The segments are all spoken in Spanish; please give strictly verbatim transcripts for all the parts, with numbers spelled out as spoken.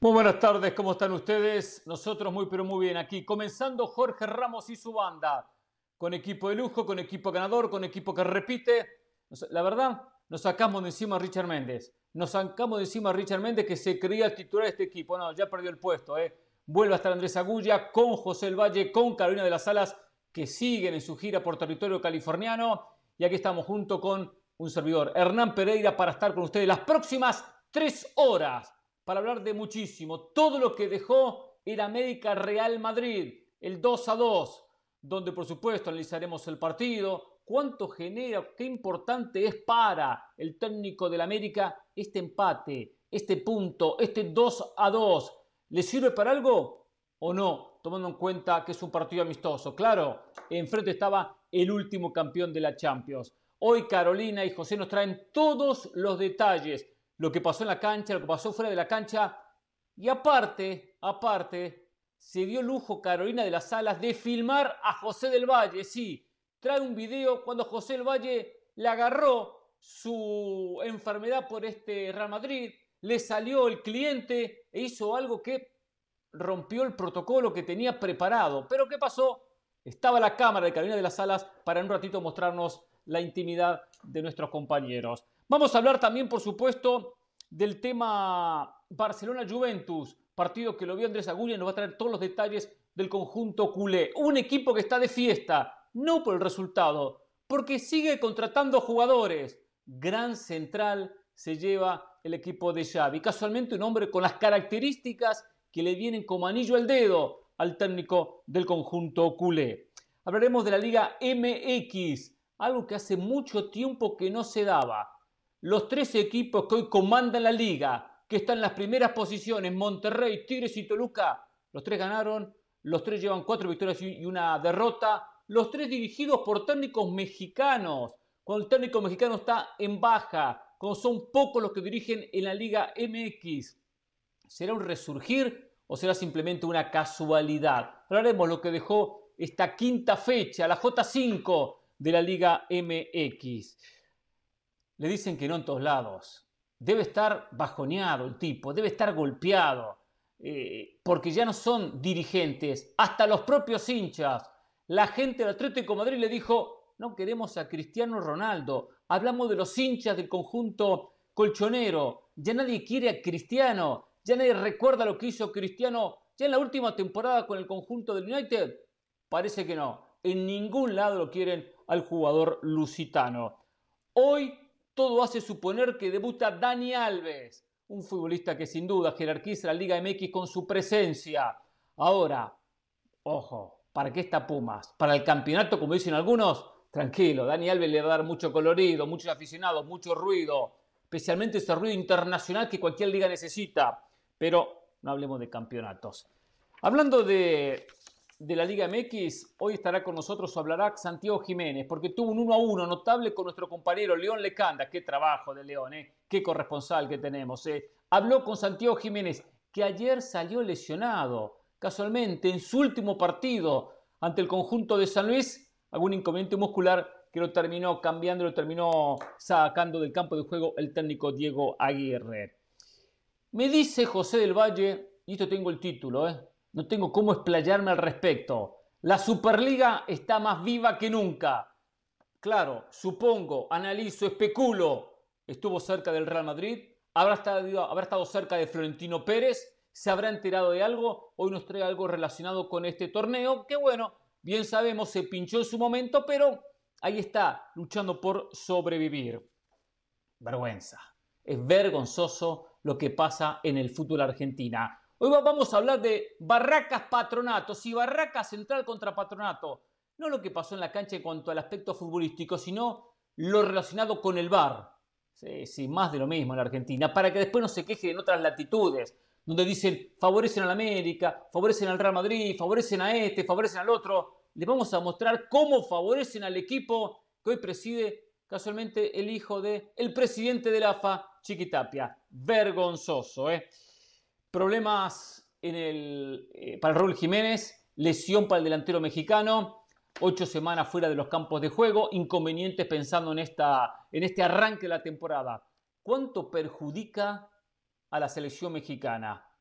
Muy buenas tardes, ¿cómo están ustedes? Nosotros muy pero muy bien aquí, comenzando Jorge Ramos y su banda, con equipo de lujo, con equipo ganador, con equipo que repite. La verdad, nos sacamos de encima a Richard Méndez, nos sacamos de encima a Richard Méndez que se creía titular de este equipo. No, ya perdió el puesto, ¿eh? Vuelve a estar Andrés Agulla con José El Valle, con Carolina de las Alas, que siguen en su gira por territorio californiano. Y aquí estamos junto con un servidor, Hernán Pereira, para estar con ustedes las próximas tres horas. Para hablar de muchísimo, todo lo que dejó el América Real Madrid, el dos a dos, donde por supuesto analizaremos el partido, cuánto genera, qué importante es para el técnico del América este empate, este punto, este dos a dos. ¿Le sirve para algo o no? Tomando en cuenta que es un partido amistoso. Claro, enfrente estaba el último campeón de la Champions. Hoy Carolina y José nos traen todos los detalles. Lo que pasó en la cancha, lo que pasó fuera de la cancha. Y aparte, aparte, se dio lujo Carolina de las Alas de filmar a José del Valle. Sí, trae un video cuando José del Valle le agarró su enfermedad por este Real Madrid, le salió el cliente e hizo algo que rompió el protocolo que tenía preparado. ¿Pero qué pasó? Estaba la cámara de Carolina de las Alas para en un ratito mostrarnos la intimidad de nuestros compañeros. Vamos a hablar también, por supuesto, del tema Barcelona-Juventus, partido que lo vio Andrés Agulla y nos va a traer todos los detalles del conjunto culé. Un equipo que está de fiesta, no por el resultado, porque sigue contratando jugadores. Gran central se lleva el equipo de Xavi. Casualmente un hombre con las características que le vienen como anillo al dedo al técnico del conjunto culé. Hablaremos de la Liga M X, algo que hace mucho tiempo que no se daba. Los tres equipos que hoy comandan la liga, que están en las primeras posiciones, Monterrey, Tigres y Toluca, los tres ganaron, los tres llevan cuatro victorias y una derrota, los tres dirigidos por técnicos mexicanos, cuando el técnico mexicano está en baja, cuando son pocos los que dirigen en la Liga M X. ¿Será un resurgir o será simplemente una casualidad? Hablaremos lo que dejó esta quinta fecha, la J cinco de la Liga M X. Le dicen que no en todos lados. Debe estar bajoneado el tipo, debe estar golpeado, eh, porque ya no son dirigentes, hasta los propios hinchas. La gente del Atlético de Madrid le dijo, no queremos a Cristiano Ronaldo. Hablamos de los hinchas del conjunto colchonero. Ya nadie quiere a Cristiano, ya nadie recuerda lo que hizo Cristiano ya en la última temporada con el conjunto del United. Parece que no. En ningún lado lo quieren al jugador lusitano. Hoy todo hace suponer que debuta Dani Alves, un futbolista que sin duda jerarquiza la Liga M X con su presencia. Ahora, ojo, ¿para qué está Pumas? ¿Para el campeonato, como dicen algunos? Tranquilo, Dani Alves le va a dar mucho colorido, muchos aficionados, mucho ruido, especialmente ese ruido internacional que cualquier liga necesita. Pero no hablemos de campeonatos. Hablando de... de la Liga M X, hoy estará con nosotros o hablará Santiago Jiménez, porque tuvo un uno a uno notable con nuestro compañero León Lecanda. Qué trabajo de León, ¿eh? Qué corresponsal que tenemos, ¿eh? Habló con Santiago Jiménez, que ayer salió lesionado, casualmente, en su último partido ante el conjunto de San Luis, algún inconveniente muscular que lo terminó cambiando, lo terminó sacando del campo de juego el técnico Diego Aguirre. Me dice José del Valle, y esto tengo el título, ¿eh? No tengo cómo explayarme al respecto. La Superliga está más viva que nunca. Claro, supongo, analizo, especulo. Estuvo cerca del Real Madrid, habrá estado, habrá estado cerca de Florentino Pérez, se habrá enterado de algo, hoy nos trae algo relacionado con este torneo, que bueno, bien sabemos, se pinchó en su momento, pero ahí está, luchando por sobrevivir. Vergüenza. Es vergonzoso lo que pasa en el fútbol argentino. Hoy vamos a hablar de Barracas Patronato, si Barracas Central contra Patronato. No lo que pasó en la cancha en cuanto al aspecto futbolístico, sino lo relacionado con el V A R. Sí, sí, más de lo mismo en la Argentina, para que después no se quejen en otras latitudes, donde dicen favorecen a la América, favorecen al Real Madrid, favorecen a este, favorecen al otro. Les vamos a mostrar cómo favorecen al equipo que hoy preside casualmente el hijo del presidente de la A F A, Chiqui Tapia. Vergonzoso, ¿eh? Problemas en el, eh, para el Raúl Jiménez, lesión para el delantero mexicano, ocho semanas fuera de los campos de juego, inconvenientes pensando en, esta, en este arranque de la temporada. ¿Cuánto perjudica a la selección mexicana?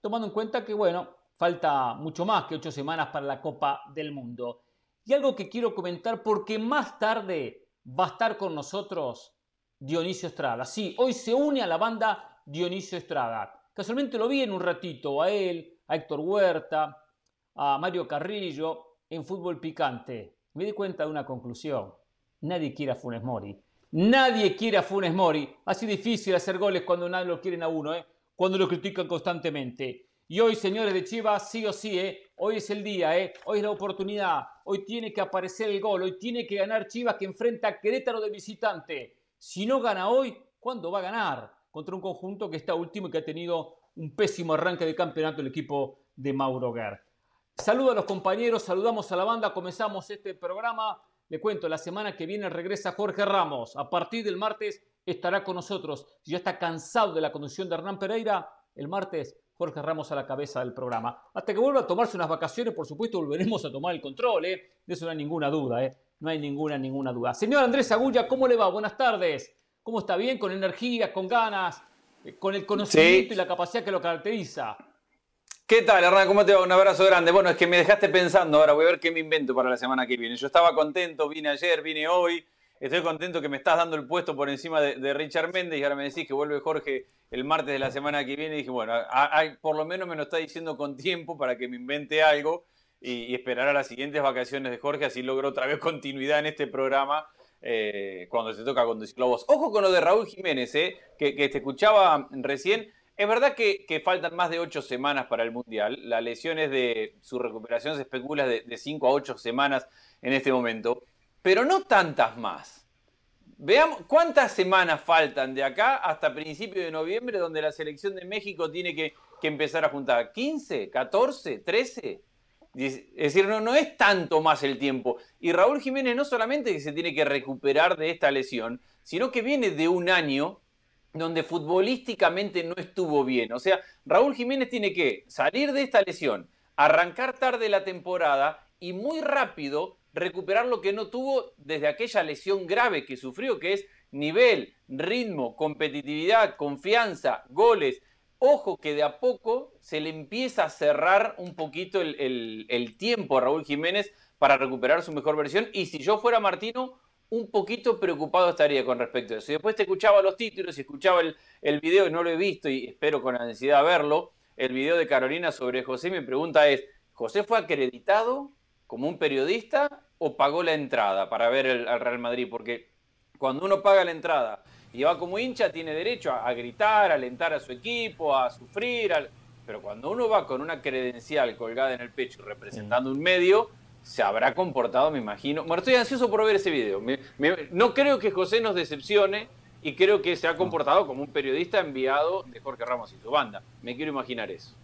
tomando en cuenta que, bueno, falta mucho más que ocho semanas para la Copa del Mundo. Y algo que quiero comentar porque más tarde va a estar con nosotros Dionisio Estrada. Sí, hoy se une a la banda Dionisio Estrada. Casualmente lo vi en un ratito a él, a Héctor Huerta, a Mario Carrillo en Fútbol Picante. Me di cuenta de una conclusión. Nadie quiere a Funes Mori. Nadie quiere a Funes Mori. Así difícil hacer goles cuando nadie lo quieren a uno, ¿eh? Cuando lo critican constantemente. Y hoy, señores de Chivas, sí o sí, ¿eh? Hoy es el día, ¿eh? Hoy es la oportunidad. Hoy tiene que aparecer el gol. Hoy tiene que ganar Chivas, que enfrenta a Querétaro de visitante. Si no gana hoy, ¿cuándo va a ganar? Contra un conjunto que está último y que ha tenido un pésimo arranque de campeonato el equipo de Mauro Guerra. Saludo a los compañeros, saludamos a la banda, comenzamos este programa. Le cuento, la semana que viene regresa Jorge Ramos. A partir del martes estará con nosotros. Si ya está cansado de la conducción de Hernán Pereira, el martes Jorge Ramos a la cabeza del programa. Hasta que vuelva a tomarse unas vacaciones, por supuesto, volveremos a tomar el control, ¿eh? De eso no hay ninguna duda, ¿eh? No hay ninguna, ninguna duda. Señor Andrés Agulla, ¿cómo le va? Buenas tardes. ¿Cómo está? ¿Bien? ¿Con energía, con ganas, eh, con el conocimiento sí. y la capacidad que lo caracteriza? ¿Qué tal, Hernán? ¿Cómo te va? Un abrazo grande. Bueno, es que me dejaste pensando ahora. Voy a ver qué me invento para la semana que viene. Yo estaba contento, vine ayer, vine hoy. Estoy contento que me estás dando el puesto por encima de, de Richard Méndez y ahora me decís que vuelve Jorge el martes de la semana que viene. Y dije, bueno, a, a, por lo menos me lo está diciendo con tiempo para que me invente algo y, y esperar a las siguientes vacaciones de Jorge. Así logro otra vez continuidad en este programa eh, cuando se toca conducirlo a vos. Ojo con lo de Raúl Jiménez, eh, que, que te escuchaba recién. Es verdad que, que faltan más de ocho semanas para el Mundial. La lesión es de su recuperación, se especula de, de cinco a ocho semanas en este momento. Pero no tantas más. Veamos cuántas semanas faltan de acá hasta principios de noviembre, donde la selección de México tiene que, que empezar a juntar. ¿quince? ¿catorce? ¿trece? Es decir, no, no es tanto más el tiempo. Y Raúl Jiménez no solamente que se tiene que recuperar de esta lesión, sino que viene de un año donde futbolísticamente no estuvo bien. O sea, Raúl Jiménez tiene que salir de esta lesión, arrancar tarde la temporada y muy rápido recuperar lo que no tuvo desde aquella lesión grave que sufrió, que es nivel, ritmo, competitividad, confianza, goles. Ojo que de a poco se le empieza a cerrar un poquito el, el, el tiempo a Raúl Jiménez para recuperar su mejor versión. Y si yo fuera Martino, un poquito preocupado estaría con respecto a eso. Y después te escuchaba los títulos y escuchaba el, el video, y no lo he visto y espero con ansiedad verlo, el video de Carolina sobre José. Mi pregunta es, ¿José fue acreditado como un periodista o pagó la entrada para ver el, al Real Madrid? Porque cuando uno paga la entrada y va como hincha, tiene derecho a, a gritar, a alentar a su equipo, a sufrir. A... Pero cuando uno va con una credencial colgada en el pecho representando un medio, se habrá comportado, me imagino. Bueno, estoy ansioso por ver ese video. Me, me, no creo que José nos decepcione y creo que se ha comportado como un periodista enviado de Jorge Ramos y su banda. Me quiero imaginar eso.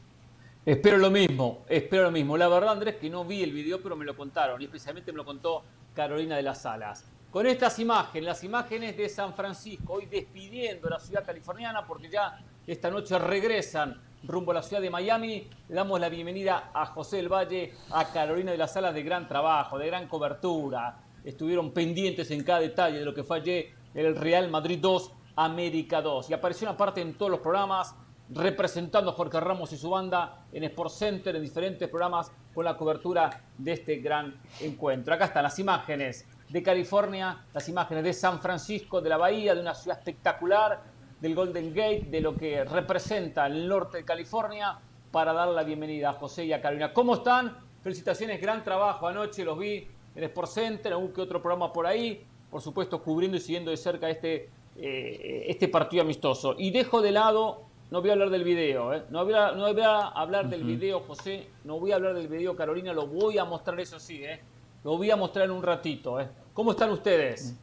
Espero lo mismo, espero lo mismo. La verdad, Andrés, que no vi el video, pero me lo contaron y especialmente me lo contó Carolina de las Alas. Con estas imágenes, las imágenes de San Francisco, hoy despidiendo la ciudad californiana porque ya esta noche regresan rumbo a la ciudad de Miami. Le damos la bienvenida a José del Valle, a Carolina de las Alas, de gran trabajo, de gran cobertura. Estuvieron pendientes en cada detalle de lo que fue ayer el Real Madrid dos, América dos. Y apareció una parte en todos los programas, representando a Jorge Ramos y su banda en Sports Center, en diferentes programas, con la cobertura de este gran encuentro. Acá están las imágenes de California, las imágenes de San Francisco, de la Bahía, de una ciudad espectacular, del Golden Gate, de lo que representa el norte de California, para dar la bienvenida a José y a Carolina. ¿Cómo están? Felicitaciones, gran trabajo anoche, los vi en Sports Center, algún que otro programa por ahí, por supuesto cubriendo y siguiendo de cerca este, eh, este partido amistoso. Y dejo de lado, no voy a hablar del video, ¿eh? no, voy a, no voy a hablar del video, José, no voy a hablar del video, Carolina, lo voy a mostrar, eso sí, ¿eh? lo voy a mostrar en un ratito. ¿eh? ¿Cómo están ustedes?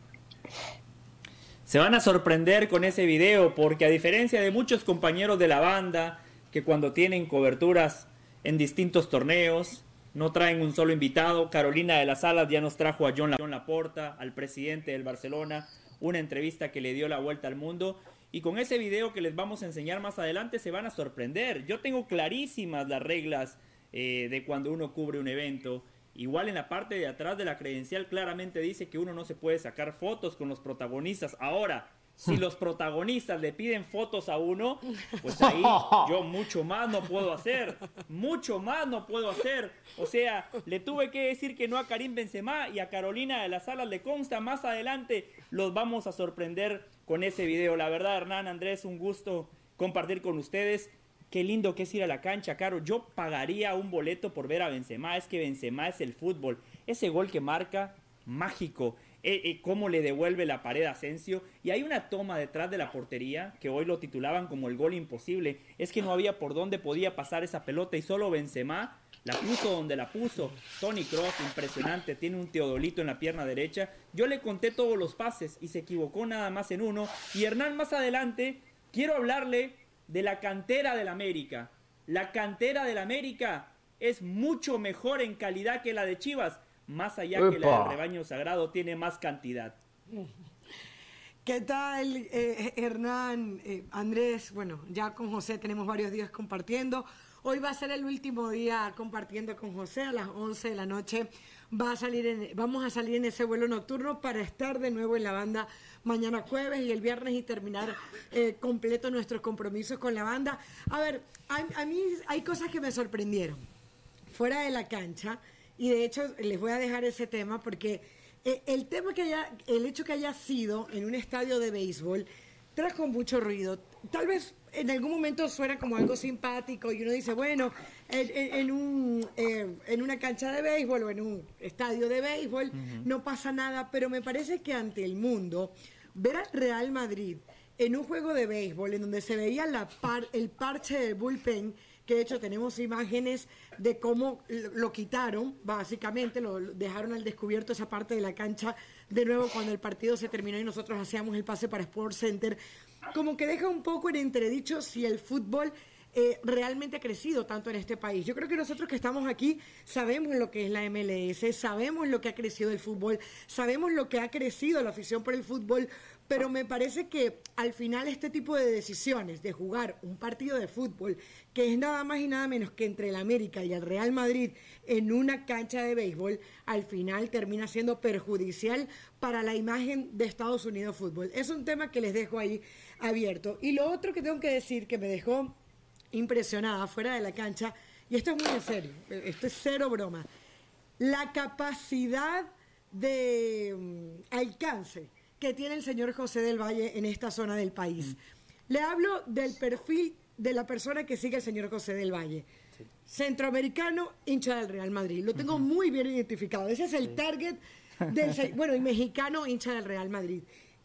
Se van a sorprender con ese video porque a diferencia de muchos compañeros de la banda que cuando tienen coberturas en distintos torneos no traen un solo invitado, Carolina de las Alas ya nos trajo a John Laporta, al presidente del Barcelona, una entrevista que le dio la vuelta al mundo. Y con ese video que les vamos a enseñar más adelante se van a sorprender. Yo tengo clarísimas las reglas eh, de cuando uno cubre un evento. Igual en la parte de atrás de la credencial claramente dice que uno no se puede sacar fotos con los protagonistas. Ahora, Si los protagonistas le piden fotos a uno, pues ahí yo mucho más no puedo hacer. Mucho más no puedo hacer. O sea, le tuve que decir que no a Karim Benzema y a Carolina de las Alas le consta. Más adelante los vamos a sorprender con ese video. La verdad, Hernán, Andrés, un gusto compartir con ustedes. Qué lindo que es ir a la cancha, Caro. Yo pagaría un boleto por ver a Benzema. Es que Benzema es el fútbol. Ese gol que marca, mágico. Eh, eh, cómo le devuelve la pared a Asensio. Y hay una toma detrás de la portería que hoy lo titulaban como el gol imposible. Es que no había por dónde podía pasar esa pelota y solo Benzema la puso donde la puso. Toni Kroos, impresionante, tiene un teodolito en la pierna derecha. Yo le conté todos los pases y se equivocó nada más en uno. Y Hernán, más adelante quiero hablarle de la cantera del América. La cantera del América es mucho mejor en calidad que la de Chivas. Más allá Epa. que la del rebaño sagrado tiene más cantidad. ¿Qué tal, eh, Hernán, eh, Andrés? Bueno, ya con José tenemos varios días compartiendo. Hoy va a ser el último día compartiendo con José a las once de la noche. Va a salir en, vamos a salir en ese vuelo nocturno para estar de nuevo en la banda mañana jueves y el viernes y terminar eh, completo nuestros compromisos con la banda. A ver, a, a mí hay cosas que me sorprendieron fuera de la cancha. Y de hecho les voy a dejar ese tema porque eh, el tema que haya, el hecho que haya sido en un estadio de béisbol trajo mucho ruido. Tal vez en algún momento suena como algo simpático y uno dice, bueno, en, en, en, un, eh, en una cancha de béisbol o en un estadio de béisbol uh-huh. no pasa nada, pero me parece que ante el mundo, ver al Real Madrid en un juego de béisbol en donde se veía la par, el parche del bullpen, que de hecho tenemos imágenes de cómo lo quitaron, básicamente, lo dejaron al descubierto esa parte de la cancha, de nuevo cuando el partido se terminó y nosotros hacíamos el pase para Sports Center, como que deja un poco en entredicho si el fútbol eh, realmente ha crecido tanto en este país. Yo creo que nosotros que estamos aquí sabemos lo que es la M L S, sabemos lo que ha crecido el fútbol, sabemos lo que ha crecido la afición por el fútbol, pero me parece que al final este tipo de decisiones de jugar un partido de fútbol, que es nada más y nada menos que entre el América y el Real Madrid en una cancha de béisbol, al final termina siendo perjudicial para la imagen de Estados Unidos Fútbol. Es un tema que les dejo ahí abierto. Y lo otro que tengo que decir que me dejó impresionada fuera de la cancha, y esto es muy en serio, esto es cero broma, la capacidad de um, alcance que tiene el señor José del Valle en esta zona del país. Mm. Le hablo del perfil de la persona que sigue el señor José del Valle. Sí. Centroamericano, hincha del Real Madrid. Lo tengo uh-huh. muy bien identificado. Ese es el sí. target del... Bueno, y mexicano, hincha del Real Madrid.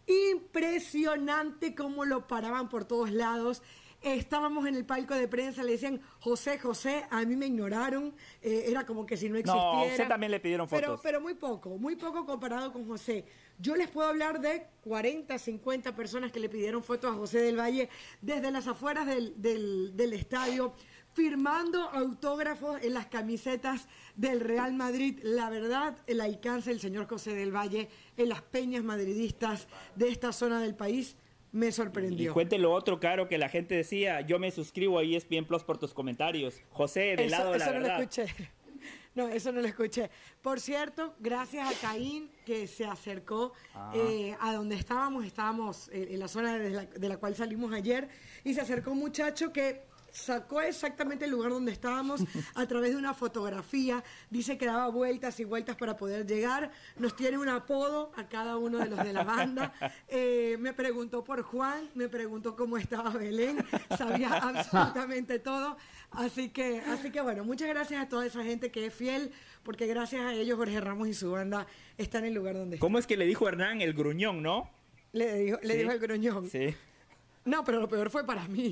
Impresionante cómo lo paraban por todos lados. Estábamos en el palco de prensa, le decían José, José, a mí me ignoraron, eh, era como que si no existiera. No, a usted también le pidieron fotos. Pero, pero muy poco, muy poco comparado con José. Yo les puedo hablar de cuarenta, cincuenta personas que le pidieron fotos a José del Valle desde las afueras del, del, del estadio, firmando autógrafos en las camisetas del Real Madrid. La verdad, el alcance del señor José del Valle en las peñas madridistas de esta zona del país me sorprendió. Y cuente lo otro, Caro, que la gente decía, yo me suscribo a E S P N Plus por tus comentarios. José, del eso, lado de la eso no verdad. Lo escuché. No, eso no lo escuché. Por cierto, gracias a Caín que se acercó eh, a donde estábamos, estábamos eh, en la zona de la, de la cual salimos ayer, y se acercó un muchacho que sacó exactamente el lugar donde estábamos a través de una fotografía. Dice que daba vueltas y vueltas para poder llegar. Nos tiene un apodo a cada uno de los de la banda. Eh, me preguntó por Juan, me preguntó cómo estaba Belén. Sabía absolutamente todo. Así que, así que bueno, muchas gracias a toda esa gente que es fiel, porque gracias a ellos Jorge Ramos y su banda están en el lugar donde están. ¿Cómo es que le dijo Hernán el gruñón, no? Le dijo, sí. le dijo el gruñón. Sí. No, pero lo peor fue para mí.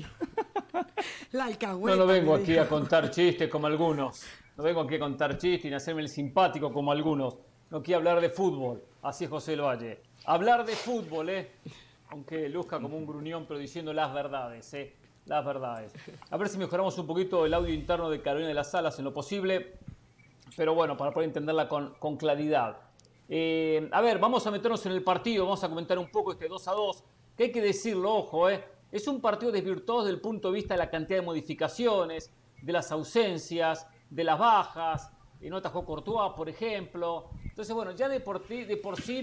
La alcahueta. No, no vengo aquí a contar chistes como algunos. No vengo aquí a contar chistes ni a hacerme el simpático como algunos. No quiero hablar de fútbol. Así es José del Valle. Hablar de fútbol, ¿eh? Aunque luzca como un gruñón, pero diciendo las verdades, ¿eh? Las verdades. A ver si mejoramos un poquito el audio interno de Carolina de las Alas en lo posible. Pero bueno, para poder entenderla con, con claridad. Eh, a ver, vamos a meternos en el partido. Vamos a comentar un poco este dos a dos. Que hay que decirlo, ojo, ¿eh? Es un partido desvirtuado desde el punto de vista de la cantidad de modificaciones, de las ausencias, de las bajas. Y no atajó Courtois, por ejemplo. Entonces, bueno, ya de por, de por sí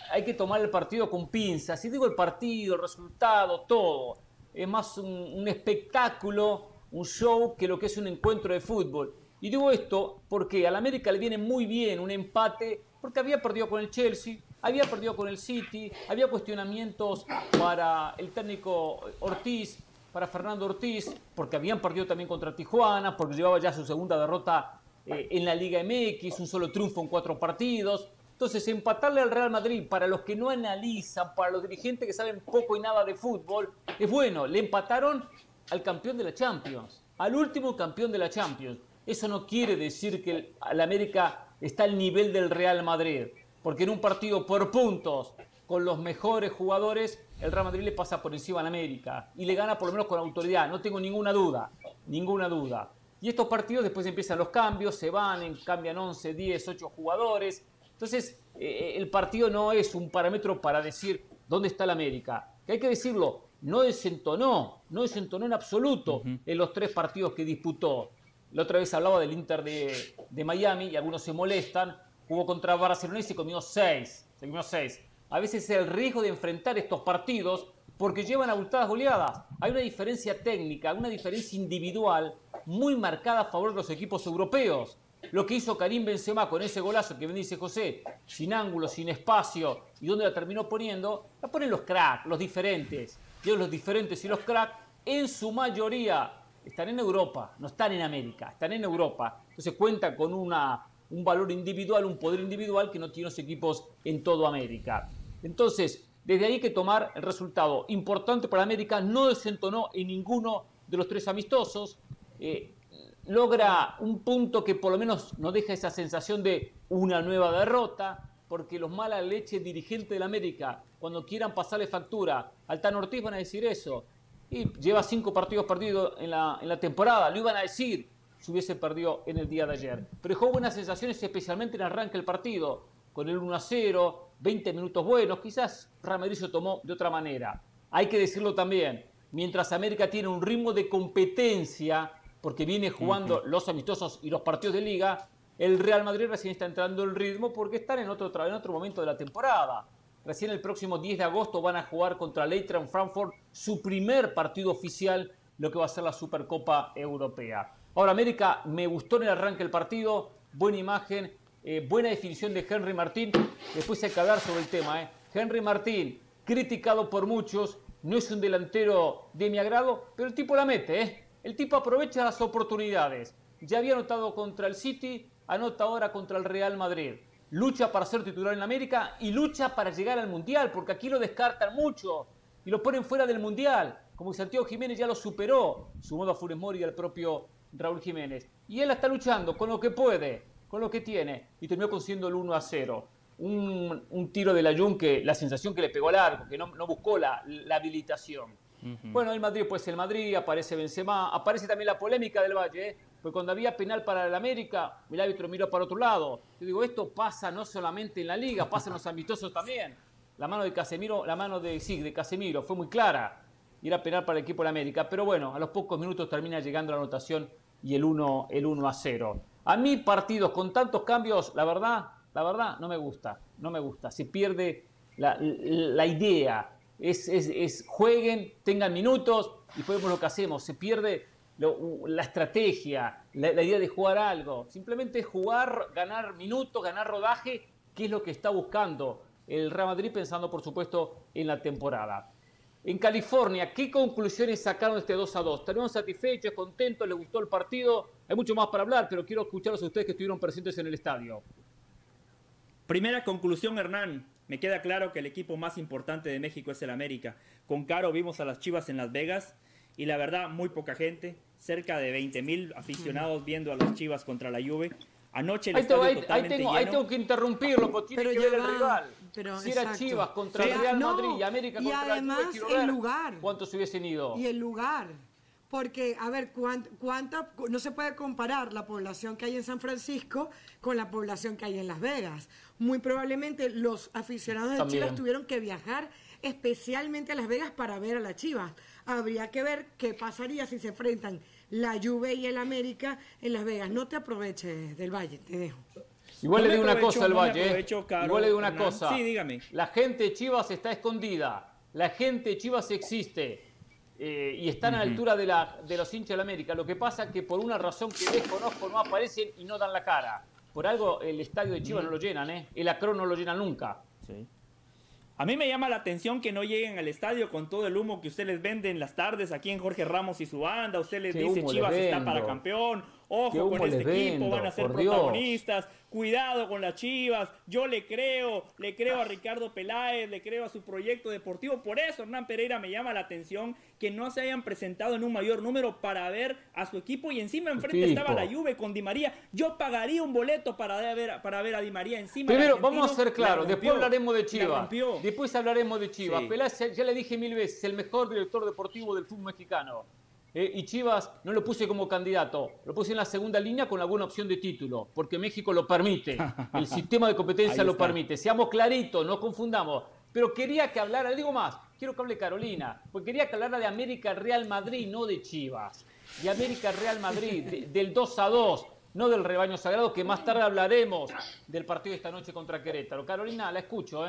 hay que tomar el partido con pinzas. Si digo el partido, el resultado, todo, es más un, un espectáculo, un show, que lo que es un encuentro de fútbol. Y digo esto porque al América le viene muy bien un empate, porque había perdido con el Chelsea, había perdido con el City, había cuestionamientos para el técnico Ortiz, para Fernando Ortiz, porque habían perdido también contra Tijuana, porque llevaba ya su segunda derrota eh, en la Liga M X, un solo triunfo en cuatro partidos. Entonces, empatarle al Real Madrid, para los que no analizan, para los dirigentes que saben poco y nada de fútbol, es bueno. Le empataron al campeón de la Champions, al último campeón de la Champions. Eso no quiere decir que el, el América está al nivel del Real Madrid, porque en un partido por puntos, con los mejores jugadores, el Real Madrid le pasa por encima al América y le gana por lo menos con autoridad, no tengo ninguna duda, ninguna duda. Y estos partidos después empiezan los cambios, se van, cambian once, diez, ocho jugadores. Entonces, eh, el partido no es un parámetro para decir dónde está el América. Que hay que decirlo, no desentonó, no desentonó en absoluto uh-huh. en los tres partidos que disputó. La otra vez hablaba del Inter de, de Miami y algunos se molestan. Jugó contra Barcelona y se comió seis. Se comió seis. A veces es el riesgo de enfrentar estos partidos porque llevan abultadas goleadas. Hay una diferencia técnica, una diferencia individual muy marcada a favor de los equipos europeos. Lo que hizo Karim Benzema con ese golazo que bendice José, sin ángulo, sin espacio, y donde la terminó poniendo, la ponen los cracks, los diferentes. Y los diferentes y los cracks, en su mayoría, están en Europa, no están en América, están en Europa. Entonces cuentan con una, un valor individual, un poder individual que no tienen los equipos en toda América. Entonces, desde ahí hay que tomar el resultado importante para América. No desentonó en ninguno de los tres amistosos. Eh, logra un punto que por lo menos nos deja esa sensación de una nueva derrota, porque los mala leche dirigentes de la América, cuando quieran pasarle factura al Tan Ortiz, van a decir eso. Y lleva cinco partidos perdidos en la, en la temporada, lo iban a decir si hubiese perdido en el día de ayer. Pero dejó buenas sensaciones, especialmente en el arranque del partido, con el uno a cero, veinte minutos buenos. Quizás Real Madrid se tomó de otra manera. Hay que decirlo también, mientras América tiene un ritmo de competencia, porque viene jugando uh-huh. los amistosos y los partidos de liga, el Real Madrid recién está entrando el ritmo porque están en otro, en otro momento de la temporada. Recién el próximo diez de agosto van a jugar contra el Eintracht Frankfurt su primer partido oficial, lo que va a ser la Supercopa Europea. Ahora, América me gustó en el arranque del partido, buena imagen, eh, buena definición de Henry Martín. Después hay que hablar sobre el tema. Eh. Henry Martín, criticado por muchos, no es un delantero de mi agrado, pero el tipo la mete, ¿eh? El tipo aprovecha las oportunidades. Ya había anotado contra el City, anota ahora contra el Real Madrid. Lucha para ser titular en América y lucha para llegar al Mundial, porque aquí lo descartan mucho y lo ponen fuera del Mundial, como Santiago Jiménez ya lo superó, sumado a Funes Mori y al propio Raúl Jiménez. Y él está luchando con lo que puede, con lo que tiene, y terminó consiguiendo el uno a cero. Un, un tiro de la Jun que la sensación que le pegó al arco, que no, no buscó la, la habilitación. Uh-huh. Bueno, el Madrid, pues el Madrid, aparece Benzema, aparece también la polémica del Valle, ¿eh? Porque cuando había penal para el América, el árbitro miró para otro lado. Yo digo, esto pasa no solamente en la Liga, pasa en los amistosos también. La mano de Casemiro, la mano de, sí, de Casemiro fue muy clara, y era penal para el equipo de la América, pero bueno, a los pocos minutos termina llegando la anotación y el uno a cero. A mí partidos con tantos cambios, la verdad, la verdad, no me gusta, no me gusta. Se pierde la, la idea. Es, es, es jueguen, tengan minutos y después vemos lo que hacemos. Se pierde lo, la estrategia, la, la idea de jugar algo. Simplemente jugar, ganar minutos, ganar rodaje, que es lo que está buscando el Real Madrid, pensando por supuesto en la temporada. En California, ¿qué conclusiones sacaron de este dos a dos? ¿Estarían satisfechos, contentos? ¿Les gustó el partido? Hay mucho más para hablar, pero quiero escucharlos a ustedes que estuvieron presentes en el estadio. Primera conclusión, Hernán. Me queda claro que el equipo más importante de México es el América. Con Caro vimos a las Chivas en Las Vegas y la verdad, muy poca gente. Cerca de veinte mil aficionados viendo a las Chivas contra la Juve. Anoche el ahí estadio tengo, ahí, totalmente ahí tengo, lleno. Ahí tengo que interrumpirlo porque tiene pero que ver va, el rival. Pero, si era exacto. Chivas contra pero, el Real no, Madrid y América y contra además, la Juve, quiero el ver lugar. ¿cuántos hubiesen ido? Y el lugar. Porque, a ver, ¿cuánta, cuánta, no se puede comparar la población que hay en San Francisco con la población que hay en Las Vegas. Muy probablemente los aficionados de También. Chivas tuvieron que viajar especialmente a Las Vegas para ver a las Chivas. Habría que ver qué pasaría si se enfrentan la Juve y el América en Las Vegas. No te aproveches del Valle, te dejo. Igual No le me digo una aprovecho, cosa al no me Valle. ¿eh? aprovecho, Caro, Igual le digo una Hernán. cosa. Sí, dígame. La gente de Chivas está escondida. La gente de Chivas existe. Eh, y están a la altura de, la, de los hinchas de la América. Lo que pasa es que por una razón que desconozco no aparecen y no dan la cara. Por algo el estadio de Chivas no lo llenan, ¿eh? El Acron no lo llenan nunca. Sí. A mí me llama la atención que no lleguen al estadio con todo el humo que usted les vende en las tardes aquí en Jorge Ramos y su banda. Usted les ¿Qué dice humo Chivas les está vendo? para campeón. ¿Qué Ojo humo con este les equipo, vendo? van a ser Por Dios. protagonistas. Cuidado con las Chivas. Yo le creo, le creo a Ricardo Peláez, le creo a su proyecto deportivo. Por eso, Hernán Pereira, me llama la atención que no se hayan presentado en un mayor número para ver a su equipo. Y encima enfrente Equipo. estaba la Juve con Di María. Yo pagaría un boleto para ver, para ver a Di María encima. Primero, el vamos a argentino ser claros. la Después rompió, hablaremos de la Chivas. rompió. Después hablaremos de Chivas. Sí. Peláez, ya le dije mil veces, el mejor director deportivo del fútbol mexicano. Eh, y Chivas no lo puse como candidato, lo puse en la segunda línea con alguna opción de título, porque México lo permite, el sistema de competencia Ahí lo está. permite. Seamos claritos, no confundamos. Pero quería que hablara, le digo más, quiero que hable Carolina, porque quería que hablara de América Real Madrid, no de Chivas. De América Real Madrid, de- del dos a dos, no del rebaño sagrado, que más tarde hablaremos del partido de esta noche contra Querétaro. Carolina, la escucho, ¿eh?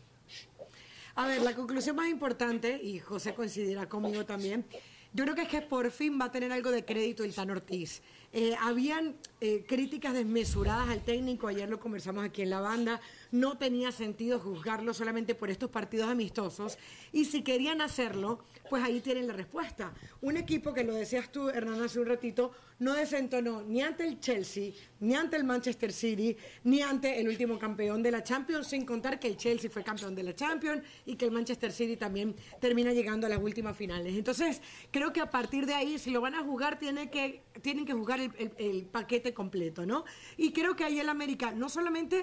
A ver, la conclusión más importante, y José coincidirá conmigo también, yo creo que es que por fin va a tener algo de crédito el Tan Ortiz. Eh, habían eh, críticas desmesuradas al técnico, ayer lo conversamos aquí en la banda, no tenía sentido juzgarlo solamente por estos partidos amistosos, y si querían hacerlo, pues ahí tienen la respuesta. Un equipo que, lo decías tú, Hernán, hace un ratito, no desentonó ni ante el Chelsea, ni ante el Manchester City, ni ante el último campeón de la Champions, sin contar que el Chelsea fue campeón de la Champions y que el Manchester City también termina llegando a las últimas finales. Entonces, creo que a partir de ahí, si lo van a jugar, tiene que, tienen que jugar el, el- el paquete completo, ¿no? Y creo que ahí el América no solamente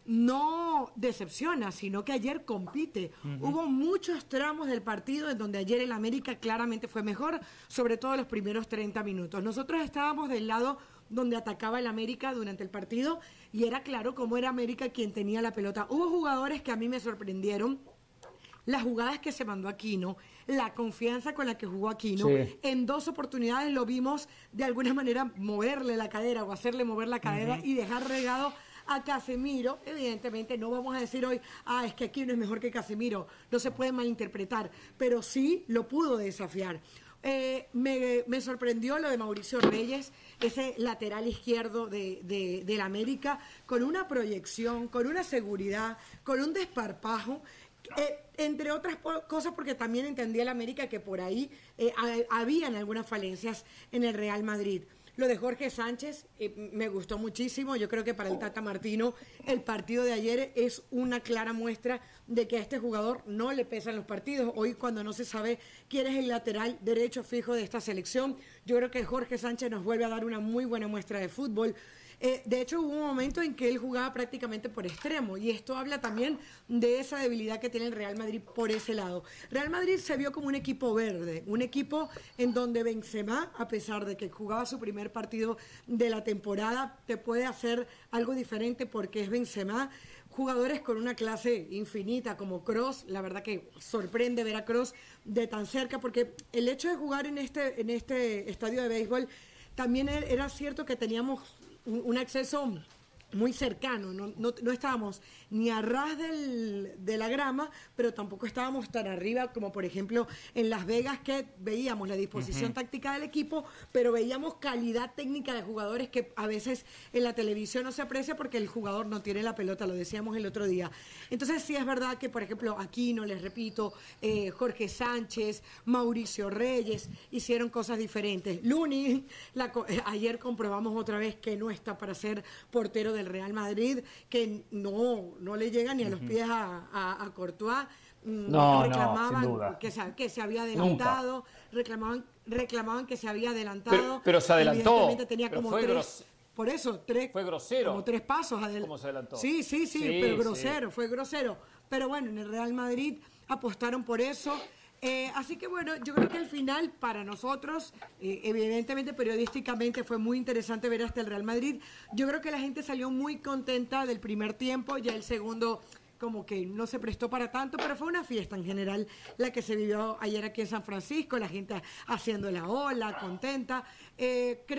no decepciona, sino que ayer compite. Hubo muchos tramos del partido en donde ayer el América claramente fue mejor, sobre todo los primeros treinta minutos. Nosotros estábamos del lado donde atacaba el América durante el partido y era claro cómo era América quien tenía la pelota. Hubo jugadores que a mí me sorprendieron. Las jugadas que se mandó Aquino, la confianza con la que jugó Aquino, Sí. en dos oportunidades lo vimos de alguna manera moverle la cadera o hacerle mover la cadera y dejar regado a Casemiro. Evidentemente no vamos a decir hoy, ah, es que Aquino es mejor que Casemiro, no se puede malinterpretar, pero sí lo pudo desafiar. Eh, me, me sorprendió lo de Mauricio Reyes, ese lateral izquierdo de, de, del América, con una proyección, con una seguridad, con un desparpajo. Eh, entre otras po- cosas, porque también entendía el América que por ahí eh, ha- habían algunas falencias en el Real Madrid. Lo de Jorge Sánchez eh, me gustó muchísimo. Yo creo que para el Tata Martino el partido de ayer es una clara muestra de que a este jugador no le pesan los partidos. Hoy, cuando no se sabe quién es el lateral derecho fijo de esta selección, yo creo que Jorge Sánchez nos vuelve a dar una muy buena muestra de fútbol. Eh, de hecho, hubo un momento en que él jugaba prácticamente por extremo y esto habla también de esa debilidad que tiene el Real Madrid por ese lado. Real Madrid se vio como un equipo verde, un equipo en donde Benzema, a pesar de que jugaba su primer partido de la temporada, te puede hacer algo diferente porque es Benzema. Jugadores con una clase infinita como Kroos, la verdad que sorprende ver a Kroos de tan cerca, porque el hecho de jugar en este, en este estadio de béisbol también er- era cierto que teníamos un, un acceso muy cercano, no, no, no estábamos ni a ras del, de la grama, pero tampoco estábamos tan arriba como por ejemplo en Las Vegas, que veíamos la disposición uh-huh. táctica del equipo, pero veíamos calidad técnica de jugadores que a veces en la televisión no se aprecia porque el jugador no tiene la pelota, lo decíamos el otro día. Entonces sí es verdad que por ejemplo Aquino, les repito, eh, Jorge Sánchez, Mauricio Reyes hicieron cosas diferentes. Luni, la, eh, ayer comprobamos otra vez que no está para ser portero de del Real Madrid, que no, no le llega ni a los pies a, a, a Courtois. No, reclamaban no, sin duda. Que, se, que se había adelantado, reclamaban, reclamaban que se había adelantado. Pero, pero se adelantó. Evidentemente tenía pero como fue tres, gros... por eso, tres, fue grosero. como tres pasos adelante. ¿Cómo se adelantó? Sí, sí, sí, sí pero grosero, sí. fue grosero. Pero bueno, en el Real Madrid apostaron por eso. Eh, así que bueno, yo creo que al final para nosotros, eh, evidentemente periodísticamente fue muy interesante ver hasta el Real Madrid. Yo creo que la gente salió muy contenta del primer tiempo, ya el segundo como que no se prestó para tanto, pero fue una fiesta en general la que se vivió ayer aquí en San Francisco, la gente haciendo la ola, contenta. Eh, creo que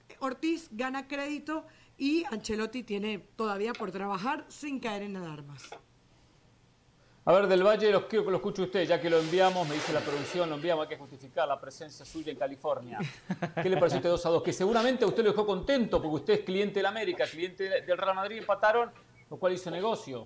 Ortiz gana crédito y Ancelotti tiene todavía por trabajar sin caer en alarmas. A ver, Del Valle, los quiero que lo escuche usted, ya que lo enviamos, me dice la producción, lo enviamos, hay que justificar la presencia suya en California. ¿Qué le pareció este dos a dos? Que seguramente a usted lo dejó contento, porque usted es cliente del América, cliente del Real Madrid, empataron, lo cual hizo negocio.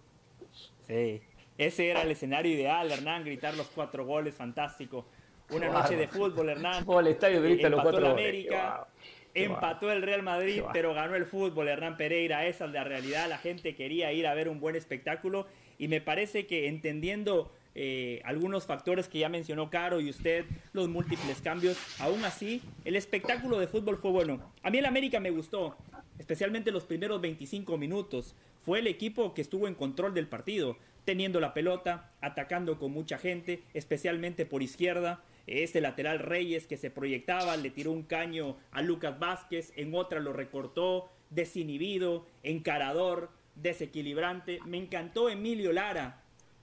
Sí, ese era el escenario ideal, Hernán, gritar los cuatro goles, fantástico. Una Qué noche de bárbaro. fútbol, Hernán. Fue al estadio, grita los Empató cuatro el goles. América, Qué empató el Real Madrid, Qué pero ganó el fútbol, Hernán Pereira. Esa es la realidad. La gente quería ir a ver un buen espectáculo y me parece que entendiendo eh, algunos factores que ya mencionó Caro y usted, los múltiples cambios, aún así, el espectáculo de fútbol fue bueno. A mí el América me gustó, especialmente los primeros veinticinco minutos. Fue el equipo que estuvo en control del partido, teniendo la pelota, atacando con mucha gente, especialmente por izquierda. Este lateral Reyes que se proyectaba, le tiró un caño a Lucas Vázquez, en otra lo recortó, desinhibido, encarador, desequilibrante. Me encantó Emilio Lara.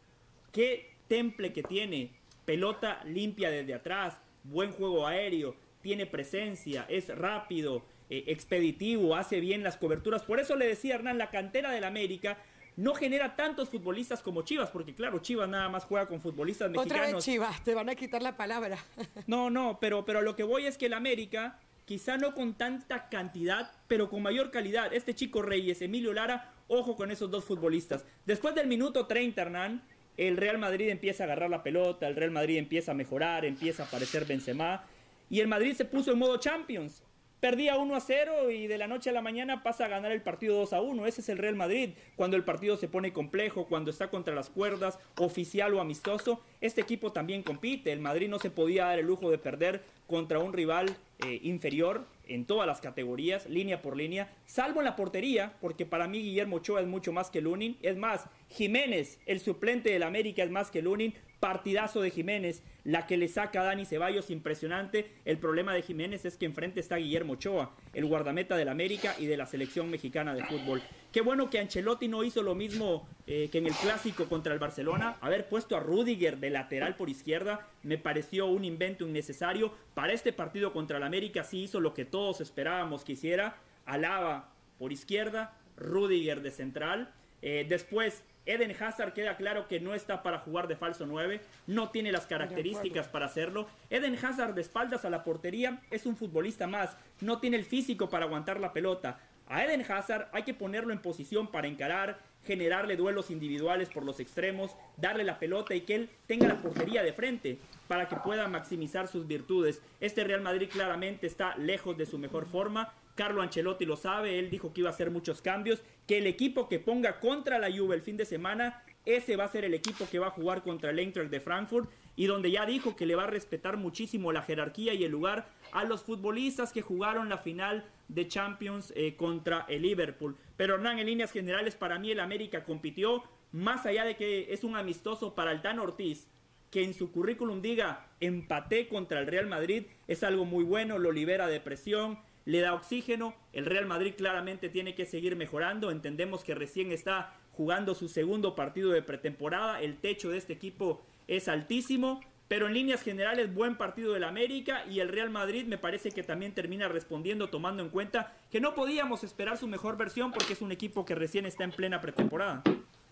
Qué temple que tiene, pelota limpia desde atrás, buen juego aéreo, tiene presencia, es rápido, eh, expeditivo, hace bien las coberturas. Por eso le decía Hernán, la cantera del América no genera tantos futbolistas como Chivas, porque claro, Chivas nada más juega con futbolistas mexicanos. Otra vez Chivas, te van a quitar la palabra. No, no, pero, pero lo que voy es que el América, quizá no con tanta cantidad, pero con mayor calidad. Este chico Reyes, Emilio Lara, ojo con esos dos futbolistas. Después del minuto treinta, Hernán, el Real Madrid empieza a agarrar la pelota, el Real Madrid empieza a mejorar, empieza a aparecer Benzema, y el Madrid se puso en modo Champions. Perdía uno a cero y de la noche a la mañana pasa a ganar el partido dos a uno. Ese es el Real Madrid. Cuando el partido se pone complejo, cuando está contra las cuerdas, oficial o amistoso, este equipo también compite. El Madrid no se podía dar el lujo de perder contra un rival eh, inferior en todas las categorías, línea por línea, salvo en la portería, porque para mí Guillermo Ochoa es mucho más que Lunin. Es más, Jiménez, el suplente del América, es más que Lunin. Partidazo de Jiménez, la que le saca a Dani Ceballos, impresionante. El problema de Jiménez es que enfrente está Guillermo Ochoa, el guardameta del América y de la selección mexicana de fútbol. Qué bueno que Ancelotti no hizo lo mismo eh, que en el clásico contra el Barcelona. Haber puesto a Rüdiger de lateral por izquierda me pareció un invento innecesario. Para este partido contra el América sí hizo lo que todos esperábamos que hiciera. Alaba por izquierda, Rüdiger de central. Eh, después Eden Hazard, queda claro que no está para jugar de falso nueve, no tiene las características para hacerlo. Eden Hazard de espaldas a la portería es un futbolista más, no tiene el físico para aguantar la pelota. A Eden Hazard hay que ponerlo en posición para encarar, generarle duelos individuales por los extremos, darle la pelota y que él tenga la portería de frente para que pueda maximizar sus virtudes. Este Real Madrid claramente está lejos de su mejor forma. Carlo Ancelotti lo sabe, él dijo que iba a hacer muchos cambios, que el equipo que ponga contra la Juve el fin de semana, ese va a ser el equipo que va a jugar contra el Eintracht de Frankfurt, y donde ya dijo que le va a respetar muchísimo la jerarquía y el lugar a los futbolistas que jugaron la final de Champions eh, contra el Liverpool. Pero Hernán, en líneas generales, para mí el América compitió, más allá de que es un amistoso para el Tano Ortiz, que en su currículum diga empaté contra el Real Madrid, es algo muy bueno, lo libera de presión, le da oxígeno. El Real Madrid claramente tiene que seguir mejorando. Entendemos que recién está jugando su segundo partido de pretemporada. El techo de este equipo es altísimo, pero en líneas generales buen partido del América, y el Real Madrid me parece que también termina respondiendo, tomando en cuenta que no podíamos esperar su mejor versión porque es un equipo que recién está en plena pretemporada.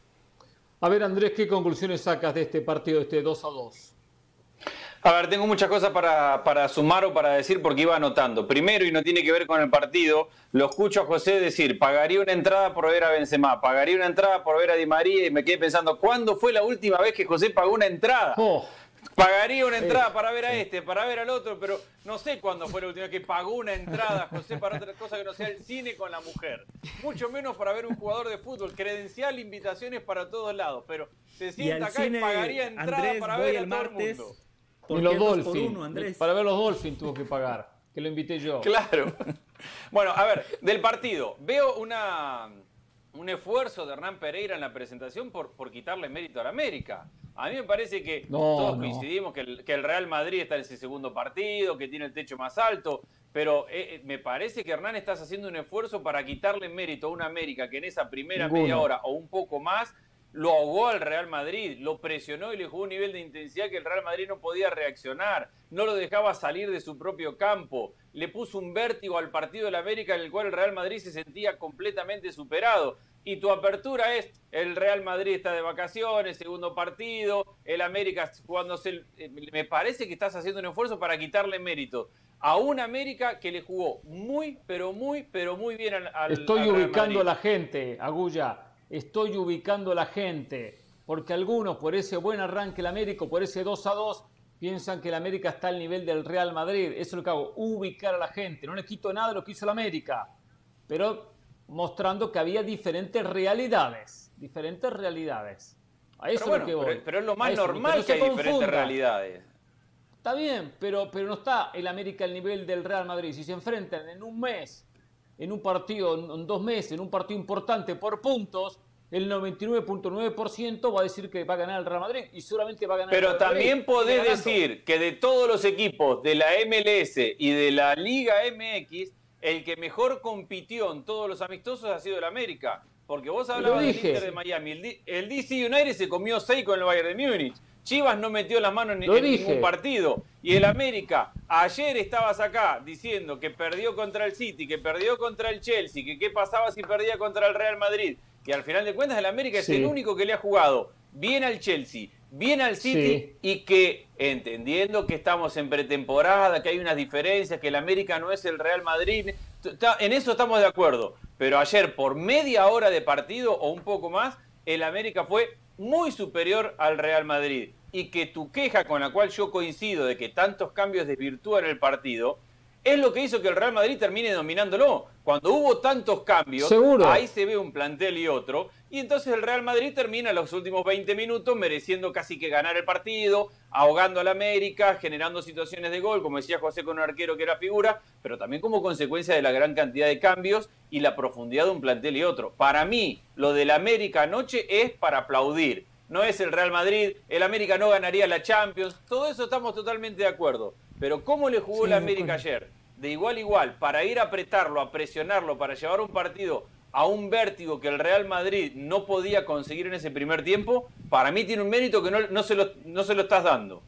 A ver, Andrés, ¿qué conclusiones sacas de este partido, de este dos a dos? A ver, tengo muchas cosas para, para sumar o para decir porque iba anotando. Primero, y no tiene que ver con el partido, lo escucho a José decir, pagaría una entrada por ver a Benzema, pagaría una entrada por ver a Di María, y me quedé pensando, ¿cuándo fue la última vez que José pagó una entrada? Oh. Pagaría una entrada Sí, para ver a sí. este, para ver al otro, pero no sé cuándo fue la última vez que pagó una entrada, José, para otra cosa que no sea el cine con la mujer. Mucho menos para ver un jugador de fútbol. Credencial, invitaciones para todos lados, pero se sienta acá cine, y pagaría entrada Andrés, para voy ver a el todo martes. el mundo. Ni Porque los es dos por Dolphins. uno, Andrés. Para ver los Dolphins tuvo que pagar, que lo invité yo. Claro. Bueno, a ver, del partido. Veo una, un esfuerzo de Hernán Pereira en la presentación por, por quitarle mérito a la América. A mí me parece que No, todos no. coincidimos que el, que el Real Madrid está en ese segundo partido, que tiene el techo más alto, pero eh, me parece que Hernán estás haciendo un esfuerzo para quitarle mérito a una América que en esa primera Ninguno. media hora o un poco más lo ahogó al Real Madrid, lo presionó y le jugó un nivel de intensidad que el Real Madrid no podía reaccionar, no lo dejaba salir de su propio campo, le puso un vértigo al partido del América en el cual el Real Madrid se sentía completamente superado. Y tu apertura es, el Real Madrid está de vacaciones, segundo partido, el América jugándose, me parece que estás haciendo un esfuerzo para quitarle mérito a un América que le jugó muy, pero muy, pero muy bien al, al Estoy al Real ubicando Madrid. a la gente, Agulla, estoy ubicando a la gente, porque algunos por ese buen arranque el América, por ese dos a dos, piensan que el América está al nivel del Real Madrid. Eso es lo que hago, ubicar a la gente. No le quito nada de lo que hizo el América, pero mostrando que había diferentes realidades, diferentes realidades. A eso Pero, es lo que bueno, voy. pero, pero es lo A más eso, normal no que hay se diferentes confunda. realidades. Está bien, pero, pero no está el América al nivel del Real Madrid. Si se enfrentan en un mes, en un partido, en, en dos meses, en un partido importante por puntos, el noventa y nueve punto nueve por ciento va a decir que va a ganar el Real Madrid y seguramente va a ganar el Pero Real Madrid. también podés Sigue ganando. decir que de todos los equipos de la M L S y de la Liga M X, el que mejor compitió en todos los amistosos ha sido el América. Porque vos hablabas del dije. Inter de Miami. El, D- el D C United se comió seis con el Bayern de Múnich. Chivas no metió las manos en, Lo en dije. ningún partido. Y el América, ayer estabas acá diciendo que perdió contra el City, que perdió contra el Chelsea, que qué pasaba si perdía contra el Real Madrid. Que al final de cuentas el América Sí. es el único que le ha jugado bien al Chelsea, bien al City, Sí. y que, entendiendo que estamos en pretemporada, que hay unas diferencias, que el América no es el Real Madrid, t- ta- en eso estamos de acuerdo. Pero ayer, por media hora de partido o un poco más, el América fue muy superior al Real Madrid. Y que tu queja, con la cual yo coincido, de que tantos cambios desvirtúan el partido, es lo que hizo que el Real Madrid termine dominándolo. Cuando hubo tantos cambios, Seguro. ahí se ve un plantel y otro, y entonces el Real Madrid termina los últimos veinte minutos mereciendo casi que ganar el partido, ahogando al América, generando situaciones de gol, como decía José, con un arquero que era figura, pero también como consecuencia de la gran cantidad de cambios y la profundidad de un plantel y otro. Para mí, lo del América anoche es para aplaudir. No es el Real Madrid, el América no ganaría la Champions, todo eso estamos totalmente de acuerdo. Pero ¿cómo le jugó Sí, la de América acuerdo. ayer? De igual a igual, para ir a apretarlo, a presionarlo, para llevar un partido a un vértigo que el Real Madrid no podía conseguir en ese primer tiempo, para mí tiene un mérito que no, no, se, lo, no se lo estás dando.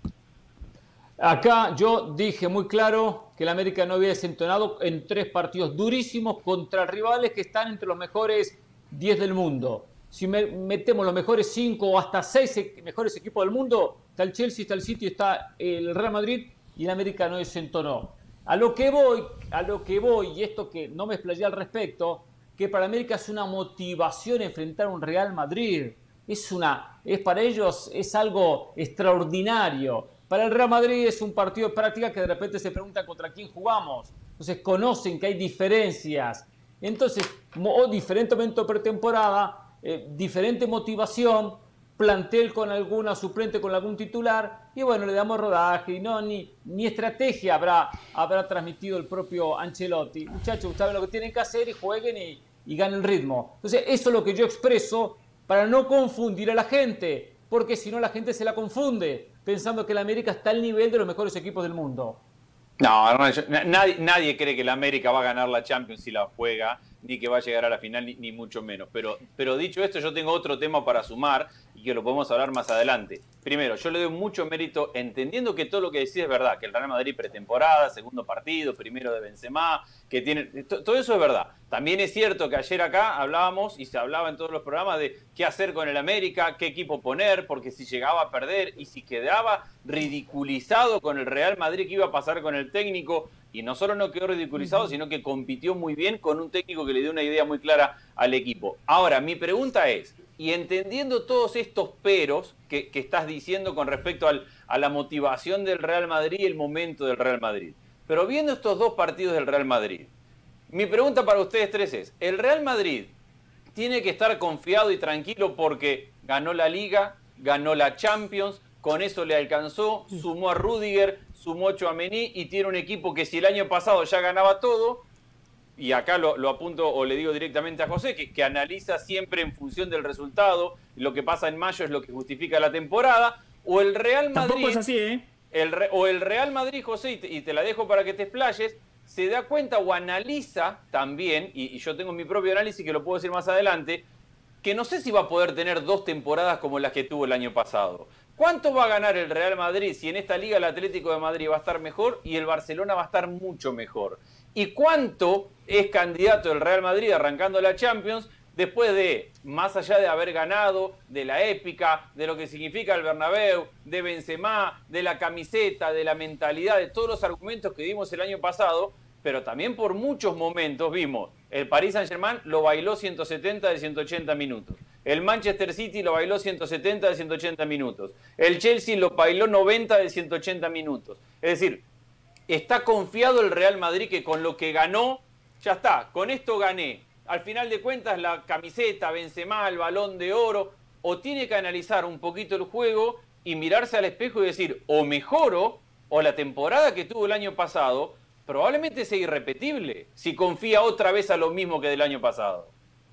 Acá yo dije muy claro que el América no había desentonado en tres partidos durísimos contra rivales que están entre los mejores diez del mundo. Si me- metemos los mejores cinco o hasta seis e- mejores equipos del mundo, está el Chelsea, está el City, está el Real Madrid y el América no desentonó. A lo que voy, a lo que voy, y esto que no me explayé al respecto, que para América es una motivación enfrentar a un Real Madrid. Es una, es para ellos es algo extraordinario. Para el Real Madrid es un partido de práctica que de repente se preguntan contra quién jugamos. Entonces conocen que hay diferencias. Entonces, mo- o diferente momento de pretemporada, eh, diferente motivación, plantel con alguna suplente, con algún titular, y bueno, le damos rodaje, y no, ni, ni estrategia habrá, habrá transmitido el propio Ancelotti. Muchachos, ustedes saben lo que tienen que hacer y jueguen y, y ganen el ritmo. Entonces, eso es lo que yo expreso para no confundir a la gente, porque si no la gente se la confunde, pensando que el América está al nivel de los mejores equipos del mundo. No, Hernán, yo- na- nadie, nadie cree que el América va a ganar la Champions si la juega, ni que va a llegar a la final, ni, ni mucho menos. Pero, pero dicho esto, yo tengo otro tema para sumar y que lo podemos hablar más adelante. Primero, yo le doy mucho mérito, entendiendo que todo lo que decís es verdad, que el Real Madrid pretemporada, segundo partido, primero de Benzema, que tiene... to- Todo eso es verdad. También es cierto que ayer acá hablábamos, y se hablaba en todos los programas, de qué hacer con el América, qué equipo poner, porque si llegaba a perder y si quedaba ridiculizado con el Real Madrid, ¿qué iba a pasar con el técnico? Y no solo no quedó ridiculizado, sino que compitió muy bien con un técnico que le dio una idea muy clara al equipo. Ahora, mi pregunta es, y entendiendo todos estos peros que, que estás diciendo con respecto al, a la motivación del Real Madrid y el momento del Real Madrid, pero viendo estos dos partidos del Real Madrid, mi pregunta para ustedes tres es, ¿el Real Madrid tiene que estar confiado y tranquilo porque ganó la Liga, ganó la Champions, con eso le alcanzó, sumó a Rüdiger, sumó a Tchouaméni y tiene un equipo que si el año pasado ya ganaba todo, y acá lo, lo apunto o le digo directamente a José, que, que analiza siempre en función del resultado, lo que pasa en mayo es lo que justifica la temporada, o el Real Madrid... Tampoco es así, ¿eh? El, re- o el Real Madrid, José, y te, y te la dejo para que te explayes, se da cuenta o analiza también, y, y yo tengo mi propio análisis que lo puedo decir más adelante, que no sé si va a poder tener dos temporadas como las que tuvo el año pasado. ¿Cuánto va a ganar el Real Madrid si en esta liga el Atlético de Madrid va a estar mejor y el Barcelona va a estar mucho mejor? ¿Y cuánto es candidato el Real Madrid arrancando la Champions después de, más allá de haber ganado, de la épica, de lo que significa el Bernabéu, de Benzema, de la camiseta, de la mentalidad, de todos los argumentos que dimos el año pasado, pero también por muchos momentos vimos, el Paris Saint-Germain lo bailó ciento setenta de ciento ochenta minutos, el Manchester City lo bailó ciento setenta de ciento ochenta minutos, el Chelsea lo bailó noventa de ciento ochenta minutos. Es decir, está confiado el Real Madrid que con lo que ganó, ya está, con esto gané. Al final de cuentas la camiseta, Benzema, el Balón de Oro, o tiene que analizar un poquito el juego y mirarse al espejo y decir, o mejoro, o la temporada que tuvo el año pasado probablemente sea irrepetible si confía otra vez a lo mismo que del año pasado.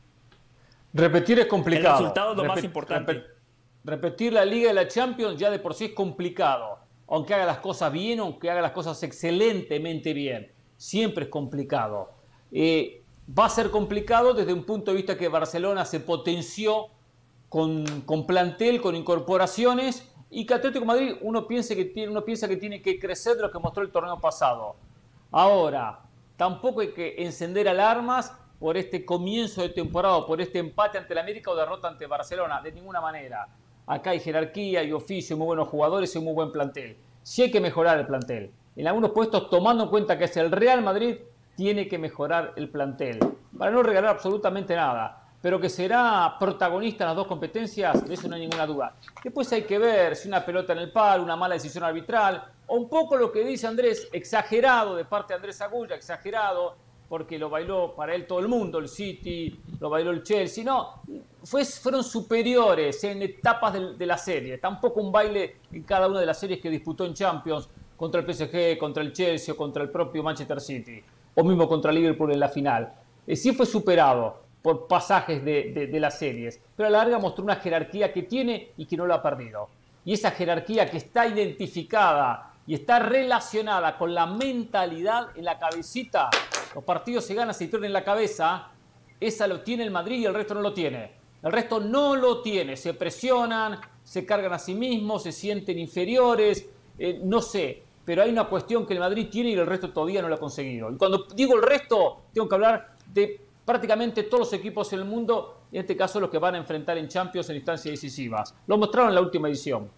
Repetir es complicado. El resultado es lo Repet- más importante. repet- repetir la Liga de la Champions ya de por sí es complicado. Aunque haga las cosas bien, aunque haga las cosas excelentemente bien. Siempre es complicado. Eh, va a ser complicado desde un punto de vista que Barcelona se potenció con, con plantel, con incorporaciones, y que Atlético de Madrid uno piensa que tiene, uno piensa que tiene que crecer de lo que mostró el torneo pasado. Ahora, tampoco hay que encender alarmas por este comienzo de temporada, o por este empate ante el América o derrota ante Barcelona, de ninguna manera. Acá hay jerarquía, hay oficio, muy buenos jugadores y un muy buen plantel. Sí hay que mejorar el plantel. En algunos puestos, tomando en cuenta que es el Real Madrid, tiene que mejorar el plantel. Para no regalar absolutamente nada. Pero que será protagonista en las dos competencias, de eso no hay ninguna duda. Después hay que ver si una pelota en el palo, una mala decisión arbitral, o un poco lo que dice Andrés, exagerado de parte de Andrés Agulla, exagerado, porque lo bailó para él todo el mundo, el City, lo bailó el Chelsea. No, fue, fueron superiores en etapas de, de la serie. Tampoco un baile en cada una de las series que disputó en Champions, contra el P S G, contra el Chelsea o contra el propio Manchester City, o mismo contra Liverpool en la final. Eh, sí fue superado por pasajes de, de, de las series, pero a la larga mostró una jerarquía que tiene y que no lo ha perdido. Y esa jerarquía que está identificada y está relacionada con la mentalidad en la cabecita, los partidos se ganan, se pierden en la cabeza, esa lo tiene el Madrid y el resto no lo tiene. El resto no lo tiene, se presionan, se cargan a sí mismos, se sienten inferiores, eh, no sé, pero hay una cuestión que el Madrid tiene y el resto todavía no lo ha conseguido. Y cuando digo el resto, tengo que hablar de prácticamente todos los equipos en el mundo, en este caso los que van a enfrentar en Champions en instancias decisivas. Lo mostraron en la última edición.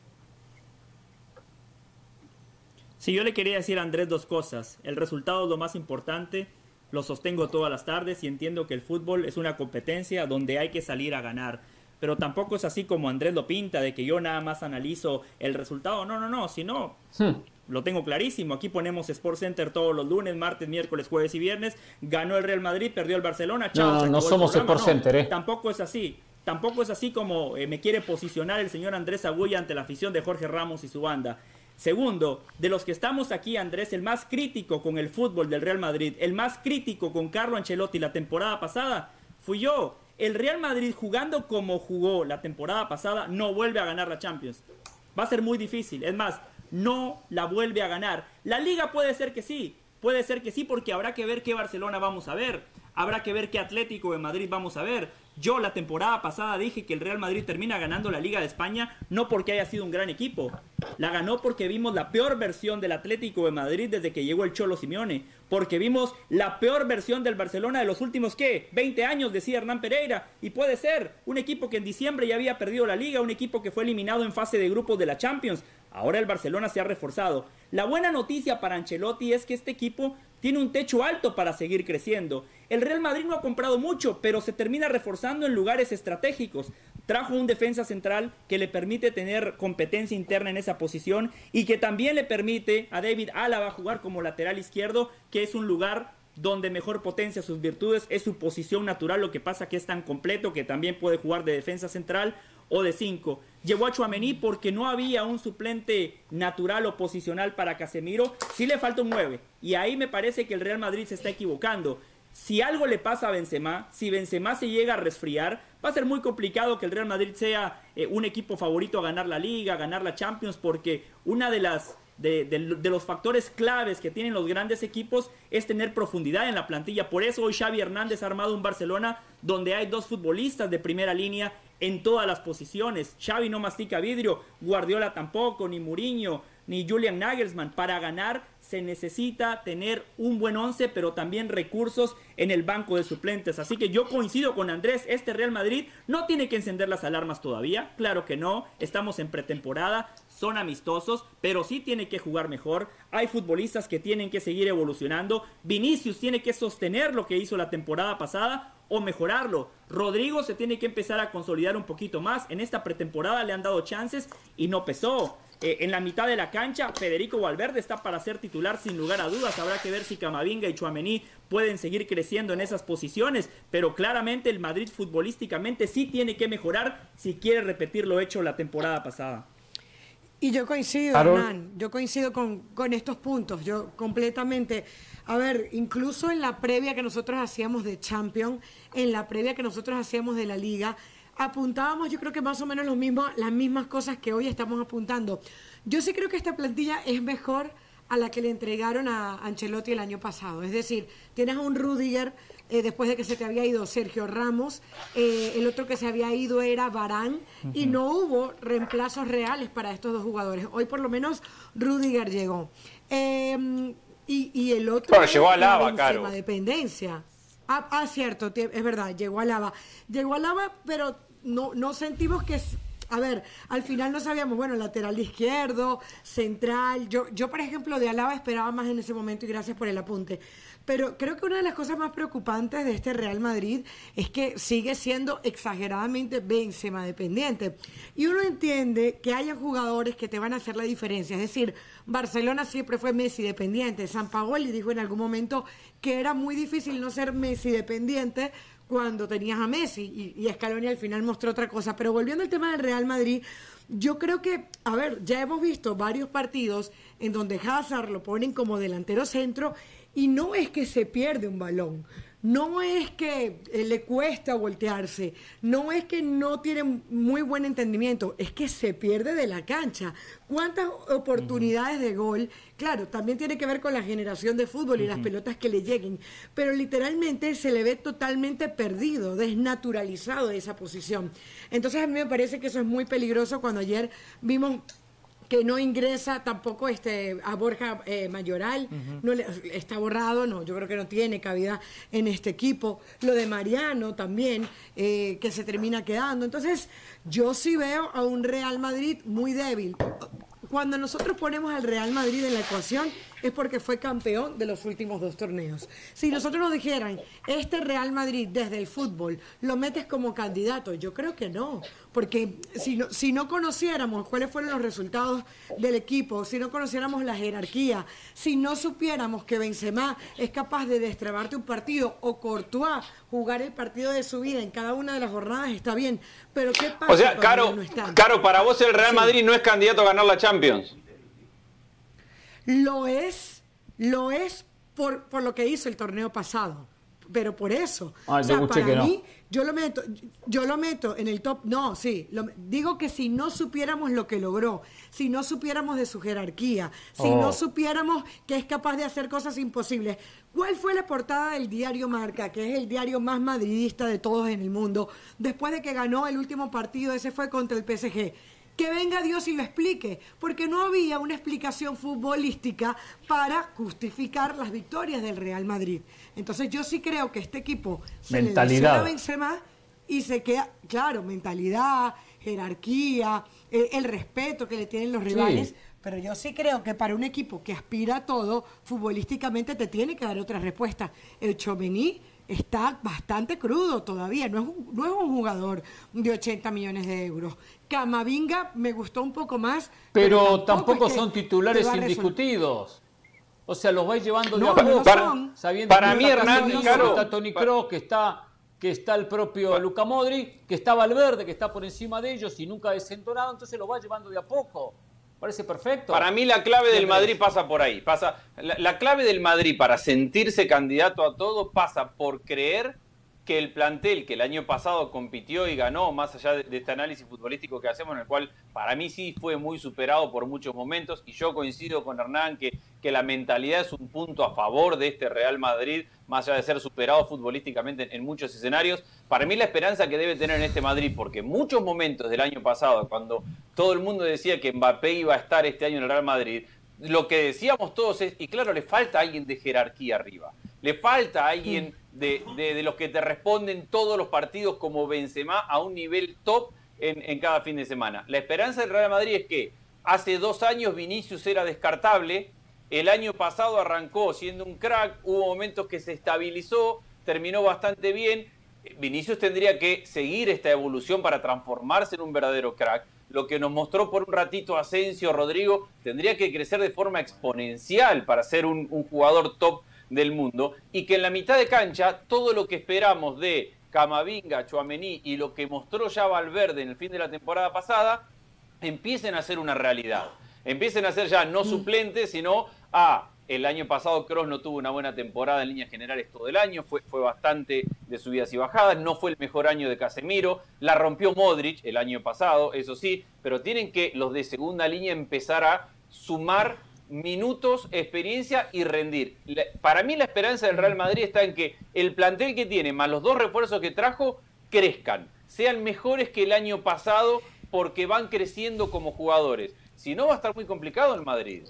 Sí, yo le quería decir a Andrés dos cosas. El resultado es lo más importante, lo sostengo todas las tardes y entiendo que el fútbol es una competencia donde hay que salir a ganar. Pero tampoco es así como Andrés lo pinta, de que yo nada más analizo el resultado. No, no, no, si no, hmm. lo tengo clarísimo. Aquí ponemos Sport Center todos los lunes, martes, miércoles, jueves y viernes. Ganó el Real Madrid, perdió el Barcelona. Chao, no, no, no somos Sport no, Center, ¿eh? Tampoco es así. Tampoco es así como eh, me quiere posicionar el señor Andrés Agulla ante la afición de Jorge Ramos y su banda. Segundo, de los que estamos aquí, Andrés, el más crítico con el fútbol del Real Madrid, el más crítico con Carlo Ancelotti la temporada pasada, fui yo. El Real Madrid, jugando como jugó la temporada pasada, no vuelve a ganar la Champions. Va a ser muy difícil. Es más, no la vuelve a ganar. La Liga puede ser que sí. Puede ser que sí, porque habrá que ver qué Barcelona vamos a ver. Habrá que ver qué Atlético de Madrid vamos a ver. Yo la temporada pasada dije que el Real Madrid termina ganando la Liga de España, no porque haya sido un gran equipo. La ganó porque vimos la peor versión del Atlético de Madrid desde que llegó el Cholo Simeone. Porque vimos la peor versión del Barcelona de los últimos, ¿qué? veinte años, decía Hernán Pereira. Y puede ser un equipo que en diciembre ya había perdido la Liga, un equipo que fue eliminado en fase de grupos de la Champions. Ahora el Barcelona se ha reforzado. La buena noticia para Ancelotti es que este equipo tiene un techo alto para seguir creciendo. El Real Madrid no ha comprado mucho, pero se termina reforzando en lugares estratégicos. Trajo un defensa central que le permite tener competencia interna en esa posición y que también le permite a David Álava jugar como lateral izquierdo, que es un lugar donde mejor potencia sus virtudes, es su posición natural, lo que pasa que es tan completo que también puede jugar de defensa central o de cinco. Llevó a Tchouaméni porque no había un suplente natural o posicional para Casemiro. Sí le falta un nueve. Y ahí me parece que el Real Madrid se está equivocando. Si algo le pasa a Benzema, si Benzema se llega a resfriar, va a ser muy complicado que el Real Madrid sea eh, un equipo favorito a ganar la Liga, a ganar la Champions, porque una de las de, de, de los factores claves que tienen los grandes equipos es tener profundidad en la plantilla. Por eso hoy Xavi Hernández ha armado un Barcelona donde hay dos futbolistas de primera línea en todas las posiciones. Xavi no mastica vidrio, Guardiola tampoco, ni Mourinho, ni Julian Nagelsmann. Para ganar se necesita tener un buen once, pero también recursos en el banco de suplentes. Así que yo coincido con Andrés, este Real Madrid no tiene que encender las alarmas todavía. Claro que no, estamos en pretemporada, son amistosos, pero sí tiene que jugar mejor. Hay futbolistas que tienen que seguir evolucionando. Vinicius tiene que sostener lo que hizo la temporada pasada o mejorarlo. Rodrigo se tiene que empezar a consolidar un poquito más. En esta pretemporada le han dado chances y no pesó. Eh, en la mitad de la cancha, Federico Valverde está para ser titular sin lugar a dudas. Habrá que ver si Camavinga y Tchouaméni pueden seguir creciendo en esas posiciones. Pero claramente el Madrid futbolísticamente sí tiene que mejorar si quiere repetir lo hecho la temporada pasada. Y yo coincido, Carol. Hernán, yo coincido con, con estos puntos, yo completamente. A ver, incluso en la previa que nosotros hacíamos de Champions, en la previa que nosotros hacíamos de la Liga, apuntábamos yo creo que más o menos lo mismo, las mismas cosas que hoy estamos apuntando. Yo sí creo que esta plantilla es mejor a la que le entregaron a Ancelotti el año pasado. Es decir, tienes a un Rudiger eh, después de que se te había ido Sergio Ramos, eh, el otro que se había ido era Varane, uh-huh. y no hubo reemplazos reales para estos dos jugadores. Hoy por lo menos Rudiger llegó. Eh, y, y el otro... Bueno, llegó a Alaba, claro. Dependencia. Ah, ah, cierto, es verdad, llegó a Alaba. Llegó a Alaba, pero no, no sentimos que... A ver, al final no sabíamos, bueno, lateral izquierdo, central. Yo, yo, por ejemplo, de Alaba esperaba más en ese momento y gracias por el apunte. Pero creo que una de las cosas más preocupantes de este Real Madrid es que sigue siendo exageradamente Benzema dependiente. Y uno entiende que haya jugadores que te van a hacer la diferencia. Es decir, Barcelona siempre fue Messi dependiente. Sampaoli dijo en algún momento que era muy difícil no ser Messi dependiente cuando tenías a Messi, y, y Scaloni al final mostró otra cosa. Pero volviendo al tema del Real Madrid, yo creo que, a ver, ya hemos visto varios partidos en donde Hazard lo ponen como delantero centro y no es que se pierde un balón, no es que eh, le cuesta voltearse, no es que no tiene muy buen entendimiento, es que se pierde de la cancha. ¿Cuántas oportunidades uh-huh. de gol? Claro, también tiene que ver con la generación de fútbol y uh-huh. las pelotas que le lleguen, pero literalmente se le ve totalmente perdido, desnaturalizado de esa posición. Entonces a mí me parece que eso es muy peligroso cuando ayer vimos que no ingresa tampoco este a Borja eh, Mayoral, uh-huh. no le, está borrado, no, yo creo que no tiene cabida en este equipo. Lo de Mariano también, eh, que se termina quedando. Entonces, yo sí veo a un Real Madrid muy débil. Cuando nosotros ponemos al Real Madrid en la ecuación es porque fue campeón de los últimos dos torneos. Si nosotros nos dijeran, este Real Madrid desde el fútbol lo metes como candidato, yo creo que no, porque si no, si no conociéramos cuáles fueron los resultados del equipo, si no conociéramos la jerarquía, si no supiéramos que Benzema es capaz de destrabarte un partido o Courtois jugar el partido de su vida en cada una de las jornadas, está bien, pero ¿qué pasa? O sea, Caro, no está? Caro, para vos el Real Sí. Madrid no es candidato a ganar la Champions. Lo es, lo es por, por lo que hizo el torneo pasado, pero por eso. Ah, o sea, yo escuché para que no. mí, yo lo meto, yo lo meto en el top, no, sí, lo, digo que si no supiéramos lo que logró, si no supiéramos de su jerarquía, si Oh. no supiéramos que es capaz de hacer cosas imposibles. ¿Cuál fue la portada del diario Marca, que es el diario más madridista de todos en el mundo, después de que ganó el último partido, ese fue contra el P S G? Que venga Dios y lo explique, porque no había una explicación futbolística para justificar las victorias del Real Madrid. Entonces yo sí creo que este equipo se Mentalidad. le lesiona a Benzema y se queda, claro, mentalidad, jerarquía, eh, el respeto que le tienen los rivales, Sí. pero yo sí creo que para un equipo que aspira a todo, futbolísticamente te tiene que dar otra respuesta. El Tchouaméni está bastante crudo todavía, no es, un, no es un jugador de ochenta millones de euros. Camavinga me gustó un poco más, Pero, pero tampoco es que son titulares te va a resolver. indiscutidos. O sea, los vais llevando de No, a no poco, para- son. sabiendo para que mí, está Hernán, Casemiro, Caro, que está Toni pa- Kroos, que está, que está el propio Luka Modric, que está Valverde, que está por encima de ellos y nunca ha desentonado, entonces los va llevando de a poco. Parece perfecto. Para mí la clave del Siempre. Madrid pasa por ahí. Pasa, la, la clave del Madrid para sentirse candidato a todo pasa por creer que el plantel que el año pasado compitió y ganó, más allá de, de este análisis futbolístico que hacemos, en el cual para mí sí fue muy superado por muchos momentos, y yo coincido con Hernán que, que la mentalidad es un punto a favor de este Real Madrid, más allá de ser superado futbolísticamente en, en muchos escenarios. Para mí la esperanza que debe tener en este Madrid, porque en muchos momentos del año pasado, cuando todo el mundo decía que Mbappé iba a estar este año en el Real Madrid, lo que decíamos todos es, y claro, le falta alguien de jerarquía arriba, le falta alguien de, de, de los que te responden todos los partidos como Benzema a un nivel top en, en cada fin de semana. La esperanza del Real Madrid es que hace dos años Vinicius era descartable, el año pasado arrancó siendo un crack, hubo momentos que se estabilizó, terminó bastante bien. Vinicius tendría que seguir esta evolución para transformarse en un verdadero crack. Lo que nos mostró por un ratito Asensio, Rodrigo, tendría que crecer de forma exponencial para ser un, un jugador top del mundo, y que en la mitad de cancha todo lo que esperamos de Camavinga, Tchouaméni y lo que mostró ya Valverde en el fin de la temporada pasada empiecen a ser una realidad, empiecen a ser ya no suplentes, sino a... El año pasado Kroos no tuvo una buena temporada en líneas generales todo el año, fue, fue bastante de subidas y bajadas, no fue el mejor año de Casemiro, la rompió Modric el año pasado, eso sí, pero tienen que los de segunda línea empezar a sumar minutos, experiencia y rendir. La, para mí la esperanza del Real Madrid está en que el plantel que tiene, más los dos refuerzos que trajo, crezcan, sean mejores que el año pasado porque van creciendo como jugadores. Si no, va a estar muy complicado el Madrid.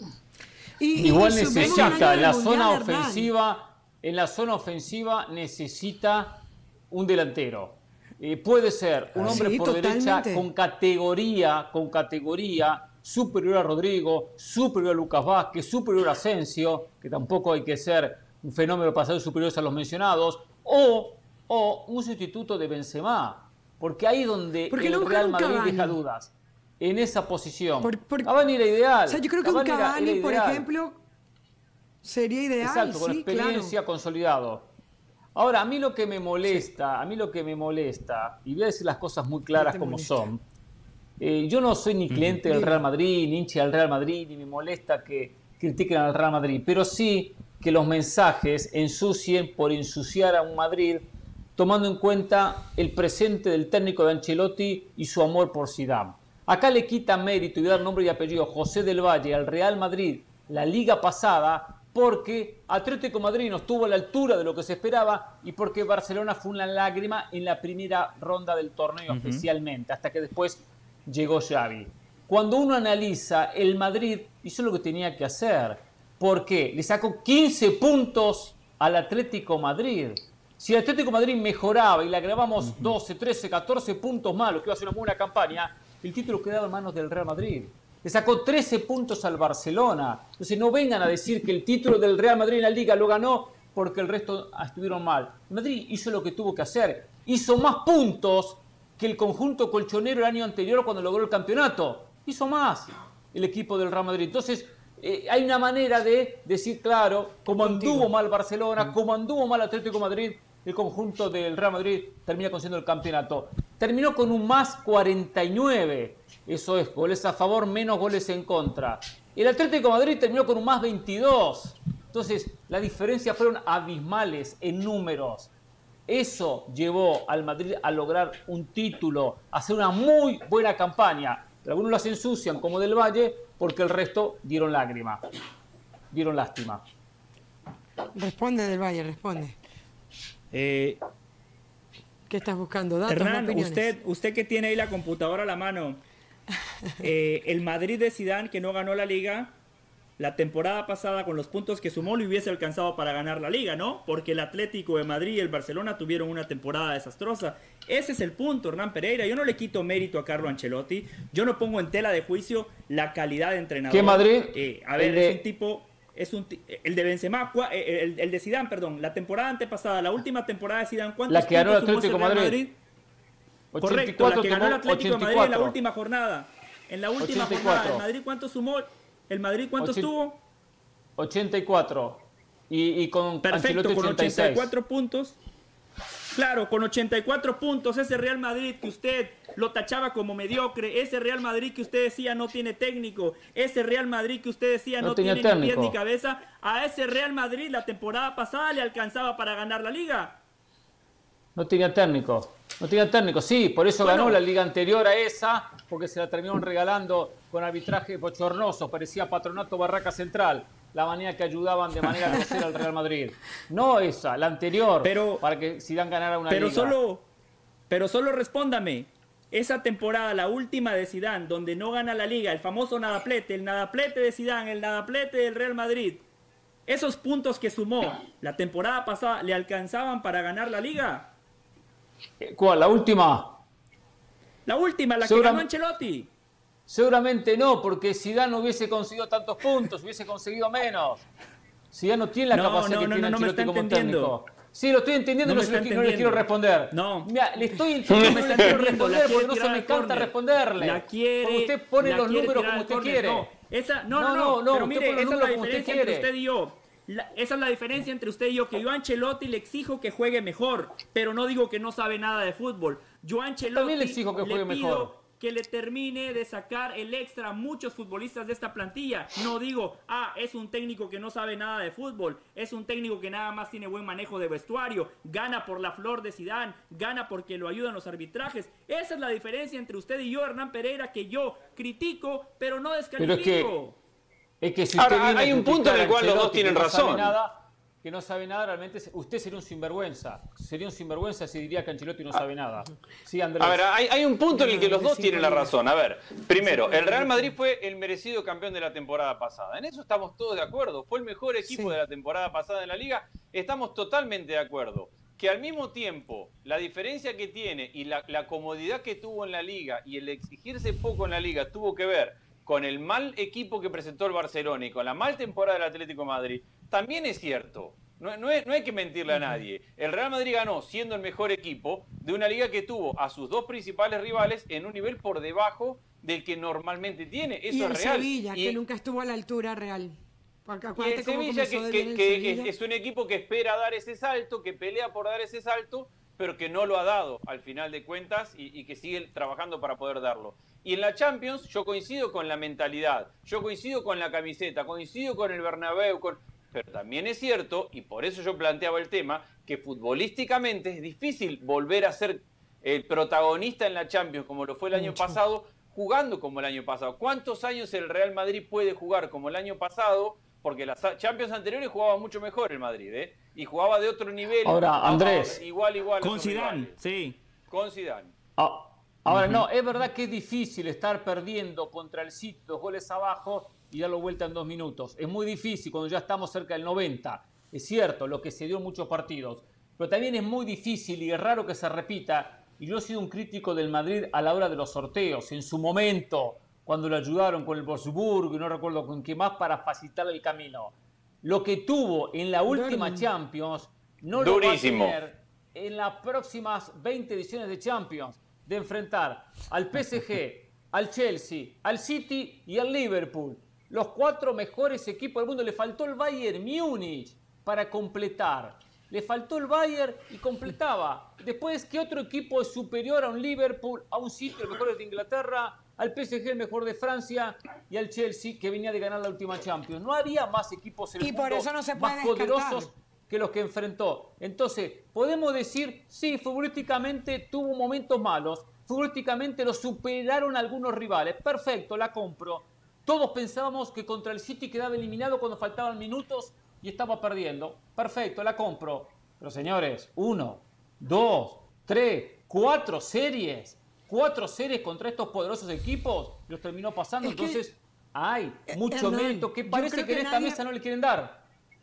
Y, Igual y necesita en la mundial, zona Hernán. ofensiva, en la zona ofensiva necesita un delantero. Eh, puede ser un hombre Sí, por totalmente. derecha con categoría, con categoría superior a Rodrigo, superior a Lucas Vázquez, superior a Asensio, que tampoco hay que ser un fenómeno para ser superiores a los mencionados, o, o un sustituto de Benzema, porque ahí es donde ¿Por qué no el buscar Real un Madrid Cavani? deja dudas. En esa posición. Por- por- Cavani era ideal. O sea, yo creo que un Cavani era- Cavani, era por ideal. ejemplo, sería ideal. Exacto, con sí, experiencia, claro. consolidado. Ahora, a mí lo que me molesta, a mí lo que me molesta, y voy a decir las cosas muy claras te como molesta? son, eh, yo no soy ni cliente del Dime. Real Madrid, ni hincha del Real Madrid, ni me molesta que critiquen al Real Madrid, pero sí que los mensajes ensucien por ensuciar a un Madrid, tomando en cuenta el presente del técnico de Ancelotti y su amor por Zidane. Acá le quita mérito y dar nombre y apellido José del Valle al Real Madrid la liga pasada porque Atlético de Madrid no estuvo a la altura de lo que se esperaba y porque Barcelona fue una lágrima en la primera ronda del torneo, uh-huh. especialmente, hasta que después llegó Xavi. Cuando uno analiza, el Madrid hizo lo que tenía que hacer. ¿Por qué? Le sacó quince puntos al Atlético de Madrid. Si el Atlético de Madrid mejoraba y le agregamos uh-huh. doce, trece, catorce puntos más, lo que iba a ser una buena campaña, el título quedaba en manos del Real Madrid. Le sacó trece puntos al Barcelona. Entonces no vengan a decir que el título del Real Madrid en la Liga lo ganó porque el resto estuvieron mal. El Madrid hizo lo que tuvo que hacer. Hizo más puntos que el conjunto colchonero el año anterior cuando logró el campeonato. Hizo más el equipo del Real Madrid. Entonces eh, hay una manera de decir, claro, como anduvo mal Barcelona, como anduvo mal Atlético de Madrid, el conjunto del Real Madrid termina consiguiendo el campeonato. Terminó con un más cuarenta y nueve. Eso es, goles a favor, menos goles en contra. El Atlético de Madrid terminó con un más veintidós. Entonces, las diferencias fueron abismales en números. Eso llevó al Madrid a lograr un título, a hacer una muy buena campaña. Pero algunos las ensucian, como Del Valle, porque el resto dieron lágrima. Dieron lástima. Responde Del Valle, responde. Eh, ¿Qué estás buscando? ¿Datos, Hernán, opiniones? usted, usted que tiene ahí la computadora a la mano, eh, el Madrid de Zidane, que no ganó la Liga, la temporada pasada con los puntos que sumó le hubiese alcanzado para ganar la Liga, ¿no? Porque el Atlético de Madrid y el Barcelona tuvieron una temporada desastrosa. Ese es el punto, Hernán Pereira. Yo no le quito mérito a Carlo Ancelotti. Yo no pongo en tela de juicio la calidad de entrenador. ¿Qué Madrid? Eh, a ver, El de- es un tipo... Es un, el de Benzema, cua- eh, el, el de Zidane, perdón, la temporada antepasada, la última temporada de Zidane, ¿cuántos La que ganó el puntos sumó ese Atlético Real Madrid. Correcto, la que ganó el tomó Atlético de Madrid en la ochenta y cuatro. última jornada. En la última ochenta y jornada, cuatro. ¿el Madrid cuánto sumó? ¿El Madrid cuánto Ochenta- estuvo? ochenta y cuatro. Y, y con Perfecto, Ancelotti con ochenta y seis. ochenta y cuatro puntos. Claro, con ochenta y cuatro puntos, ese Real Madrid que usted lo tachaba como mediocre, ese Real Madrid que usted decía no tiene técnico, ese Real Madrid que usted decía No no, tenía tiene ni pies técnico. ni cabeza, a ese Real Madrid la temporada pasada le alcanzaba para ganar la Liga. No tenía técnico. No tenía técnico, sí, por eso Bueno. ganó la liga anterior a esa, porque se la terminaron regalando con arbitraje bochornoso, parecía Patronato Barraca Central, la manera que ayudaban de manera grosera al Real Madrid. No esa, la anterior, Pero- para que Zidane ganara una Pero liga. solo, pero solo respóndame. Esa temporada, la última de Zidane, donde no gana la liga, el famoso nadaplete, el nadaplete de Zidane, el nadaplete del Real Madrid. Esos puntos que sumó la temporada pasada, ¿le alcanzaban para ganar la liga? ¿Cuál? ¿La última? La última, la que Segura- ganó Ancelotti. Seguramente no, porque Zidane no hubiese conseguido tantos puntos, hubiese conseguido menos. Zidane no tiene la No, capacidad no, que no, tiene no, no me Ancelotti está como entendiendo. técnico. Sí, lo estoy entendiendo y No no, me se lo- está no le quiero entendiendo. responder. No. Mira, le estoy No entendiendo me y no está le quiero entendiendo, la responder quiere porque no se tirar me al encanta córner. responderle. La quiere, Porque usted pone la los quiere números tirar como al usted córner. quiere. No, esa, no, no, No, no, no, no, pero usted mire, pone los esa es la números como usted diferencia entre quiere. usted y yo. La- esa es la diferencia entre usted y yo, que yo a Ancelotti le exijo que juegue mejor, pero no digo que no sabe nada de fútbol. Yo a Ancelotti También le exijo que juegue pido mejor. que le termine de sacar el extra a muchos futbolistas de esta plantilla. No digo, ah, es un técnico que no sabe nada de fútbol, es un técnico que nada más tiene buen manejo de vestuario, gana por la flor de Zidane, gana porque lo ayudan los arbitrajes. Esa es la diferencia entre usted y yo, Hernán Pereira, que yo critico, pero no descalifico. Pero es que si Ahora, usted viene hay a un punto criticar en el a cual los dos Ancelotti, tienen que no sabe razón. nada, que no sabe nada, realmente usted sería un sinvergüenza. Sería un sinvergüenza si diría que Ancelotti no sabe nada. Sí, Andrés. A ver, hay, hay un punto en el que los dos Sí, tienen la sí. razón. A ver, primero, el Real Madrid fue el merecido campeón de la temporada pasada. En eso estamos todos de acuerdo. Fue el mejor equipo Sí. de la temporada pasada en la liga. Estamos totalmente de acuerdo. Que al mismo tiempo, la diferencia que tiene y la, la comodidad que tuvo en la liga y el exigirse poco en la liga tuvo que ver con el mal equipo que presentó el Barcelona y con la mal temporada del Atlético de Madrid, también es cierto. No, no, es- no hay que mentirle a nadie. El Real Madrid ganó siendo el mejor equipo de una liga que tuvo a sus dos principales rivales en un nivel por debajo del que normalmente tiene. Eso y el es real. Sevilla, Y- que nunca estuvo a la altura real. Porque y acuérdate el cómo Sevilla, comenzó que, de que- bien el que Sevilla. es, es un equipo que espera dar ese salto, que pelea por dar ese salto, pero que no lo ha dado al final de cuentas y, y que sigue trabajando para poder darlo. Y en la Champions yo coincido con la mentalidad, yo coincido con la camiseta, coincido con el Bernabéu, con... pero también es cierto, y por eso yo planteaba el tema, que futbolísticamente es difícil volver a ser el protagonista en la Champions como lo fue el año Mucho. pasado, jugando como el año pasado. ¿Cuántos años el Real Madrid puede jugar como el año pasado? Porque las Champions anteriores jugaba mucho mejor el Madrid, ¿eh? Y jugaba de otro nivel. Ahora, jugaba Andrés. Igual, igual. a Con sus Zidane, rivales. sí. Con Zidane. Ah, ahora, no, es verdad que es difícil estar perdiendo contra el City dos goles abajo y darlo vuelta en dos minutos. Es muy difícil cuando ya estamos cerca del noventa. Es cierto, lo que se dio en muchos partidos. Pero también es muy difícil y es raro que se repita. Y yo he sido un crítico del Madrid a la hora de los sorteos. En su momento, cuando lo ayudaron con el Wolfsburg y no recuerdo con qué más para facilitarle el camino. Lo que tuvo en la última Dortmund. Champions no Durísimo. lo va a tener en las próximas veinte ediciones de Champions, de enfrentar al P S G, al Chelsea, al City y al Liverpool. Los cuatro mejores equipos del mundo. Le faltó el Bayern Múnich para completar. Le faltó el Bayern y completaba. Después, ¿qué otro equipo es superior a un Liverpool, a un City, el mejor de Inglaterra, al P S G, el mejor de Francia, y al Chelsea, que venía de ganar la última Champions? No había más equipos en el Y mundo por eso no se puede más descartar. poderosos que los que enfrentó. Entonces, podemos decir, sí, futbolísticamente tuvo momentos malos, futbolísticamente lo superaron algunos rivales. Perfecto, la compro. Todos pensábamos que contra el City quedaba eliminado cuando faltaban minutos y estaba perdiendo. Perfecto, la compro. Pero señores, uno, dos, tres, cuatro series, cuatro series contra estos poderosos equipos, los terminó pasando. Es que, Entonces, hay mucho Hernán, mérito que yo parece creo que, que en esta nadie- mesa no le quieren dar.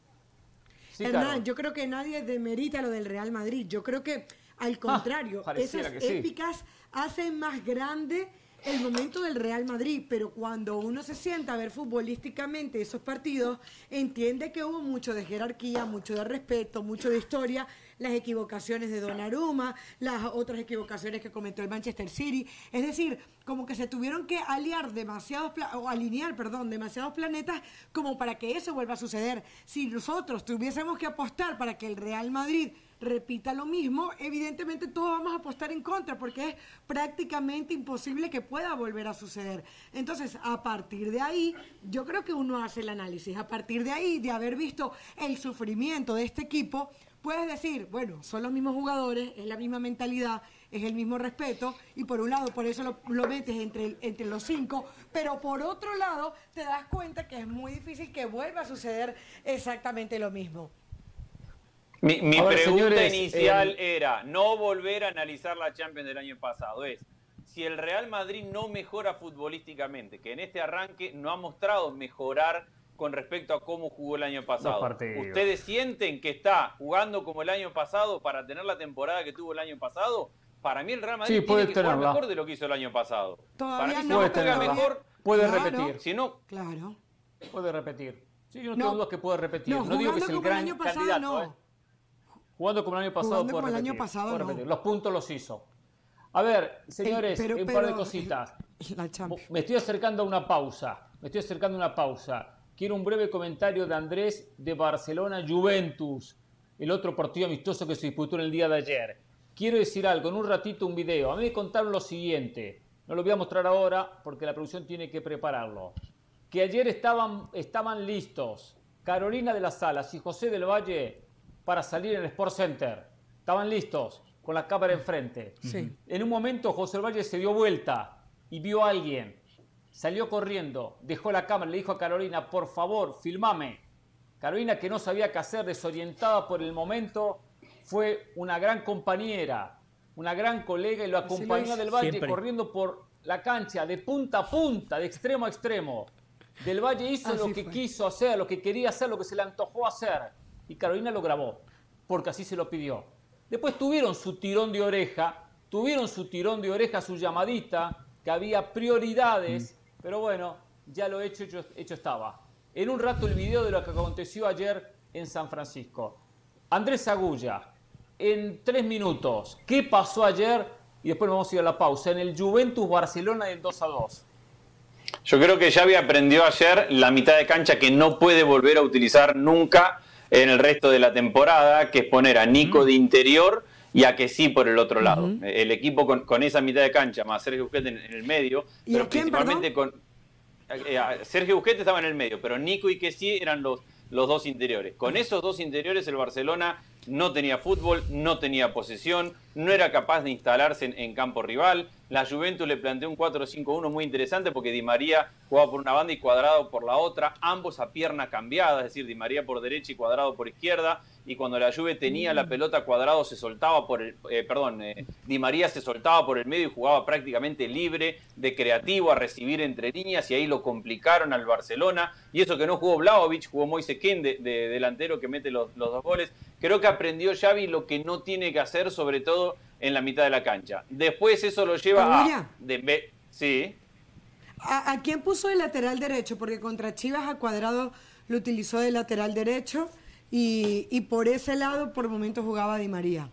Sí, Hernán, Caro. yo creo que nadie demerita lo del Real Madrid. Yo creo que, al contrario, pareciera esas que sí. épicas hacen más grande el momento del Real Madrid, pero cuando uno se sienta a ver futbolísticamente esos partidos, entiende que hubo mucho de jerarquía, mucho de respeto, mucho de historia, las equivocaciones de Donnarumma, las otras equivocaciones que cometió el Manchester City, es decir, como que se tuvieron que aliar demasiados pla- o alinear, perdón, demasiados planetas como para que eso vuelva a suceder. Si nosotros tuviésemos que apostar para que el Real Madrid repita lo mismo, evidentemente todos vamos a apostar en contra porque es prácticamente imposible que pueda volver a suceder. Entonces, a partir de ahí, yo creo que uno hace el análisis. A partir de ahí, de haber visto el sufrimiento de este equipo, puedes decir, bueno, son los mismos jugadores, es la misma mentalidad, es el mismo respeto, y por un lado, por eso lo, lo metes entre, entre los cinco, pero por otro lado, te das cuenta que es muy difícil que vuelva a suceder exactamente lo mismo. Mi, mi ver, pregunta señores, inicial eh... era, no volver a analizar la Champions del año pasado, es, si el Real Madrid no mejora futbolísticamente, que en este arranque no ha mostrado mejorar con respecto a cómo jugó el año pasado, ¿ustedes sienten que está jugando como el año pasado para tener la temporada que tuvo el año pasado? Para mí el Real Madrid sí, puede tiene que tenerla. jugar mejor de lo que hizo el año pasado. Todavía para mí no, si juega mejor, puede claro, repetir. Si no, claro. Puede repetir. Sí, yo no, No. tengo dudas que puede repetir. No, No, digo que es el jugando como el gran año pasado, candidato, no. ¿eh? Jugando como el año pasado Jugando puede como el repetir. año pasado, puede no. repetir. Los puntos los hizo. A ver, señores, Ey, pero- un par de pero- cositas. La Champions. Me estoy acercando a una pausa. Me estoy acercando a una pausa. Quiero un breve comentario de Andrés de Barcelona-Juventus, el otro partido amistoso que se disputó en el día de ayer. Quiero decir algo, en un ratito un video. A mí me contaron lo siguiente. No lo voy a mostrar ahora porque la producción tiene que prepararlo. Que ayer estaban, estaban listos Carolina de las Alas y José del Valle para salir en el Sport Center. Estaban listos, con la cámara enfrente. Sí. En un momento José del Valle se dio vuelta y vio a alguien. Salió corriendo, dejó la cámara, le dijo a Carolina, por favor, filmame. Carolina, que no sabía qué hacer, desorientada por el momento, fue una gran compañera, una gran colega y lo acompañó a Del Valle Siempre. corriendo por la cancha de punta a punta, de extremo a extremo. Del Valle hizo Así lo que fue. quiso hacer, lo que quería hacer, lo que se le antojó hacer. Y Carolina lo grabó, porque así se lo pidió. Después tuvieron su tirón de oreja, tuvieron su tirón de oreja, su llamadita, que había prioridades, mm. pero bueno, ya lo hecho, hecho, hecho estaba. En un rato el video de lo que aconteció ayer en San Francisco. Andrés Agulla, en tres minutos, ¿qué pasó ayer? Y después vamos a ir a la pausa, en el Juventus-Barcelona del dos a dos. Yo creo que Xavi aprendió ayer la mitad de cancha que no puede volver a utilizar nunca en el resto de la temporada, que es poner a Nico uh-huh. de interior y a Kessie por el otro lado. Uh-huh. El equipo con, con esa mitad de cancha, más Sergio Busquets en, en el medio, ¿Y pero a quién, principalmente perdón? con... Eh, Sergio Busquets estaba en el medio, pero Nico y Kessie eran los, los dos interiores. Con esos dos interiores el Barcelona no tenía fútbol, no tenía posesión, no era capaz de instalarse en, en campo rival. La Juventus le planteó un cuatro cinco uno muy interesante porque Di María jugaba por una banda y Cuadrado por la otra, ambos a pierna cambiada, es decir, Di María por derecha y Cuadrado por izquierda, y cuando la Juve tenía la pelota, Cuadrado se soltaba por el, eh, perdón, eh, Di María se soltaba por el medio y jugaba prácticamente libre, de creativo, a recibir entre líneas, y ahí lo complicaron al Barcelona, y eso que no jugó Vlahovic, jugó Moise Kean de, de delantero que mete los, los dos goles. Creo que aprendió Xavi lo que no tiene que hacer, sobre todo en la mitad de la cancha. Después eso lo lleva a... De, sí. ¿A, ¿A quién puso de lateral derecho? Porque contra Chivas a Cuadrado lo utilizó de lateral derecho y, y por ese lado por momentos jugaba Di María.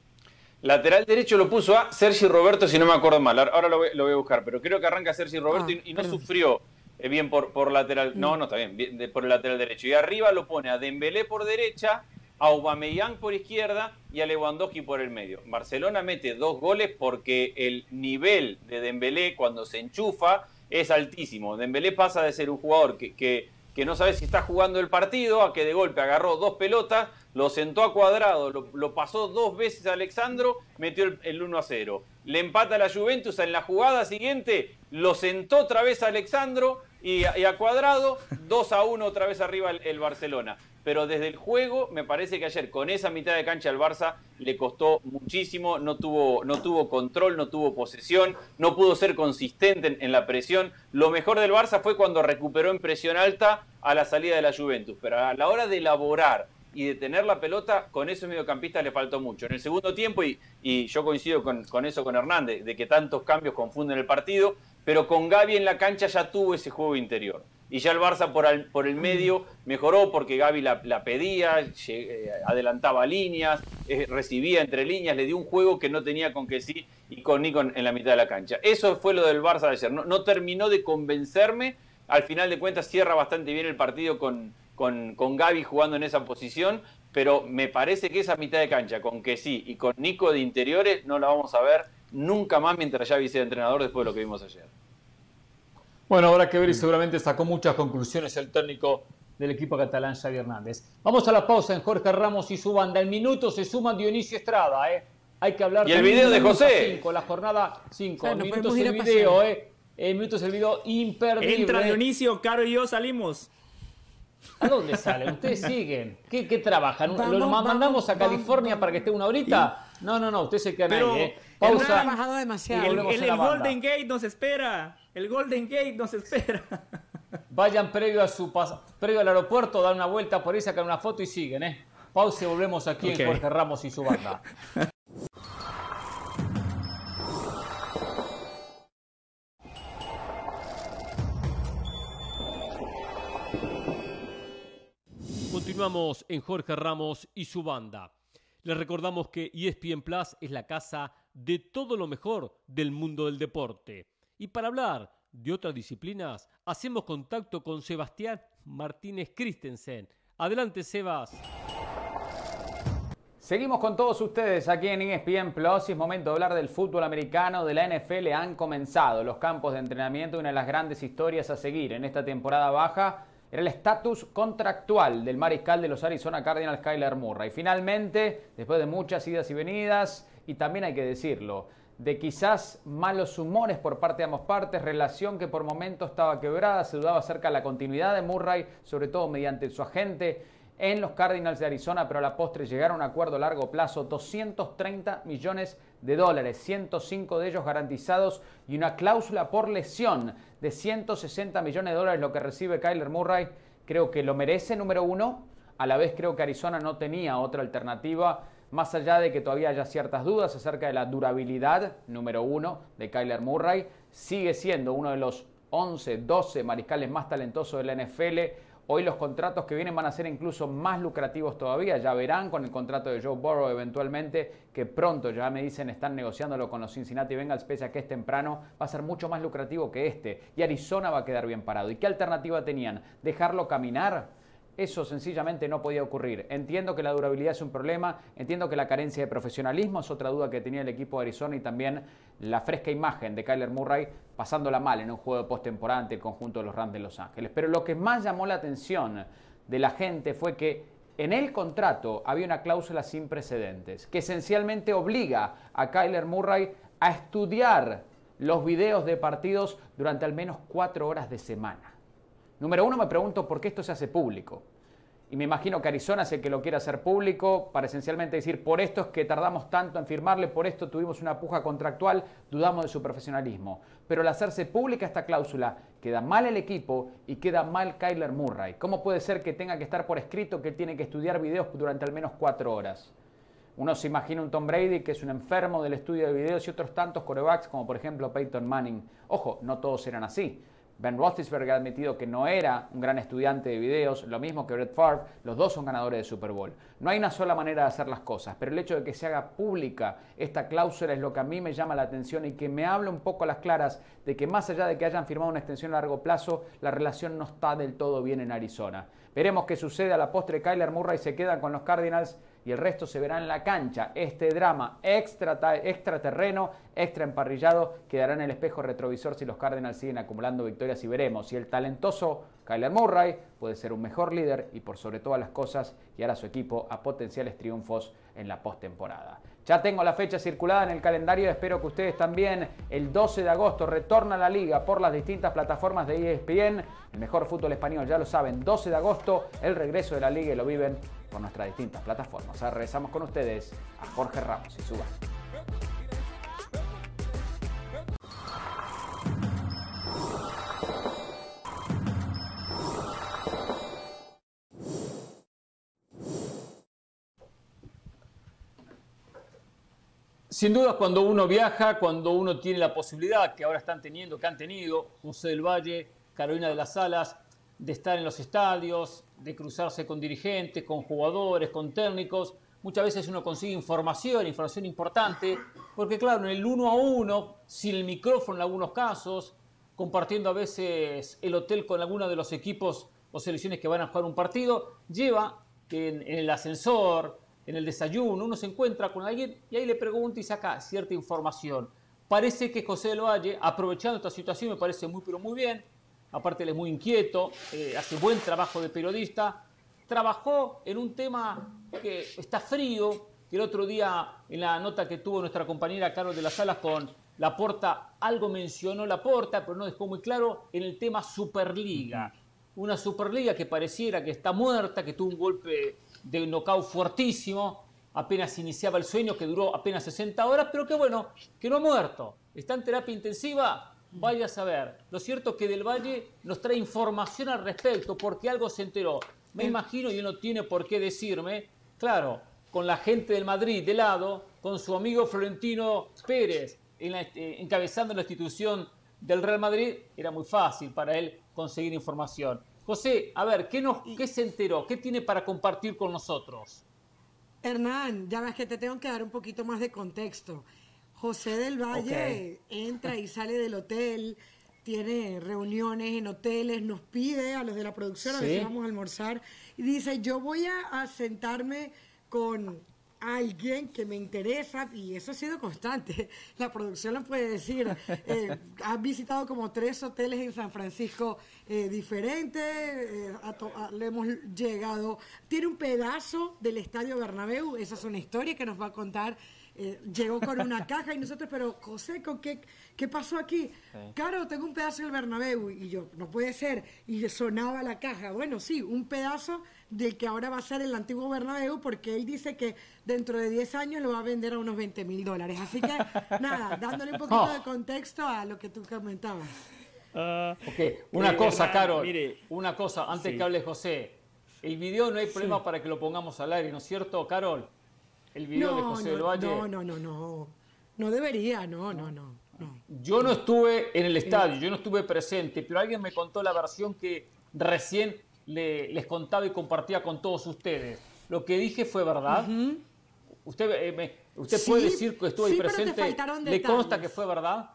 Lateral derecho lo puso a Sergi Roberto, si no me acuerdo mal. Ahora lo voy, lo voy a buscar, pero creo que arranca Sergi Roberto ah, y, y no perdón. sufrió eh, bien por, por lateral. No, no, está bien, bien de, por el lateral derecho. Y arriba lo pone a Dembélé por derecha, a Aubameyang por izquierda y a Lewandowski por el medio. Barcelona mete dos goles porque el nivel de Dembélé cuando se enchufa es altísimo. Dembélé pasa de ser un jugador que, que, que no sabe si está jugando el partido a que de golpe agarró dos pelotas, lo sentó a Cuadrado, lo, lo pasó dos veces a Alexandro, metió el, el uno a cero. Le empata a la Juventus en la jugada siguiente, lo sentó otra vez a Alexandro y a, y a Cuadrado, dos a uno otra vez arriba el, el Barcelona. Pero desde el juego, me parece que ayer con esa mitad de cancha al Barça le costó muchísimo, no tuvo, no tuvo control, no tuvo posesión, no pudo ser consistente en, en la presión. Lo mejor del Barça fue cuando recuperó en presión alta a la salida de la Juventus, pero a la hora de elaborar y de tener la pelota, con esos mediocampistas le faltó mucho. En el segundo tiempo, y, y yo coincido con, con eso con Hernández, de que tantos cambios confunden el partido, pero con Gavi en la cancha ya tuvo ese juego interior. Y ya el Barça por, al, por el medio mejoró porque Gavi la, la pedía, eh, adelantaba líneas, eh, recibía entre líneas, le dio un juego que no tenía con Kessie y con Nico en, en la mitad de la cancha. Eso fue lo del Barça de ayer. No, no terminó de convencerme. Al final de cuentas cierra bastante bien el partido con, con, con Gavi jugando en esa posición, pero me parece que esa mitad de cancha con Kessie y con Nico de interiores no la vamos a ver nunca más mientras Xavi sea entrenador después de lo que vimos ayer. Bueno, habrá que ver y seguramente sacó muchas conclusiones el técnico del equipo catalán Xavi Hernández. Vamos a la pausa en Jorge Ramos y su banda. En minutos se suma Dionisio Estrada, ¿eh? Hay que hablar... Y el video de José. Cinco, la jornada cinco. O sea, no minutos podemos ir el a video, pasear. ¿eh? En minutos el video imperdible. Entra ¿eh? Dionisio, Caro y yo salimos. ¿A dónde salen? ¿Ustedes siguen? ¿Qué, qué trabajan? ¿Los Vamos, ma- mandamos vamos, a California vamos. para que esté una horita? No, no, no, ustedes se quedan Pero ahí, ¿eh? Hemos Pausa. trabajado El, demasiado. volvemos el- a la el banda. Golden Gate nos espera. El Golden Gate nos espera. Vayan previo, a su pas- previo al aeropuerto, dan una vuelta por ahí, sacan una foto y siguen, ¿eh? Pausa y volvemos aquí Ok. en Jorge Ramos y su banda. Continuamos en Jorge Ramos y su banda. Les recordamos que E S P N Plus es la casa de todo lo mejor del mundo del deporte. Y para hablar de otras disciplinas, hacemos contacto con Sebastián Martínez Christensen. Adelante, Sebas. Seguimos con todos ustedes aquí en E S P N Plus y es momento de hablar del fútbol americano, de la N F L. Han comenzado los campos de entrenamiento. Una de las grandes historias a seguir en esta temporada baja era el estatus contractual del mariscal de los Arizona Cardinals, Kyler Murray. Finalmente, después de muchas idas y venidas, y también hay que decirlo, de quizás malos humores por parte de ambas partes, relación que por momentos estaba quebrada, se dudaba acerca de la continuidad de Murray, sobre todo mediante su agente en los Cardinals de Arizona, pero a la postre llegaron a un acuerdo a largo plazo, doscientos treinta millones de dólares, ciento cinco de ellos garantizados y una cláusula por lesión de ciento sesenta millones de dólares, lo que recibe Kyler Murray. Creo que lo merece, número uno. A la vez creo que Arizona no tenía otra alternativa, más allá de que todavía haya ciertas dudas acerca de la durabilidad, número uno, de Kyler Murray. Sigue siendo uno de los once, doce mariscales más talentosos de la N F L. Hoy los contratos que vienen van a ser incluso más lucrativos todavía. Ya verán con el contrato de Joe Burrow eventualmente, que pronto, ya me dicen, están negociándolo con los Cincinnati Bengals, pese a que es temprano, va a ser mucho más lucrativo que este. Y Arizona va a quedar bien parado. ¿Y qué alternativa tenían? ¿Dejarlo caminar? Eso sencillamente no podía ocurrir. Entiendo que la durabilidad es un problema, entiendo que la carencia de profesionalismo es otra duda que tenía el equipo de Arizona y también la fresca imagen de Kyler Murray pasándola mal en un juego de postemporada ante el conjunto de los Rams de Los Ángeles. Pero lo que más llamó la atención de la gente fue que en el contrato había una cláusula sin precedentes que esencialmente obliga a Kyler Murray a estudiar los videos de partidos durante al menos cuatro horas de semana. Número uno, me pregunto por qué esto se hace público. Y me imagino que Arizona es el que lo quiere hacer público para esencialmente decir, por esto es que tardamos tanto en firmarle, por esto tuvimos una puja contractual, dudamos de su profesionalismo. Pero al hacerse pública esta cláusula, queda mal el equipo y queda mal Kyler Murray. ¿Cómo puede ser que tenga que estar por escrito que él tiene que estudiar videos durante al menos cuatro horas? Uno se imagina un Tom Brady que es un enfermo del estudio de videos y otros tantos quarterbacks como por ejemplo Peyton Manning. Ojo, no todos eran así. Ben Roethlisberger ha admitido que no era un gran estudiante de videos, lo mismo que Brett Favre, los dos son ganadores de Super Bowl. No hay una sola manera de hacer las cosas, pero el hecho de que se haga pública esta cláusula es lo que a mí me llama la atención y que me habla un poco a las claras de que más allá de que hayan firmado una extensión a largo plazo, la relación no está del todo bien en Arizona. Veremos qué sucede a la postre. Kyler Murray se queda con los Cardinals y el resto se verá en la cancha. Este drama extra, extra terreno, extra emparrillado, quedará en el espejo retrovisor si los Cardinals siguen acumulando victorias y veremos si el talentoso Kyler Murray puede ser un mejor líder y por sobre todas las cosas guiar a su equipo a potenciales triunfos en la postemporada. Ya tengo la fecha circulada en el calendario, espero que ustedes también. El doce de agosto retorna a la liga por las distintas plataformas de E S P N. El mejor fútbol español, ya lo saben, doce de agosto, el regreso de la liga y lo viven por nuestras distintas plataformas. Ahora regresamos con ustedes a Jorge Ramos y su banda. Sin duda, cuando uno viaja, cuando uno tiene la posibilidad, que ahora están teniendo, que han tenido José del Valle, Carolina de las Alas, de estar en los estadios, de cruzarse con dirigentes, con jugadores, con técnicos, muchas veces uno consigue información, información importante, porque claro, en el uno a uno, sin el micrófono en algunos casos, compartiendo a veces el hotel con alguno de los equipos o selecciones que van a jugar un partido, lleva que en, en el ascensor, en el desayuno, uno se encuentra con alguien y ahí le pregunta y saca cierta información. Parece que José del Valle, aprovechando esta situación, me parece muy pero muy bien, aparte él es muy inquieto, eh, hace buen trabajo de periodista, trabajó en un tema que está frío, que el otro día en la nota que tuvo nuestra compañera Carol de las Salas con Laporta, algo mencionó Laporta, pero no dejó muy claro en el tema Superliga. Una Superliga que pareciera que está muerta, que tuvo un golpe de knockout fuertísimo, apenas iniciaba el sueño, que duró apenas sesenta horas, pero que bueno, que no ha muerto. Está en terapia intensiva, vaya a saber. Lo cierto es que Del Valle nos trae información al respecto, porque algo se enteró. Me imagino, y él no tiene por qué decirme, claro, con la gente del Madrid de lado, con su amigo Florentino Pérez, en la, eh, encabezando la institución del Real Madrid, era muy fácil para él conseguir información. José, a ver, ¿qué, nos, qué se enteró? ¿Qué tiene para compartir con nosotros? Hernán, ya ves que te tengo que dar un poquito más de contexto. José del Valle okay. entra y sale del hotel, tiene reuniones en hoteles, nos pide a los de la producción, ¿sí? A veces vamos a almorzar, y dice, yo voy a, a sentarme con alguien que me interesa, y eso ha sido constante. La producción lo puede decir. Eh, has visitado como tres hoteles en San Francisco eh, diferentes, eh, a to, a, le hemos llegado. Tiene un pedazo del Estadio Bernabéu, esa es una historia que nos va a contar. Eh, llegó con una caja y nosotros, pero José, ¿con qué, qué pasó aquí? Sí. Claro, tengo un pedazo del Bernabéu. Y yo, no puede ser. Y sonaba la caja. Bueno, sí, un pedazo del que ahora va a ser el antiguo Bernabéu, porque él dice que dentro de diez años lo va a vender a unos veinte mil dólares. Así que, nada, dándole un poquito oh. de contexto a lo que tú comentabas. Uh, ok, una eh, cosa, Carol, mire, una cosa, antes sí. que hable José. El video no hay problema sí. para que lo pongamos al aire, ¿no es cierto, Carol? El video no, de José no, del Valle. No, no, no, no. No debería, no, no, no, no. Yo no estuve en el estadio, yo no estuve presente, pero alguien me contó la versión que recién le, les contaba y compartía con todos ustedes. Lo que dije fue verdad. Uh-huh. Usted, eh, me, usted sí, puede decir que estuvo ahí sí, presente. ¿Le consta que fue verdad?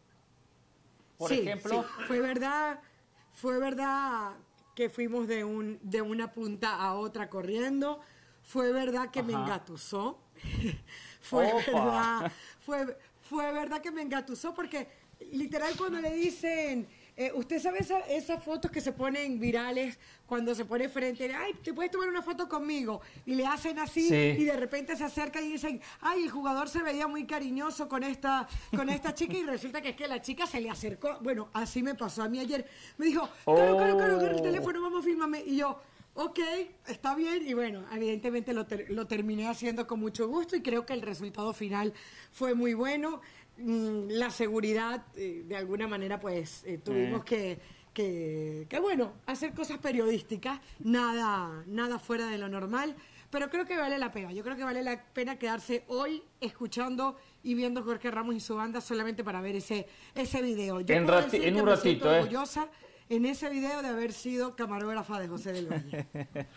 Por sí, ejemplo. Sí, fue verdad, fue verdad que fuimos de, un, de una punta a otra corriendo. Fue verdad que Ajá. me engatusó. fue Opa. verdad, fue, fue verdad que me engatusó porque literal cuando le dicen, eh, usted sabe esa, esas fotos que se ponen virales cuando se pone frente, ay, te puedes tomar una foto conmigo, y le hacen así, sí. y de repente se acercan y dicen, ay, el jugador se veía muy cariñoso con esta, con esta chica, y resulta que es que la chica se le acercó. Bueno, así me pasó a mí ayer. Me dijo, claro, claro, claro, agarra el teléfono, vamos, fírmame. Y yo, ok, está bien, y bueno, evidentemente lo, ter lo terminé haciendo con mucho gusto y creo que el resultado final fue muy bueno. Mm, la seguridad, eh, de alguna manera, pues eh, tuvimos eh. que, que, que, bueno, hacer cosas periodísticas, nada, nada fuera de lo normal, pero creo que vale la pena. Yo creo que vale la pena quedarse hoy escuchando y viendo Jorge Ramos y su banda solamente para ver ese, ese video. Yo en, rati en un ratito, ¿eh? orgullosa en ese video de haber sido camarógrafa de José del Valle.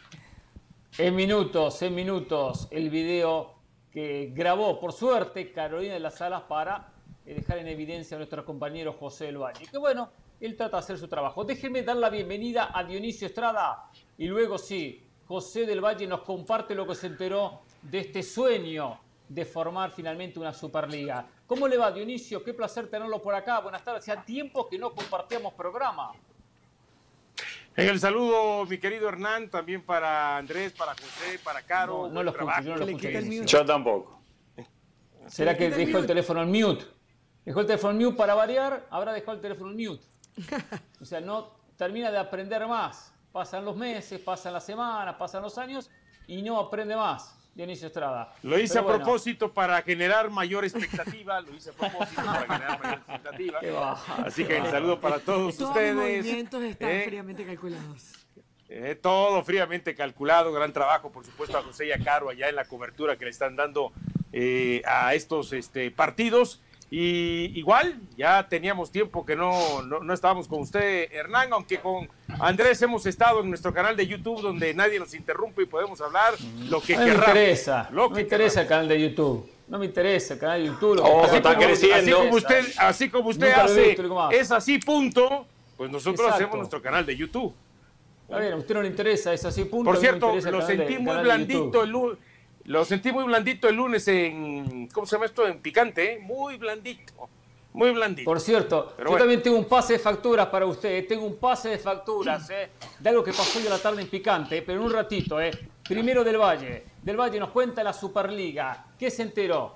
En minutos, en minutos, el video que grabó, por suerte, Carolina de las Salas para eh, dejar en evidencia a nuestro compañero José del Valle. Que bueno, él trata de hacer su trabajo. Déjenme dar la bienvenida a Dionisio Estrada y luego sí, José del Valle nos comparte lo que se enteró de este sueño de formar finalmente una Superliga. ¿Cómo le va, Dionisio? Qué placer tenerlo por acá. Buenas tardes. Hacía tiempo que no compartíamos programa. En el saludo, mi querido Hernán, también para Andrés, para José, para Caro. No, no lo escucho, yo no lo escucho. Yo tampoco. ¿Será que dejó el teléfono en mute? Dejó el teléfono en mute para variar, habrá dejado el teléfono en mute. O sea, no termina de aprender más. Pasan los meses, pasan las semanas, pasan los años y no aprende más. Dionisio Estrada. Lo hice Pero a bueno. propósito para generar mayor expectativa, lo hice a propósito para generar mayor expectativa. Qué baja, Así que el saludo para todos, todos ustedes. Todos los movimientos están eh, fríamente calculados. Eh, todo fríamente calculado, gran trabajo, por supuesto, a José y a Caro allá en la cobertura que le están dando eh, a estos este, partidos. Y igual, ya teníamos tiempo que no, no, no estábamos con usted, Hernán, aunque con Andrés hemos estado en nuestro canal de YouTube donde nadie nos interrumpe y podemos hablar lo que no queramos. Me interesa, lo que no me interesa el canal de YouTube. No me interesa el canal de YouTube. Lo oh, que está como, creciendo. Así como usted, así como usted hace, visto, es así, punto, pues nosotros Exacto. hacemos nuestro canal de YouTube. Está bien, a usted no le interesa, es así, punto. Por cierto, no lo sentí de, muy blandito el lunes. Lo sentí muy blandito el lunes en, ¿cómo se llama esto? En Picante, ¿eh? Muy blandito. muy blandito. Por cierto, Pero yo bueno. también tengo un pase de facturas para usted. Tengo un pase de facturas, ¿eh? De algo que pasó hoy a la tarde en Picante, pero en un ratito, ¿eh? Primero Del Valle. Del Valle nos cuenta la Superliga. ¿Qué se enteró?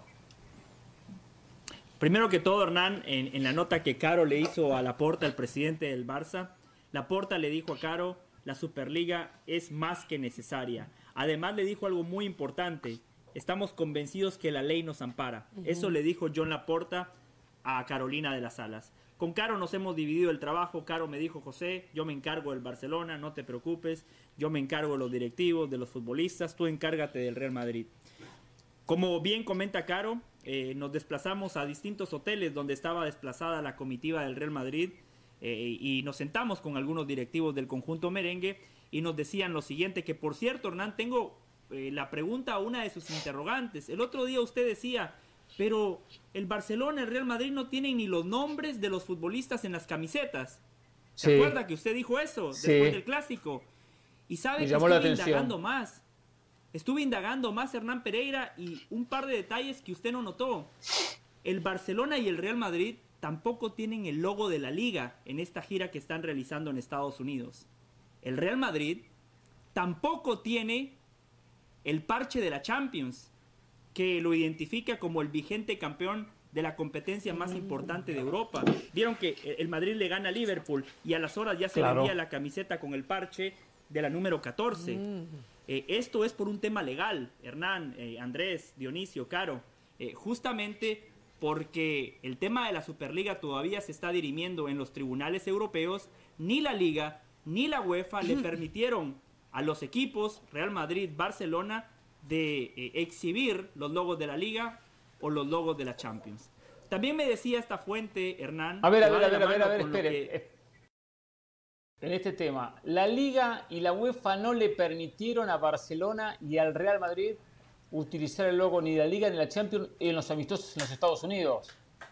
Primero que todo, Hernán, en, en la nota que Caro le hizo a Laporta, el presidente del Barça, Laporta le dijo a Caro, la Superliga es más que necesaria. Además le dijo algo muy importante, estamos convencidos que la ley nos ampara. Uh-huh. Eso le dijo John Laporta a Carolina de las Alas. Con Caro nos hemos dividido el trabajo. Caro me dijo, José, yo me encargo del Barcelona, no te preocupes. Yo me encargo de los directivos, de los futbolistas, tú encárgate del Real Madrid. Como bien comenta Caro, eh, nos desplazamos a distintos hoteles donde estaba desplazada la comitiva del Real Madrid eh, y nos sentamos con algunos directivos del conjunto merengue y nos decían lo siguiente, que por cierto, Hernán, tengo eh, la pregunta a una de sus interrogantes. El otro día usted decía, pero el Barcelona, el Real Madrid no tienen ni los nombres de los futbolistas en las camisetas. ¿Se sí. acuerda que usted dijo eso sí. después del Clásico? Y sabe Me que llamó la estuve atención. indagando más. Estuve indagando más, Hernán Pereira, y un par de detalles que usted no notó. El Barcelona y el Real Madrid tampoco tienen el logo de la liga en esta gira que están realizando en Estados Unidos. El Real Madrid tampoco tiene el parche de la Champions, que lo identifica como el vigente campeón de la competencia más importante de Europa. Vieron que el Madrid le gana a Liverpool y a las horas ya se Claro. vendía la camiseta con el parche de la número catorce. Mm. Eh, esto es por un tema legal, Hernán, eh, Andrés, Dionisio, Caro. Eh, justamente porque el tema de la Superliga todavía se está dirimiendo en los tribunales europeos, ni la Liga ni la UEFA le permitieron a los equipos Real Madrid, Barcelona, de eh, exhibir los logos de la Liga o los logos de la Champions. También me decía esta fuente, Hernán... A ver, a que ver, va a de ver, la a ver, a mano ver, con lo espere. que- En este tema, la Liga y la UEFA no le permitieron a Barcelona y al Real Madrid utilizar el logo ni de la Liga ni de la Champions en los amistosos en los Estados Unidos.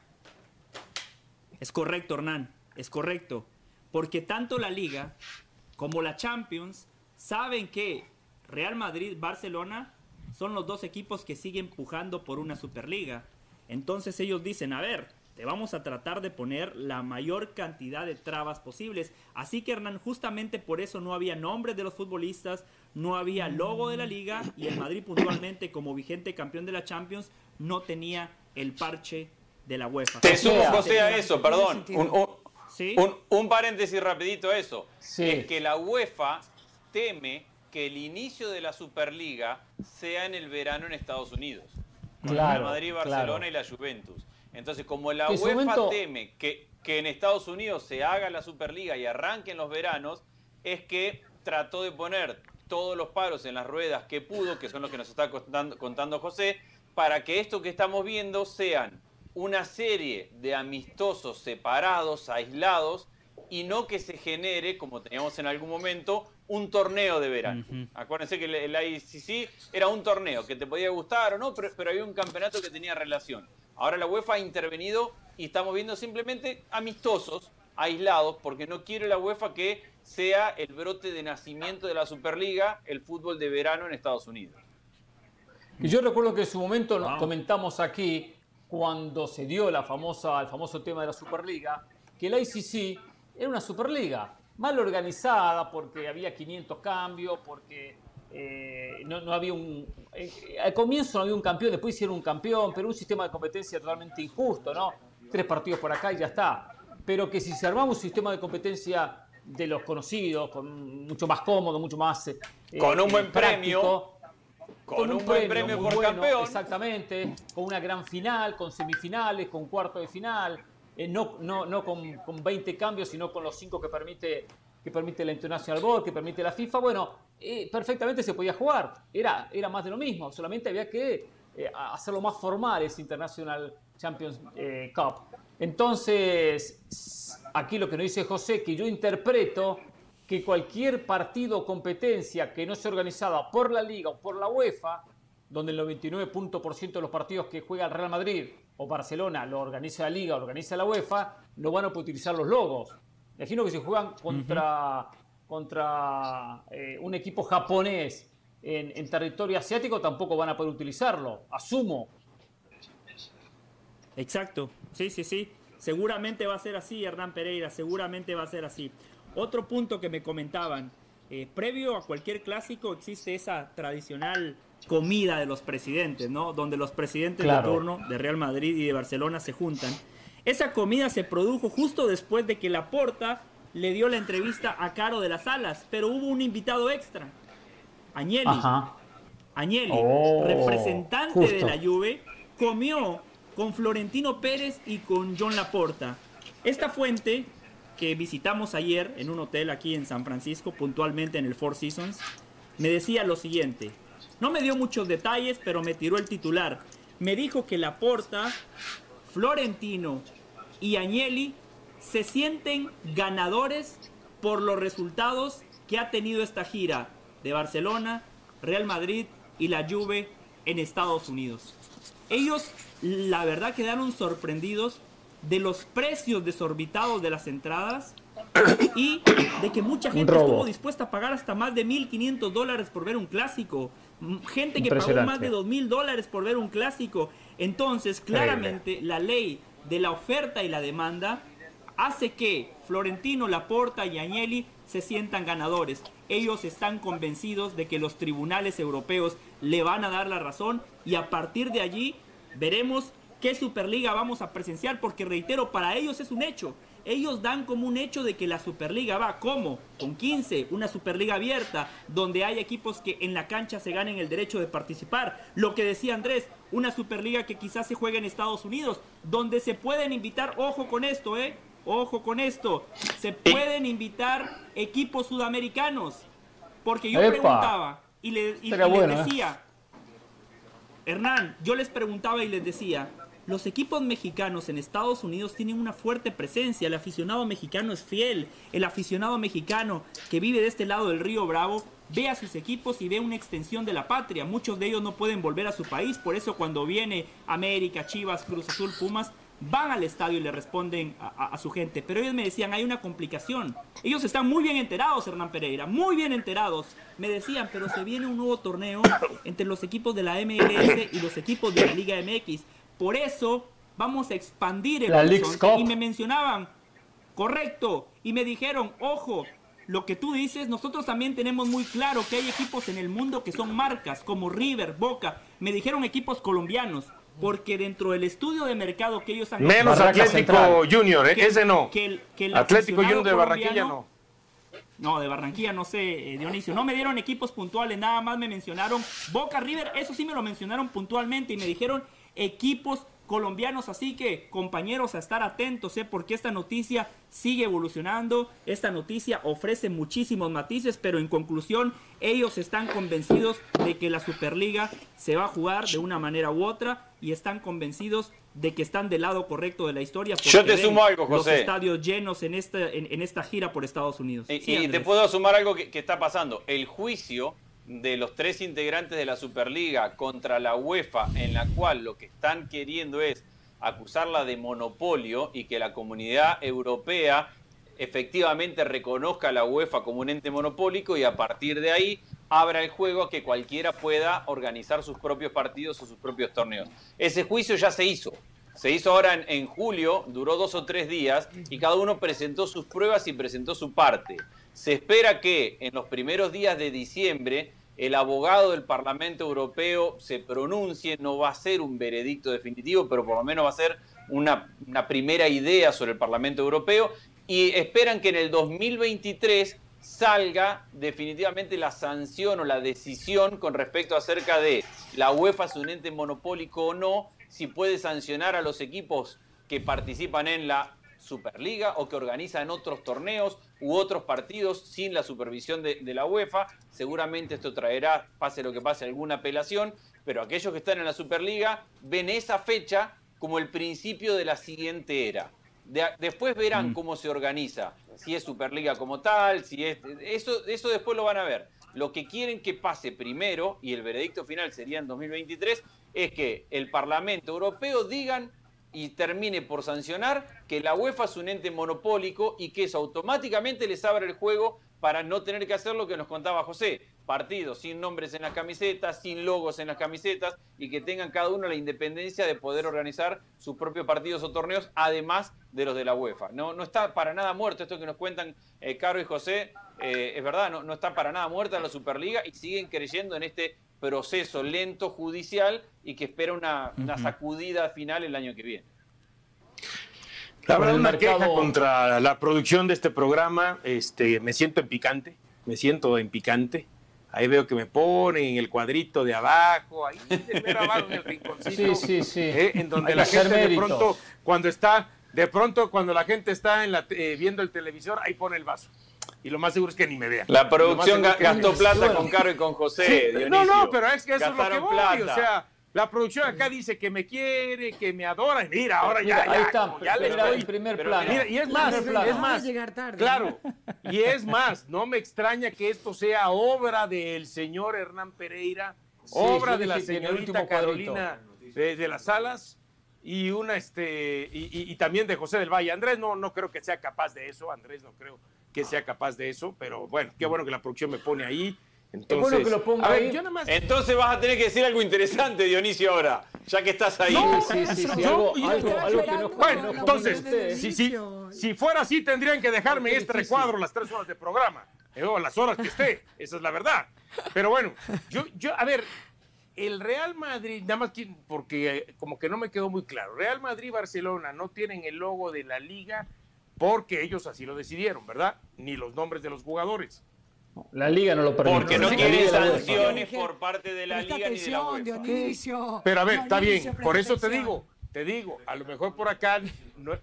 Es correcto, Hernán, es correcto. Porque tanto la Liga como la Champions saben que Real Madrid, Barcelona son los dos equipos que siguen pujando por una Superliga. Entonces ellos dicen, a ver, te vamos a tratar de poner la mayor cantidad de trabas posibles. Así que, Hernán, justamente por eso no había nombres de los futbolistas, no había logo de la Liga y el Madrid puntualmente como vigente campeón de la Champions no tenía el parche de la UEFA. Te O sumo, sea, José, a eso, tiene perdón. sentido. Un, un, ¿Sí? un, un paréntesis rapidito a eso. Sí. Es que la UEFA teme que el inicio de la Superliga sea en el verano en Estados Unidos. Con Claro, el Madrid, Barcelona claro. y la Juventus. Entonces, como la Que en su UEFA momento- teme que, que en Estados Unidos se haga la Superliga y arranque en los veranos, es que trató de poner todos los palos en las ruedas que pudo, que son los que nos está contando, contando José, para que esto que estamos viendo sean una serie de amistosos separados, aislados, y no que se genere, como teníamos en algún momento, un torneo de verano. Ujú. Acuérdense que el, el I C C era un torneo que te podía gustar o no, pero, pero había un campeonato que tenía relación. Ahora la UEFA ha intervenido y estamos viendo simplemente amistosos, aislados, porque no quiere la UEFA que sea el brote de nacimiento de la Superliga, el fútbol de verano en Estados Unidos. Y yo recuerdo que en su momento nos Wow. comentamos aquí, cuando se dio la famosa, el famoso tema de la Superliga, que la I C C era una Superliga mal organizada porque había quinientos cambios, porque eh, no, no había un... eh, al comienzo no había un campeón, después hicieron un campeón, pero un sistema de competencia totalmente injusto, ¿no? Tres partidos por acá y ya está. Pero que si se armaba un sistema de competencia de los conocidos, con mucho más cómodo, mucho más... eh, Con un buen práctico, Con, un, buen premio muy por bueno, campeón. Exactamente, con una gran final, con semifinales, con cuarto de final, eh, no, no, no con, con veinte cambios, sino con los cinco que permite, que permite la International Board, que permite la FIFA. Bueno, eh, perfectamente se podía jugar, era, era más de lo mismo, solamente había que eh, hacerlo más formal, ese International Champions eh, Cup. Entonces, aquí lo que nos dice José, que yo interpreto que cualquier partido o competencia que no sea organizada por la Liga o por la UEFA, donde el noventa y nueve por ciento de los partidos que juega el Real Madrid o Barcelona lo organiza la Liga o lo organiza la UEFA, no van a poder utilizar los logos. Imagino que si juegan contra, uh-huh. contra eh, un equipo japonés en, en territorio asiático, tampoco van a poder utilizarlo, asumo. Exacto, sí, sí, sí. Seguramente va a ser así, Hernán Pereira, seguramente va a ser así. Otro punto que me comentaban, eh, previo a cualquier clásico existe esa tradicional comida de los presidentes, ¿no? Donde los presidentes claro. de turno de Real Madrid y de Barcelona se juntan. Esa comida se produjo justo después de que Laporta le dio la entrevista a Caro de las Alas, pero hubo un invitado extra, Agnelli. Ajá. Agnelli, oh, representante justo. de la Juve, comió con Florentino Pérez y con John Laporta. Esta fuente que visitamos ayer en un hotel aquí en San Francisco, puntualmente en el Four Seasons, me decía lo siguiente. No me dio muchos detalles, pero me tiró el titular. Me dijo que Laporta, Florentino y Agnelli se sienten ganadores por los resultados que ha tenido esta gira de Barcelona, Real Madrid y la Juve en Estados Unidos. Ellos, la verdad, quedaron sorprendidos de los precios desorbitados de las entradas y de que mucha gente estuvo dispuesta a pagar hasta más de mil quinientos dólares por ver un clásico. Gente que pagó más de dos mil dólares por ver un clásico. Entonces, claramente, la ley de la oferta y la demanda hace que Florentino, Laporta y Agnelli se sientan ganadores. Ellos están convencidos de que los tribunales europeos le van a dar la razón y a partir de allí veremos qué Superliga vamos a presenciar, porque reitero, para ellos es un hecho. Ellos dan como un hecho de que la Superliga va, ¿cómo? Con quince, una Superliga abierta, donde hay equipos que en la cancha se ganen el derecho de participar. Lo que decía Andrés, una Superliga que quizás se juegue en Estados Unidos, donde se pueden invitar, ojo con esto, ¿eh? Ojo con esto, se pueden invitar equipos sudamericanos, porque yo Epa. preguntaba y, le, y, y bueno, les decía, ¿eh? Hernán, yo les preguntaba y les decía, los equipos mexicanos en Estados Unidos tienen una fuerte presencia, el aficionado mexicano es fiel, el aficionado mexicano que vive de este lado del Río Bravo ve a sus equipos y ve una extensión de la patria. Muchos de ellos no pueden volver a su país, por eso cuando viene América, Chivas, Cruz Azul, Pumas, van al estadio y le responden a, a, a su gente. Pero ellos me decían, hay una complicación. Ellos están muy bien enterados, Hernán Pereira, muy bien enterados. Me decían, pero se viene un nuevo torneo entre los equipos de la M L S y los equipos de la Liga M X. Por eso vamos a expandir el horizonte. Y me mencionaban, correcto, y me dijeron, ojo, lo que tú dices, nosotros también tenemos muy claro que hay equipos en el mundo que son marcas, como River, Boca. Me dijeron equipos colombianos. Porque dentro del estudio de mercado que ellos han hecho... Menos Atlético Junior, ¿eh? que, ese no. Que el, que el Atlético Junior de Barranquilla no. No, de Barranquilla no sé, eh, Dionisio. No me dieron equipos puntuales, nada más me mencionaron Boca, River, eso sí me lo mencionaron puntualmente y me dijeron equipos colombianos, así que compañeros a estar atentos, ¿eh? Porque esta noticia sigue evolucionando, esta noticia ofrece muchísimos matices, pero en conclusión ellos están convencidos de que la Superliga se va a jugar de una manera u otra y están convencidos de que están del lado correcto de la historia. Yo te sumo algo, José. Los estadios llenos en esta, en, en esta gira por Estados Unidos. Y, sí, y te puedo sumar algo que, que está pasando. El juicio de los tres integrantes de la Superliga contra la UEFA, en la cual lo que están queriendo es acusarla de monopolio y que la comunidad europea efectivamente reconozca a la UEFA como un ente monopólico y a partir de ahí abra el juego a que cualquiera pueda organizar sus propios partidos o sus propios torneos. Ese juicio ya se hizo. Se hizo ahora en, en julio, duró dos o tres días y cada uno presentó sus pruebas y presentó su parte. Se espera que en los primeros días de diciembre el abogado del Parlamento Europeo se pronuncie. No va a ser un veredicto definitivo, pero por lo menos va a ser una, una primera idea sobre el Parlamento Europeo y esperan que en el dos mil veintitrés salga definitivamente la sanción o la decisión con respecto acerca de la UEFA es un ente monopólico o no, si puede sancionar a los equipos que participan en la Superliga o que organizan otros torneos u otros partidos sin la supervisión de, de la UEFA. Seguramente esto traerá, pase lo que pase, alguna apelación, pero aquellos que están en la Superliga ven esa fecha como el principio de la siguiente era. De, después verán mm. cómo se organiza, si es Superliga como tal, si es eso, eso después lo van a ver. Lo que quieren que pase primero, y el veredicto final sería en dos mil veintitrés, es que el Parlamento Europeo digan y termine por sancionar que la UEFA es un ente monopólico y que eso automáticamente les abre el juego para no tener que hacer lo que nos contaba José, partidos sin nombres en las camisetas, sin logos en las camisetas, y que tengan cada uno la independencia de poder organizar sus propios partidos o torneos, además de los de la UEFA. No, no está para nada muerto esto que nos cuentan eh, Caro y José, eh, es verdad, no, no está para nada muerta la Superliga y siguen creyendo en este proceso lento judicial y que espera una, uh-huh. una sacudida final el año que viene. La verdad, una mercado... queja contra la producción de este programa. Este, me siento en picante, me siento en picante. Ahí veo que me ponen en el cuadrito de abajo, ahí de mero abajo en el rinconcito, sí, sí, sí. Eh, en donde la gente de pronto, cuando está, de pronto cuando la gente está en la, eh, viendo el televisor, ahí pone el vaso. Y lo más seguro es que ni me vean. La producción gastó plata bueno. con Caro y con José. Sí, Dionisio. No, no, pero es que eso Gastaron es lo que voy, plata. O sea, la producción acá dice que me quiere, que me adora. Mira, ahora ya, ya, ahí está, ya le estoy en primer plano. Mira, y es más, es más, claro, y es más, no me extraña que esto sea obra del señor Hernán Pereira, sí, obra de la señorita Carolina de, de las Salas y una este y, y, y también de José del Valle. Andrés no, no creo que sea capaz de eso, Andrés no creo que sea capaz de eso, pero bueno, qué bueno que la producción me pone ahí. Entonces, bueno que lo ponga a ver, ahí. Yo nada más... Entonces vas a tener que decir algo interesante, Dionisio, ahora, ya que estás ahí. No, sí, sí, sí, yo, algo, algo, algo que no, bueno, no entonces, si, si, si fuera así, tendrían que dejarme este recuadro las tres horas de programa, eh, o las horas que esté, esa es la verdad. Pero bueno, yo, yo, a ver, el Real Madrid, nada más que, porque eh, como que no me quedó muy claro, Real Madrid y Barcelona no tienen el logo de la liga porque ellos así lo decidieron, ¿verdad? Ni los nombres de los jugadores. La liga no lo permite. Porque no quiere sanciones por parte de la liga ni de la UEFA. Dionisio, Pero a ver, está Dionisio, bien, por eso te digo, te digo, a lo mejor por acá no,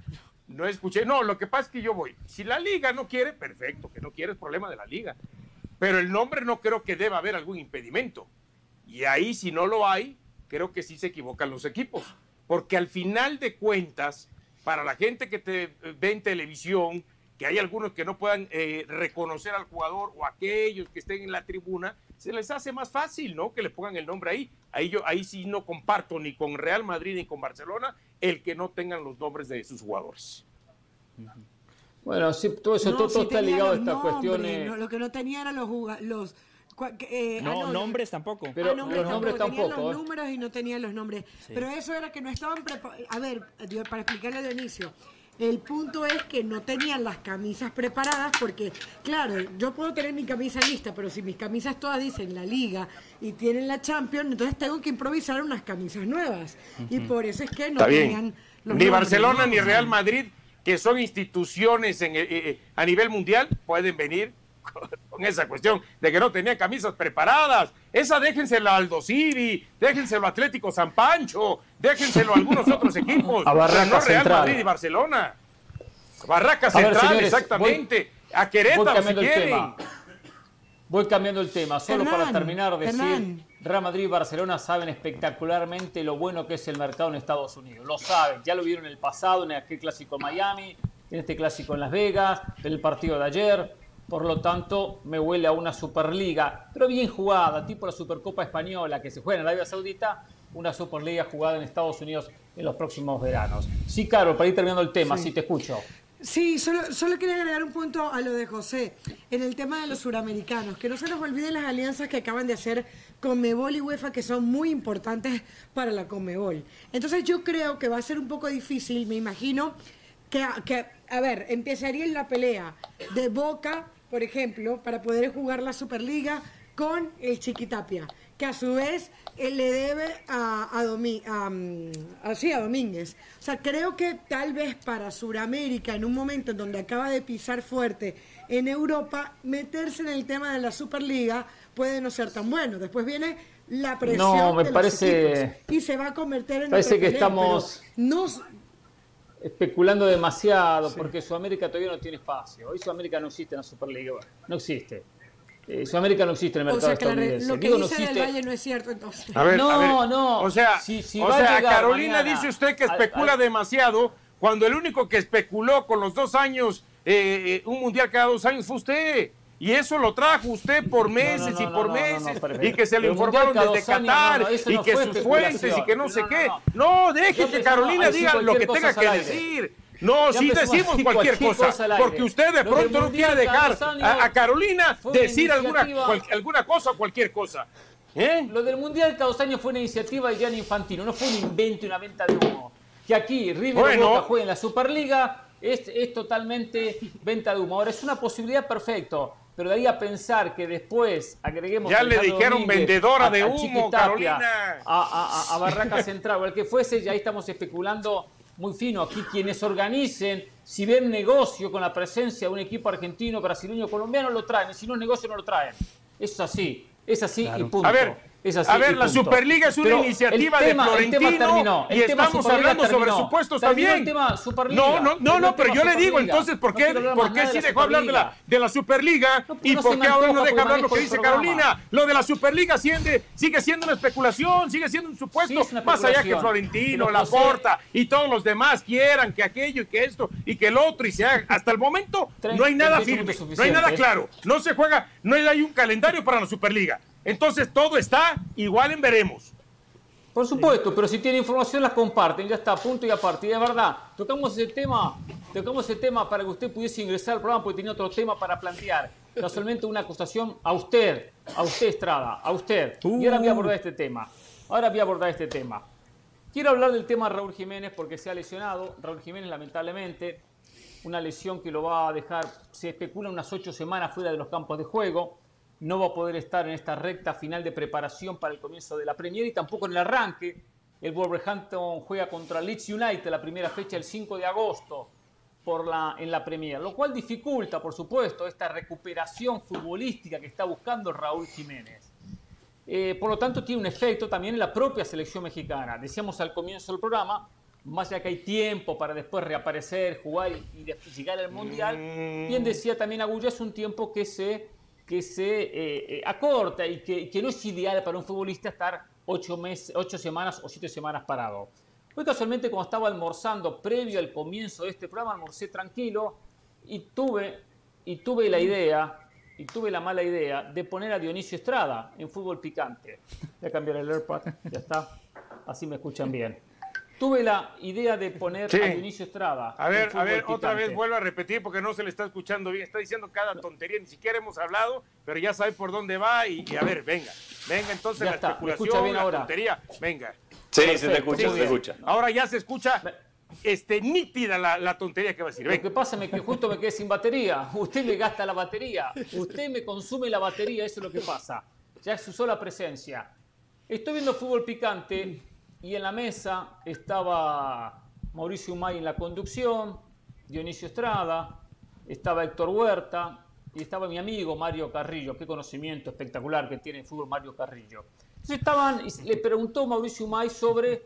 no escuché. No, lo que pasa es que yo voy. Si la liga no quiere, perfecto, que no quiere es problema de la liga. Pero el nombre no creo que deba haber algún impedimento. Y ahí, si no lo hay, creo que sí se equivocan los equipos. Porque al final de cuentas, para la gente que te ve en televisión, que hay algunos que no puedan eh, reconocer al jugador o aquellos que estén en la tribuna, se les hace más fácil, ¿no? Que le pongan el nombre ahí. Ahí yo ahí sí no comparto ni con Real Madrid ni con Barcelona el que no tengan los nombres de sus jugadores. Bueno, sí, todo eso no, todo, sí todo está ligado a estas nombres, cuestiones. No, lo que no tenía eran los jugadores. Eh, no, ah, no, nombres tampoco. Pero ah, nombres los nombres tampoco. tampoco. Tenían ¿eh? los números y no tenían los nombres. Sí. Pero eso era que no estaban preparados. A ver, para explicarle al inicio. El punto es que no tenían las camisas preparadas porque, claro, yo puedo tener mi camisa lista, pero si mis camisas todas dicen la Liga y tienen la Champions, entonces tengo que improvisar unas camisas nuevas. Uh-huh. Y por eso es que no Está tenían bien. los Ni nombres, Barcelona ¿no? ni Real Madrid, que son instituciones en, eh, eh, a nivel mundial, pueden venir con, con esa cuestión de que no tenían camisas preparadas. Esa déjensela al Aldo Civi, déjenselo a Atlético San Pancho, déjenselo a algunos otros equipos, a Barraca no Real Central. Madrid y Barcelona. Barraca A ver, Central, señores, exactamente. Voy, a Querétaro si quieren. Tema. Voy cambiando el tema, solo Hernán, para terminar, decir, Hernán. Real Madrid y Barcelona saben espectacularmente lo bueno que es el mercado en Estados Unidos. Lo saben, ya lo vieron en el pasado, en aquel clásico en Miami, en este clásico en Las Vegas, en el partido de ayer. Por lo tanto, me huele a una Superliga, pero bien jugada, tipo la Supercopa Española que se juega en Arabia Saudita, una Superliga jugada en Estados Unidos en los próximos veranos. Sí, Caro, para ir terminando el tema, sí, sí te escucho. Sí, solo, solo quería agregar un punto a lo de José, en el tema de los suramericanos, que no se nos olviden las alianzas que acaban de hacer Conmebol y UEFA, que son muy importantes para la Conmebol. Entonces yo creo que va a ser un poco difícil, me imagino, que, que a ver, empezaría en la pelea de Boca, por ejemplo, para poder jugar la Superliga con el Chiquitapia, que a su vez él le debe a, a, Domi, a, a, sí, a Domínguez. O sea, creo que tal vez para Sudamérica, en un momento en donde acaba de pisar fuerte en Europa, meterse en el tema de la Superliga puede no ser tan bueno. Después viene la presión no, me de parece, los equipos y se va a convertir en parece otra que pelea, estamos no, especulando demasiado, sí. porque Sudamérica todavía no tiene espacio. Hoy Sudamérica no existe en la Superliga, no existe. Eh, Sudamérica no existe en el mercado o sea, que estadounidense. lo que Digo, dice no existe. del Valle no es cierto, entonces. A ver, no, a ver. no. O sea, si, si o va sea a llegar Carolina mañana, dice usted que al, especula al, demasiado cuando el único que especuló con los dos años, eh, un mundial cada dos años fue usted. Y eso lo trajo usted por meses no, no, no, y por no, no, meses, no, no, pero, y que se lo pero informaron desde años, Qatar, no, no, y no que fue sus fuentes, y que no sé no, qué. No, No, no deje no, que no, Carolina no, diga lo que tenga que aire. decir. No, Ya sí empezamos decimos así, cualquier, cualquier cosa, cosa al aire. porque usted de Lo del pronto no Mundial quiere cada dejar dos años a, a Carolina fue una decir alguna, iniciativa. cual- alguna cosa o cualquier cosa. ¿Eh? Lo del Mundial cada dos años fue una iniciativa de Gianni Infantino, no fue un invento y una venta de humo. Que aquí River Bueno. y Boca jueguen la Superliga es, es totalmente venta de humo. Ahora, es una posibilidad perfecto, pero de ahí a pensar que después agreguemos... Ya a le Alejandro dijeron Domínguez, vendedora a- de a humo, Chiqui Tapia, Carolina. A, a- a- a Barraca Central o el que fuese, ya ahí estamos especulando muy fino. Aquí quienes organicen, si ven negocio con la presencia de un equipo argentino, brasileño, colombiano, lo traen. Y si no es negocio, no lo traen. Eso es así. Es así y punto. A ver, Es así a ver, y la punto. Superliga es una Pero iniciativa el tema- de el tema Florentino terminó, el y tema estamos Superliga hablando sobre terminó. supuestos Terminó también. el tema Superliga. No, no, no, Terminó no, el pero tema yo le digo, Superliga. entonces, ¿por No qué, quiero hablar ¿por más qué nada sí de la dejó hablar de la, Superliga. de la Superliga No, porque y no por se qué me ahora antoja no deja porque hablar lo manejo que el dice programa. Carolina? Lo de la Superliga sigue, sigue siendo una especulación, sigue siendo un supuesto, Sí, es una más allá que especulación. Florentino, Pero José- Laporta y todos los demás quieran que aquello y que esto y que el otro y se haga. Hasta el momento Treinta, no hay nada treinta y ocho firme, minutos no hay nada suficiente. claro, no se juega, no hay un calendario para la Superliga. Entonces todo está igual en veremos. Por supuesto, pero si tiene información las comparten, ya está, punto y aparte. Y de verdad, tocamos ese tema, tocamos ese tema para que usted pudiese ingresar al programa porque tenía otro tema para plantear. Casualmente una acusación a usted, a usted Estrada, a usted. Y ahora voy a abordar este tema. Ahora voy a abordar este tema. Quiero hablar del tema de Raúl Jiménez porque se ha lesionado. Raúl Jiménez, lamentablemente, una lesión que lo va a dejar, se especula, unas ocho semanas fuera de los campos de juego. No va a poder estar en esta recta final de preparación para el comienzo de la Premier y tampoco en el arranque. El Wolverhampton juega contra Leeds United la primera fecha el cinco de agosto por la, en la Premier, lo cual dificulta, por supuesto, esta recuperación futbolística que está buscando Raúl Jiménez. Eh, por lo tanto, tiene un efecto también en la propia selección mexicana. Decíamos al comienzo del programa, más allá que hay tiempo para después reaparecer, jugar y, y de- llegar al Mundial, bien decía también Agulla, es un tiempo que se... que se eh, eh, acorta y que, que no es ideal para un futbolista estar ocho, meses, ocho semanas o siete semanas parado. Hoy casualmente cuando estaba almorzando previo al comienzo de este programa, almorcé tranquilo y tuve, y tuve la idea, y tuve la mala idea de poner a Dionisio Estrada en Fútbol Picante. Voy a cambiar el AirPod, ya está, así me escuchan bien. Tuve la idea de poner Sí. a Dionisio Estrada. A en ver, a Fútbol ver, otra Picante. vez vuelvo a repetir porque no se le está escuchando bien. Está diciendo cada tontería, ni siquiera hemos hablado, pero ya sabe por dónde va y, y a ver, venga. Venga entonces Ya la está, ¿me especulación, escucha bien la ahora? tontería. Venga. Sí, se te Perfecto, escucha, muy se te bien. escucha. Ahora ya se escucha este, nítida la, la tontería que va a decir. Lo que Venga. pasa es que justo me quedé sin batería. Usted me gasta la batería. Usted me consume la batería. Eso es lo que pasa. Ya se usó la presencia. Estoy viendo Fútbol Picante y en la mesa estaba Mauricio Umay en la conducción, Dionisio Estrada, estaba Héctor Huerta y estaba mi amigo Mario Carrillo. Qué conocimiento espectacular que tiene el fútbol Mario Carrillo. Entonces estaban, y le preguntó Mauricio Umay sobre,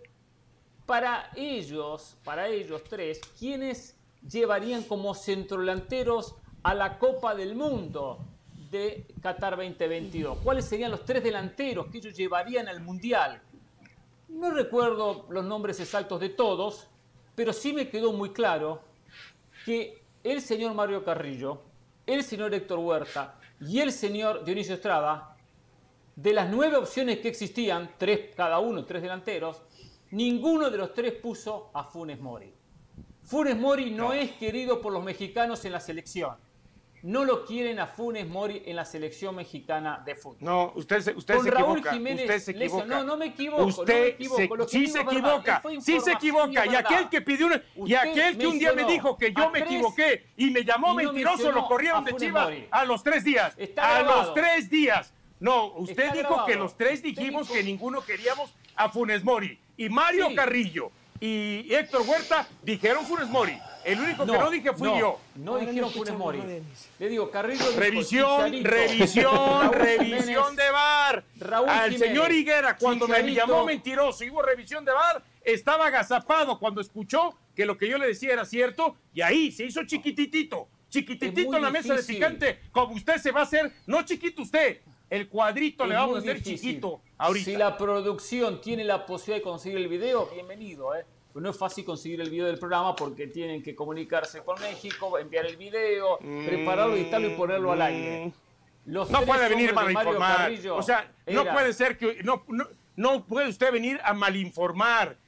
para ellos, para ellos tres, ¿quiénes llevarían como centrodelanteros a la Copa del Mundo de Qatar veinte veintidós? ¿Cuáles serían los tres delanteros que ellos llevarían al Mundial? No recuerdo los nombres exactos de todos, pero sí me quedó muy claro que el señor Mario Carrillo, el señor Héctor Huerta y el señor Dionisio Estrada, de las nueve opciones que existían, tres cada uno, tres delanteros, ninguno de los tres puso a Funes Mori. Funes Mori no, no es querido por los mexicanos en la selección. No lo quieren a Funes Mori en la selección mexicana de fútbol. No, usted se, usted Con se Raúl equivoca. Jiménez Usted se lesión. equivoca. No, no me equivoco. Usted no me equivoco. se, Lo que sí digo se es verdad. equivoca. Fue Sí se información equivoca. Y verdad. aquel que pidió una, y Usted aquel que un día me mencionó dijo que yo a me tres equivoqué y me llamó y no mentiroso, mencionó lo corrieron a de Funes Chivas Mori. a los tres días. Está a grabado. los tres días. No, usted Está dijo grabado. que los tres Usted dijimos dijo- que ninguno queríamos a Funes Mori. Y Mario Sí. Carrillo y Héctor Huerta dijeron Funes Mori. El único que no dije fui no, yo. No Ahora dijeron no Funes escuchamos Mori. a Denis. Le digo, Carrillo dijo Revisión, Chicharito, revisión, Raúl revisión Jiménez, de V A R. Raúl Al Jiménez, señor Higuera, cuando me Chicharito. llamó mentiroso y hubo revisión de V A R, estaba agazapado cuando escuchó que lo que yo le decía era cierto y ahí se hizo chiquititito, chiquititito Es muy en la mesa de difícil. picante, como usted se va a hacer, no chiquito usted, el cuadrito Es le vamos a muy hacer difícil. chiquito ahorita. Si la producción tiene la posibilidad de conseguir el video, bienvenido, ¿eh? Pero no es fácil conseguir el video del programa porque tienen que comunicarse con México, enviar el video, prepararlo, editarlo y ponerlo al aire. Los No tres puede venir hombres de Mario malinformar. Carrillo O sea, no era- puede ser que no, no, no puede usted venir a malinformar.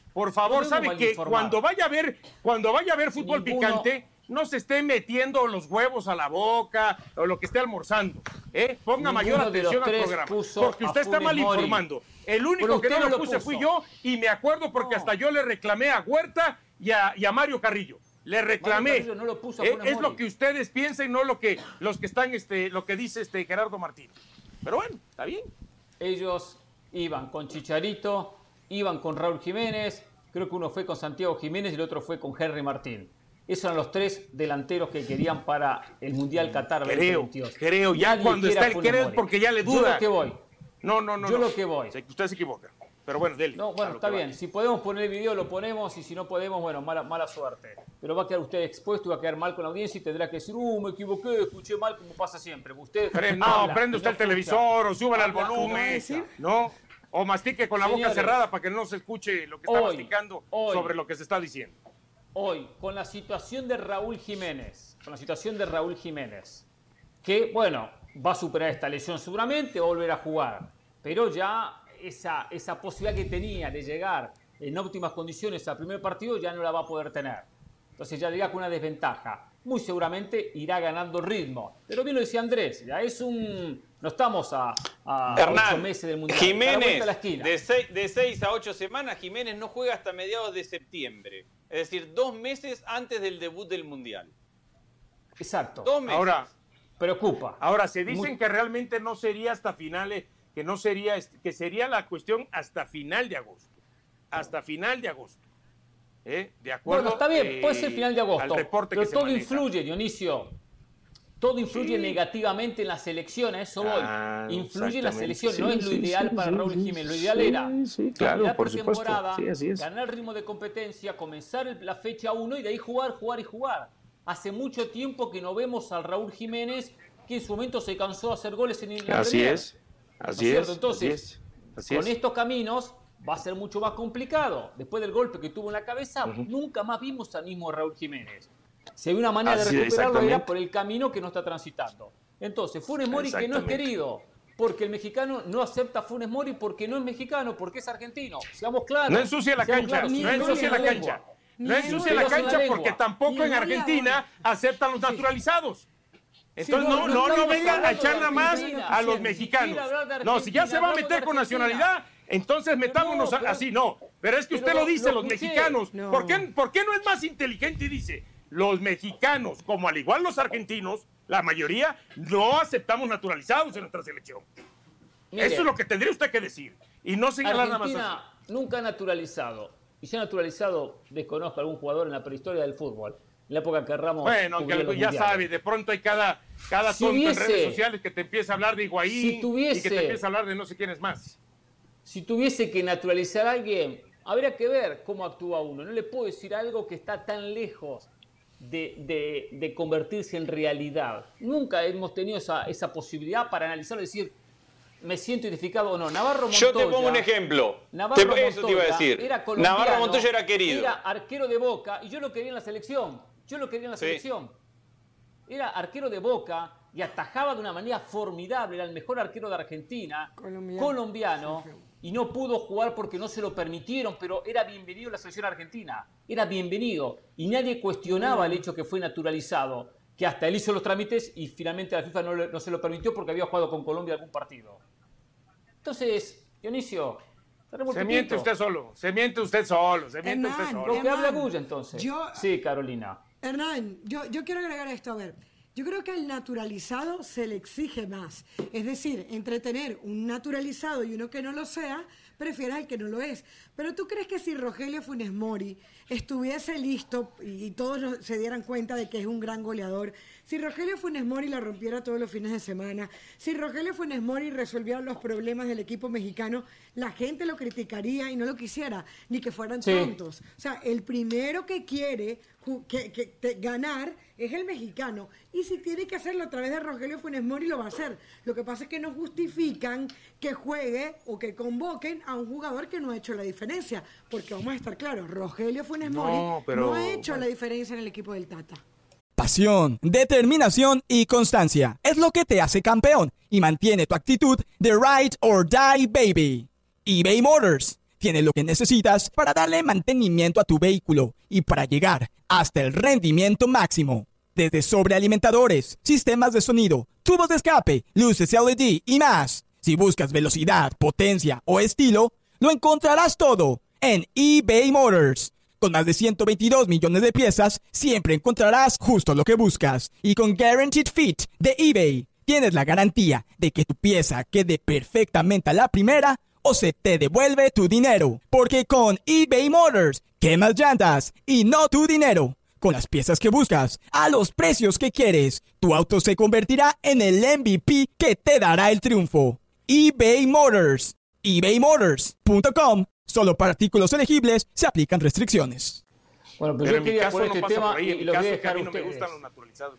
por favor, No sabe mal que informado. cuando vaya a ver, cuando vaya a ver fútbol Ninguno- picante, no se esté metiendo los huevos a la boca o lo que esté almorzando. ¿eh? Ponga Ninguno mayor de los atención al tres programa. puso Porque a usted está Funes mal Mori. informando. El único Pero que usted no no lo lo puse puso. fui yo y me acuerdo porque No. hasta yo le reclamé a Huerta y a, y a Mario Carrillo. Le reclamé. Carrillo no lo puso a Eh, Funes es Mori. lo que ustedes piensan, no lo que los que están, este, lo que dice este Gerardo Martínez. Pero bueno, está bien. Ellos iban con Chicharito, iban con Raúl Jiménez, creo que uno fue con Santiago Jiménez y el otro fue con Henry Martín. Esos eran los tres delanteros que querían para el Mundial Qatar Creo, veinte veintidós. creo, ya Nadie cuando quiere está a el Funes creo es Mori. porque ya le Yo duda. lo que voy. No, no, no. Yo no. lo que voy. Sé que usted se equivoca. Pero bueno, dele. No, a bueno, lo está que bien. vaya. Si podemos poner el video, lo ponemos. Y si no podemos, bueno, mala, mala suerte. Pero va a quedar usted expuesto y va a quedar mal con la audiencia y tendrá que decir, uh, me equivoqué, escuché mal, como pasa siempre. Usted Pre- no, habla, prende y usted no el televisor o súbale al Habla, volumen. decir? No, o mastique con la boca Señores, cerrada para que no se escuche lo que está hoy, masticando hoy. sobre lo que se está diciendo. Hoy, con la situación de Raúl Jiménez, con la situación de Raúl Jiménez, que, bueno, va a superar esta lesión seguramente, va a volver a jugar, pero ya esa, esa posibilidad que tenía de llegar en óptimas condiciones al primer partido ya no la va a poder tener. Entonces ya llega con una desventaja. Muy seguramente irá ganando ritmo. Pero bien lo decía Andrés, ya es un... No estamos a, a ocho Hernán, meses del Mundial. Está a la vuelta Jiménez, de la esquina. de seis, de seis a ocho semanas, Jiménez no juega hasta mediados de septiembre. Es decir, dos meses antes del debut del Mundial. Exacto. Dos meses. Ahora, Preocupa. ahora se dicen Muy- que realmente no sería hasta finales, que no sería, que sería la cuestión hasta final de agosto. Hasta final de agosto. ¿Eh? De acuerdo. Bueno, está bien, eh, puede ser final de agosto. al reporte pero que se todo maneja. influye, Dionisio. Todo influye Sí. negativamente en la selección, a eso voy. Ah, influye en la exactamente. selección, Sí, no es lo sí, ideal sí, para sí, Raúl sí, Jiménez. Lo sí, ideal era sí, claro, terminar por supuesto. pretemporada, Sí, así es. ganar el ritmo de competencia, comenzar el- la fecha uno y de ahí jugar, jugar y jugar. Hace mucho tiempo que no vemos al Raúl Jiménez que en su momento se cansó de hacer goles en la Así Premier. es, ¿No así es es, cierto? Entonces, así es, así con es. estos caminos va a ser mucho más complicado. Después del golpe que tuvo en la cabeza, nunca más vimos al mismo Raúl Jiménez. Si hay una manera Así, de recuperarlo era exactamente. por el camino que no está transitando. Entonces, Funes Mori que no es Exactamente. querido, porque el mexicano no acepta a Funes Mori porque no es mexicano, porque es argentino. Seamos claros. No ensucia la seamos cancha, claros. Ni no en ensucia la la lengua. cancha. Ni No en ensucia la la cancha lengua. porque Ni tampoco en en Argentina aceptan los naturalizados. Entonces no, no, no no, no estamos vengan a hablando echar de nada más Argentina, a los ni mexicanos. siquiera hablar de No, si ya Argentina, se va a hablamos meter de con Argentina. nacionalidad, entonces metámonos no, a- pero- así, no. Pero es que pero usted lo lo- dice, lo los escuché. mexicanos. No. ¿Por qué, ¿Por qué no es más inteligente y dice, los mexicanos, como al igual los argentinos, la mayoría, no aceptamos naturalizados en nuestra selección? Mire, Eso es lo que tendría usted que decir. Y no señalar nada más así. Argentina nunca ha naturalizado. Y si ha naturalizado, desconozco a algún jugador en la prehistoria del fútbol. En la época que Ramos. Bueno, que cubría algo- los ya mundiales. sabe, de pronto hay cada, cada Si tonto hubiese- en redes sociales que te empieza a hablar de Higuaín Si tuviese- y que te empieza a hablar de no sé quién es más. Si tuviese que naturalizar a alguien, habría que ver cómo actúa uno. No le puedo decir algo que está tan lejos de, de- de convertirse en realidad. Nunca hemos tenido esa, esa posibilidad para analizarlo y decir, me siento identificado o no. Navarro Montoya. Yo te pongo un ejemplo. Navarro Te- eso te iba a Montoya decir. era colombiano, Navarro Montoya era querido. Era arquero de Boca y yo lo quería en la selección. Yo lo quería en la Sí. selección. Era arquero de Boca y atajaba de una manera formidable. Era el mejor arquero de Argentina. Colombiano. colombiano, y no pudo jugar porque no se lo permitieron, pero era bienvenido a la selección argentina. Era bienvenido. Y nadie cuestionaba el hecho que fue naturalizado. Que hasta él hizo los trámites y finalmente la FIFA no, le- no se lo permitió porque había jugado con Colombia algún partido. Entonces, Dionisio, tenemos Se un miente poquito. usted solo, se miente usted solo, se miente Hernán, usted Lo solo. que habla Hernán, Bulla, entonces. yo- Sí, Carolina. Hernán, yo, yo quiero agregar esto, a ver. Yo creo que al naturalizado se le exige más. Es decir, entre tener un naturalizado y uno que no lo sea, prefieres al que no lo es. Pero ¿tú crees que si Rogelio Funes Mori estuviese listo y, y todos nos- se dieran cuenta de que es un gran goleador, si Rogelio Funes Mori la rompiera todos los fines de semana, si Rogelio Funes Mori resolviera los problemas del equipo mexicano, la gente lo criticaría y no lo quisiera, ni que fueran Sí. tontos. O sea, el primero que quiere ju- que, que te- ganar es el mexicano. Y si tiene que hacerlo a través de Rogelio Funes Mori, lo va a hacer. Lo que pasa es que no justifican que juegue o que convoquen a un jugador que no ha hecho la diferencia. Porque vamos a estar claros, Rogelio Funes No, Mori pero- no ha hecho la diferencia en el equipo del Tata. Pasión, determinación y constancia es lo que te hace campeón y mantiene tu actitud de ride or die baby. eBay Motors tiene lo que necesitas para darle mantenimiento a tu vehículo y para llegar hasta el rendimiento máximo. Desde sobrealimentadores, sistemas de sonido, tubos de escape, luces L E D y más. Si buscas velocidad, potencia o estilo, lo encontrarás todo en eBay Motors. Con más de ciento veintidós millones de piezas, siempre encontrarás justo lo que buscas. Y con Guaranteed Fit de eBay, tienes la garantía de que tu pieza quede perfectamente a la primera o se te devuelve tu dinero. Porque con eBay Motors, quemas llantas y no tu dinero. Con las piezas que buscas, a los precios que quieres, tu auto se convertirá en el M V P que te dará el triunfo. eBay Motors. ebay motors punto com. Solo para artículos elegibles se aplican restricciones. Bueno, pues Pero yo en mi quería caso por no este pasa tema por ahí. En y mi lo voy caso a es que a dejar mí a no me ustedes. gustan los naturalizados.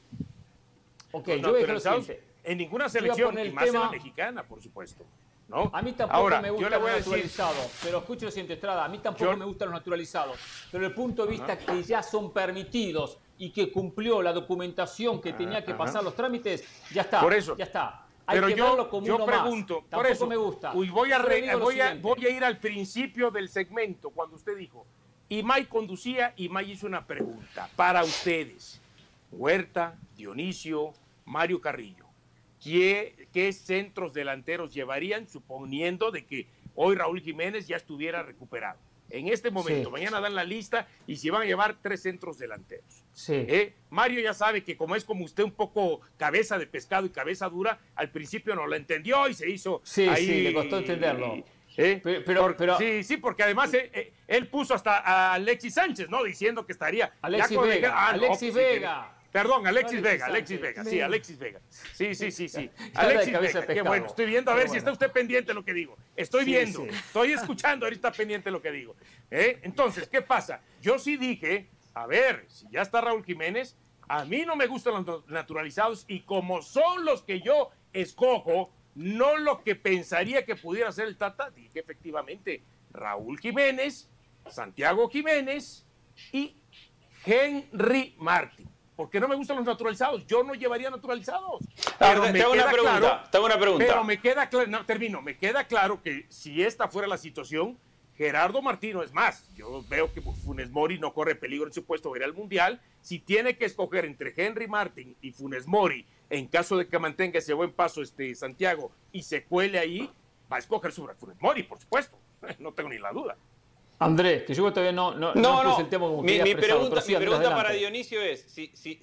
Ok, Los yo voy a dejar lo naturalizados siguiente. en ninguna Yo voy a selección, poner y el más en tema- la mexicana, por supuesto. ¿no? A mí tampoco Ahora, me yo gustan le los voy a decir, naturalizados, pero escucho lo siguiente, Estrada, a mí tampoco Yo- me gustan los naturalizados, pero el punto de vista que ya son permitidos y que cumplió la documentación que tenía que ajá. pasar los trámites, ya está, Por eso. ya está. Hay pero que yo, verlo como yo uno pregunto, más. por Tampoco eso, me gusta. uy, voy, a Pero re- digo lo voy, a, siguiente. voy a ir al principio del segmento, cuando usted dijo, Imai conducía, Imai hizo una pregunta para ustedes, Huerta, Dionisio, Mario Carrillo, ¿qué, qué centros delanteros llevarían, suponiendo de que hoy Raúl Jiménez ya estuviera recuperado? En este momento, Sí. mañana dan la lista y se van a llevar tres centros delanteros. Sí. ¿Eh? Mario ya sabe que como es como usted un poco cabeza de pescado y cabeza dura, al principio no lo entendió y se hizo Sí, ahí, sí, le costó entenderlo. ¿eh? Pero- pero- Por- pero- sí, sí, porque además eh, eh, él puso hasta a Alexis Sánchez, ¿no? Diciendo que estaría... Alexis ya con- Vega, ah, no, Alexis pues, sí, Vega. Perdón, Alexis No, Alexis Vega, Alexis Sánchez. Vega, sí, Alexis Vega. Sí, sí, sí, sí. Ya de Alexis cabeza Vega, qué pescado. bueno. Estoy viendo a ver Pero si está bueno. usted pendiente de lo que digo. Estoy Sí, viendo, sí. estoy escuchando, ahorita está pendiente de lo que digo. ¿Eh? Entonces, ¿qué pasa? Yo sí dije, a ver, si ya está Raúl Jiménez, a mí no me gustan los naturalizados y como son los que yo escojo, no lo que pensaría que pudiera ser el Tata, dije efectivamente Raúl Jiménez, Santiago Jiménez y Henry Martin. Porque no me gustan los naturalizados. Yo no llevaría naturalizados. Pero te, te hago una pregunta, claro, te hago una pregunta. pero me queda claro, no, termino, me queda claro que si esta fuera la situación, Gerardo Martino es más. Yo veo que Funes Mori no corre peligro en su puesto de ir al Mundial. Si tiene que escoger entre Henry Martin y Funes Mori, en caso de que mantenga ese buen paso este Santiago y se cuele ahí, va a escoger sobre Funes Mori, por supuesto. No tengo ni la duda. Andrés, que yo todavía no, no, No, puse no. el tema como Mi, quería mi expresarlo, pregunta, pero sí, mi Andrés, pregunta adelante. para Dionisio es si, si,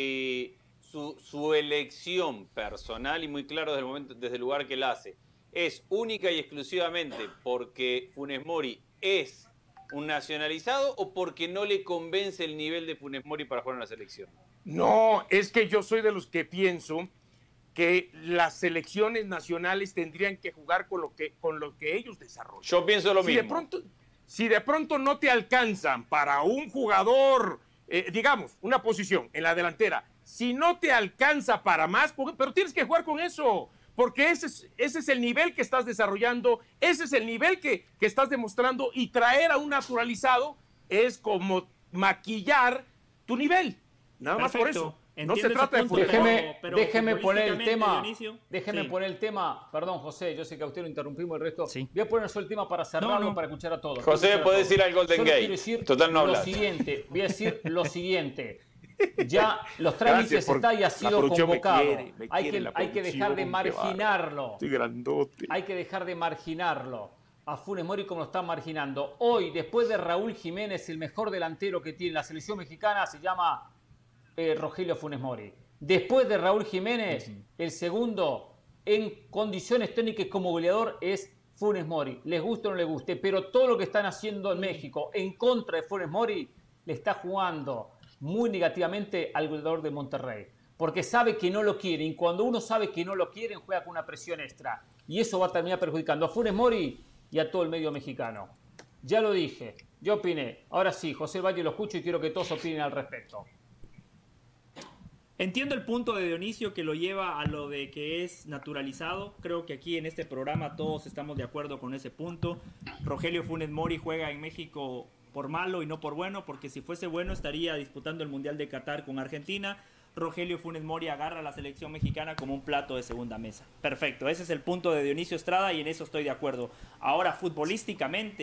si su, su elección personal y muy claro desde el momento, desde el lugar que la hace, es única y exclusivamente porque Funes Mori es un nacionalizado o porque no le convence el nivel de Funes Mori para jugar en la selección. No, es que yo soy de los que pienso que las selecciones nacionales tendrían que jugar con lo que, con lo que ellos desarrollan. Yo pienso lo si mismo. De pronto, si de pronto no te alcanzan para un jugador, eh, digamos, una posición en la delantera, si no te alcanza para más, pero tienes que jugar con eso, porque ese es, ese es el nivel que estás desarrollando, ese es el nivel que, que estás demostrando, y traer a un naturalizado es como maquillar tu nivel. Nada más por Perfecto. eso. No se Entiendo ese trata de punto, Funes Mori. Déjeme, pero déjeme poner el futbolísticamente, tema. Dionisio, Déjeme sí. poner el tema. Perdón, José, yo sé que a usted lo interrumpimos el resto. Sí. Voy a poner solo el tema para cerrarlo, No, no. para escuchar a todos. José, Quiero escuchar a podés todos. ir al Golden Solo Gate. quiero decir Total, no lo hablas. siguiente. Voy a decir lo siguiente. Ya los trámites Gracias por- está y ha la sido producción me convocado. quiere, me hay, quiere que, la hay que dejar de producción, qué bárbaro. marginarlo. Estoy grandote. Hay que dejar de marginarlo a Funes Mori como lo están marginando. Hoy, después de Raúl Jiménez, el mejor delantero que tiene la selección mexicana se llama eh, Rogelio Funes Mori. Después de Raúl Jiménez, uh-huh. el segundo en condiciones técnicas como goleador es Funes Mori. Les guste o no les guste, pero todo lo que están haciendo en México en contra de Funes Mori le está jugando muy negativamente al goleador de Monterrey. Porque sabe que no lo quieren. Y cuando uno sabe que no lo quieren, juega con una presión extra. Y eso va a terminar perjudicando a Funes Mori y a todo el medio mexicano. Ya lo dije, yo opiné. Ahora sí, José Valle lo escucho y quiero que todos opinen al respecto. Entiendo el punto de Dionisio que lo lleva a lo de que es naturalizado. Creo que aquí en este programa todos estamos de acuerdo con ese punto. Rogelio Funes Mori juega en México por malo y no por bueno, porque si fuese bueno estaría disputando el Mundial de Qatar con Argentina. Rogelio Funes Mori agarra a la selección mexicana como un plato de segunda mesa. Perfecto, ese es el punto de Dionisio Estrada y en eso estoy de acuerdo. Ahora, futbolísticamente,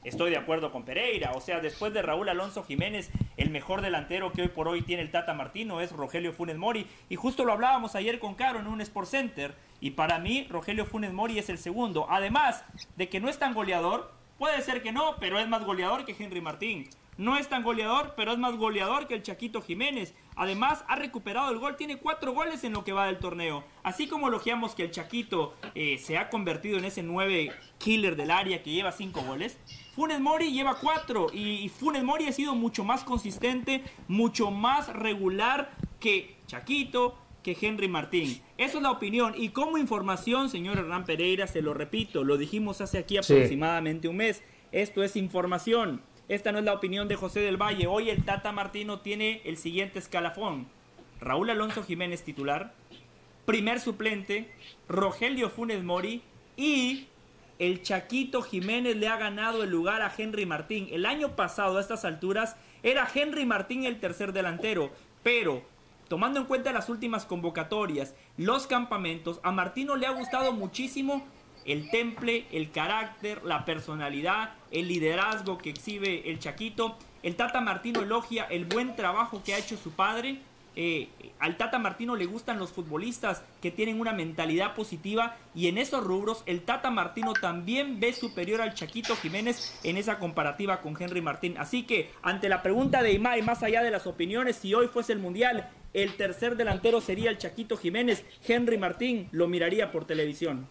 estoy de acuerdo con Pereira. O sea, después de Raúl Alonso Jiménez, el mejor delantero que hoy por hoy tiene el Tata Martino es Rogelio Funes Mori. Y justo lo hablábamos ayer con Caro en un Sport Center. Y para mí, Rogelio Funes Mori es el segundo. Además de que no es tan goleador, puede ser que no, pero es más goleador que Henry Martín. No es tan goleador, pero es más goleador que el Chaquito Jiménez. Además, ha recuperado el gol. Tiene cuatro goles en lo que va del torneo. Así como elogiamos que el Chaquito eh, se ha convertido en ese nueve killer del área que lleva cinco goles, Funes Mori lleva cuatro. Y, y Funes Mori ha sido mucho más consistente, mucho más regular que Chaquito, que Henry Martín. Esa es la opinión. Y como información, señor Hernán Pereira, se lo repito, lo dijimos hace aquí aproximadamente sí. un mes. Esto es información. Esta no es la opinión de José del Valle. Hoy el Tata Martino tiene el siguiente escalafón: Raúl Alonso Jiménez titular, primer suplente, Rogelio Funes Mori, y el Chaquito Jiménez le ha ganado el lugar a Henry Martín. El año pasado a estas alturas era Henry Martín el tercer delantero, pero tomando en cuenta las últimas convocatorias, los campamentos, a Martino le ha gustado muchísimo el temple, el carácter, la personalidad, el liderazgo que exhibe el Chaquito. El Tata Martino elogia el buen trabajo que ha hecho su padre. Eh, al Tata Martino le gustan los futbolistas que tienen una mentalidad positiva, y en esos rubros el Tata Martino también ve superior al Chaquito Jiménez en esa comparativa con Henry Martín. Así que ante la pregunta de Imai, más allá de las opiniones, si hoy fuese el Mundial, el tercer delantero sería el Chaquito Jiménez, Henry Martín lo miraría por televisión.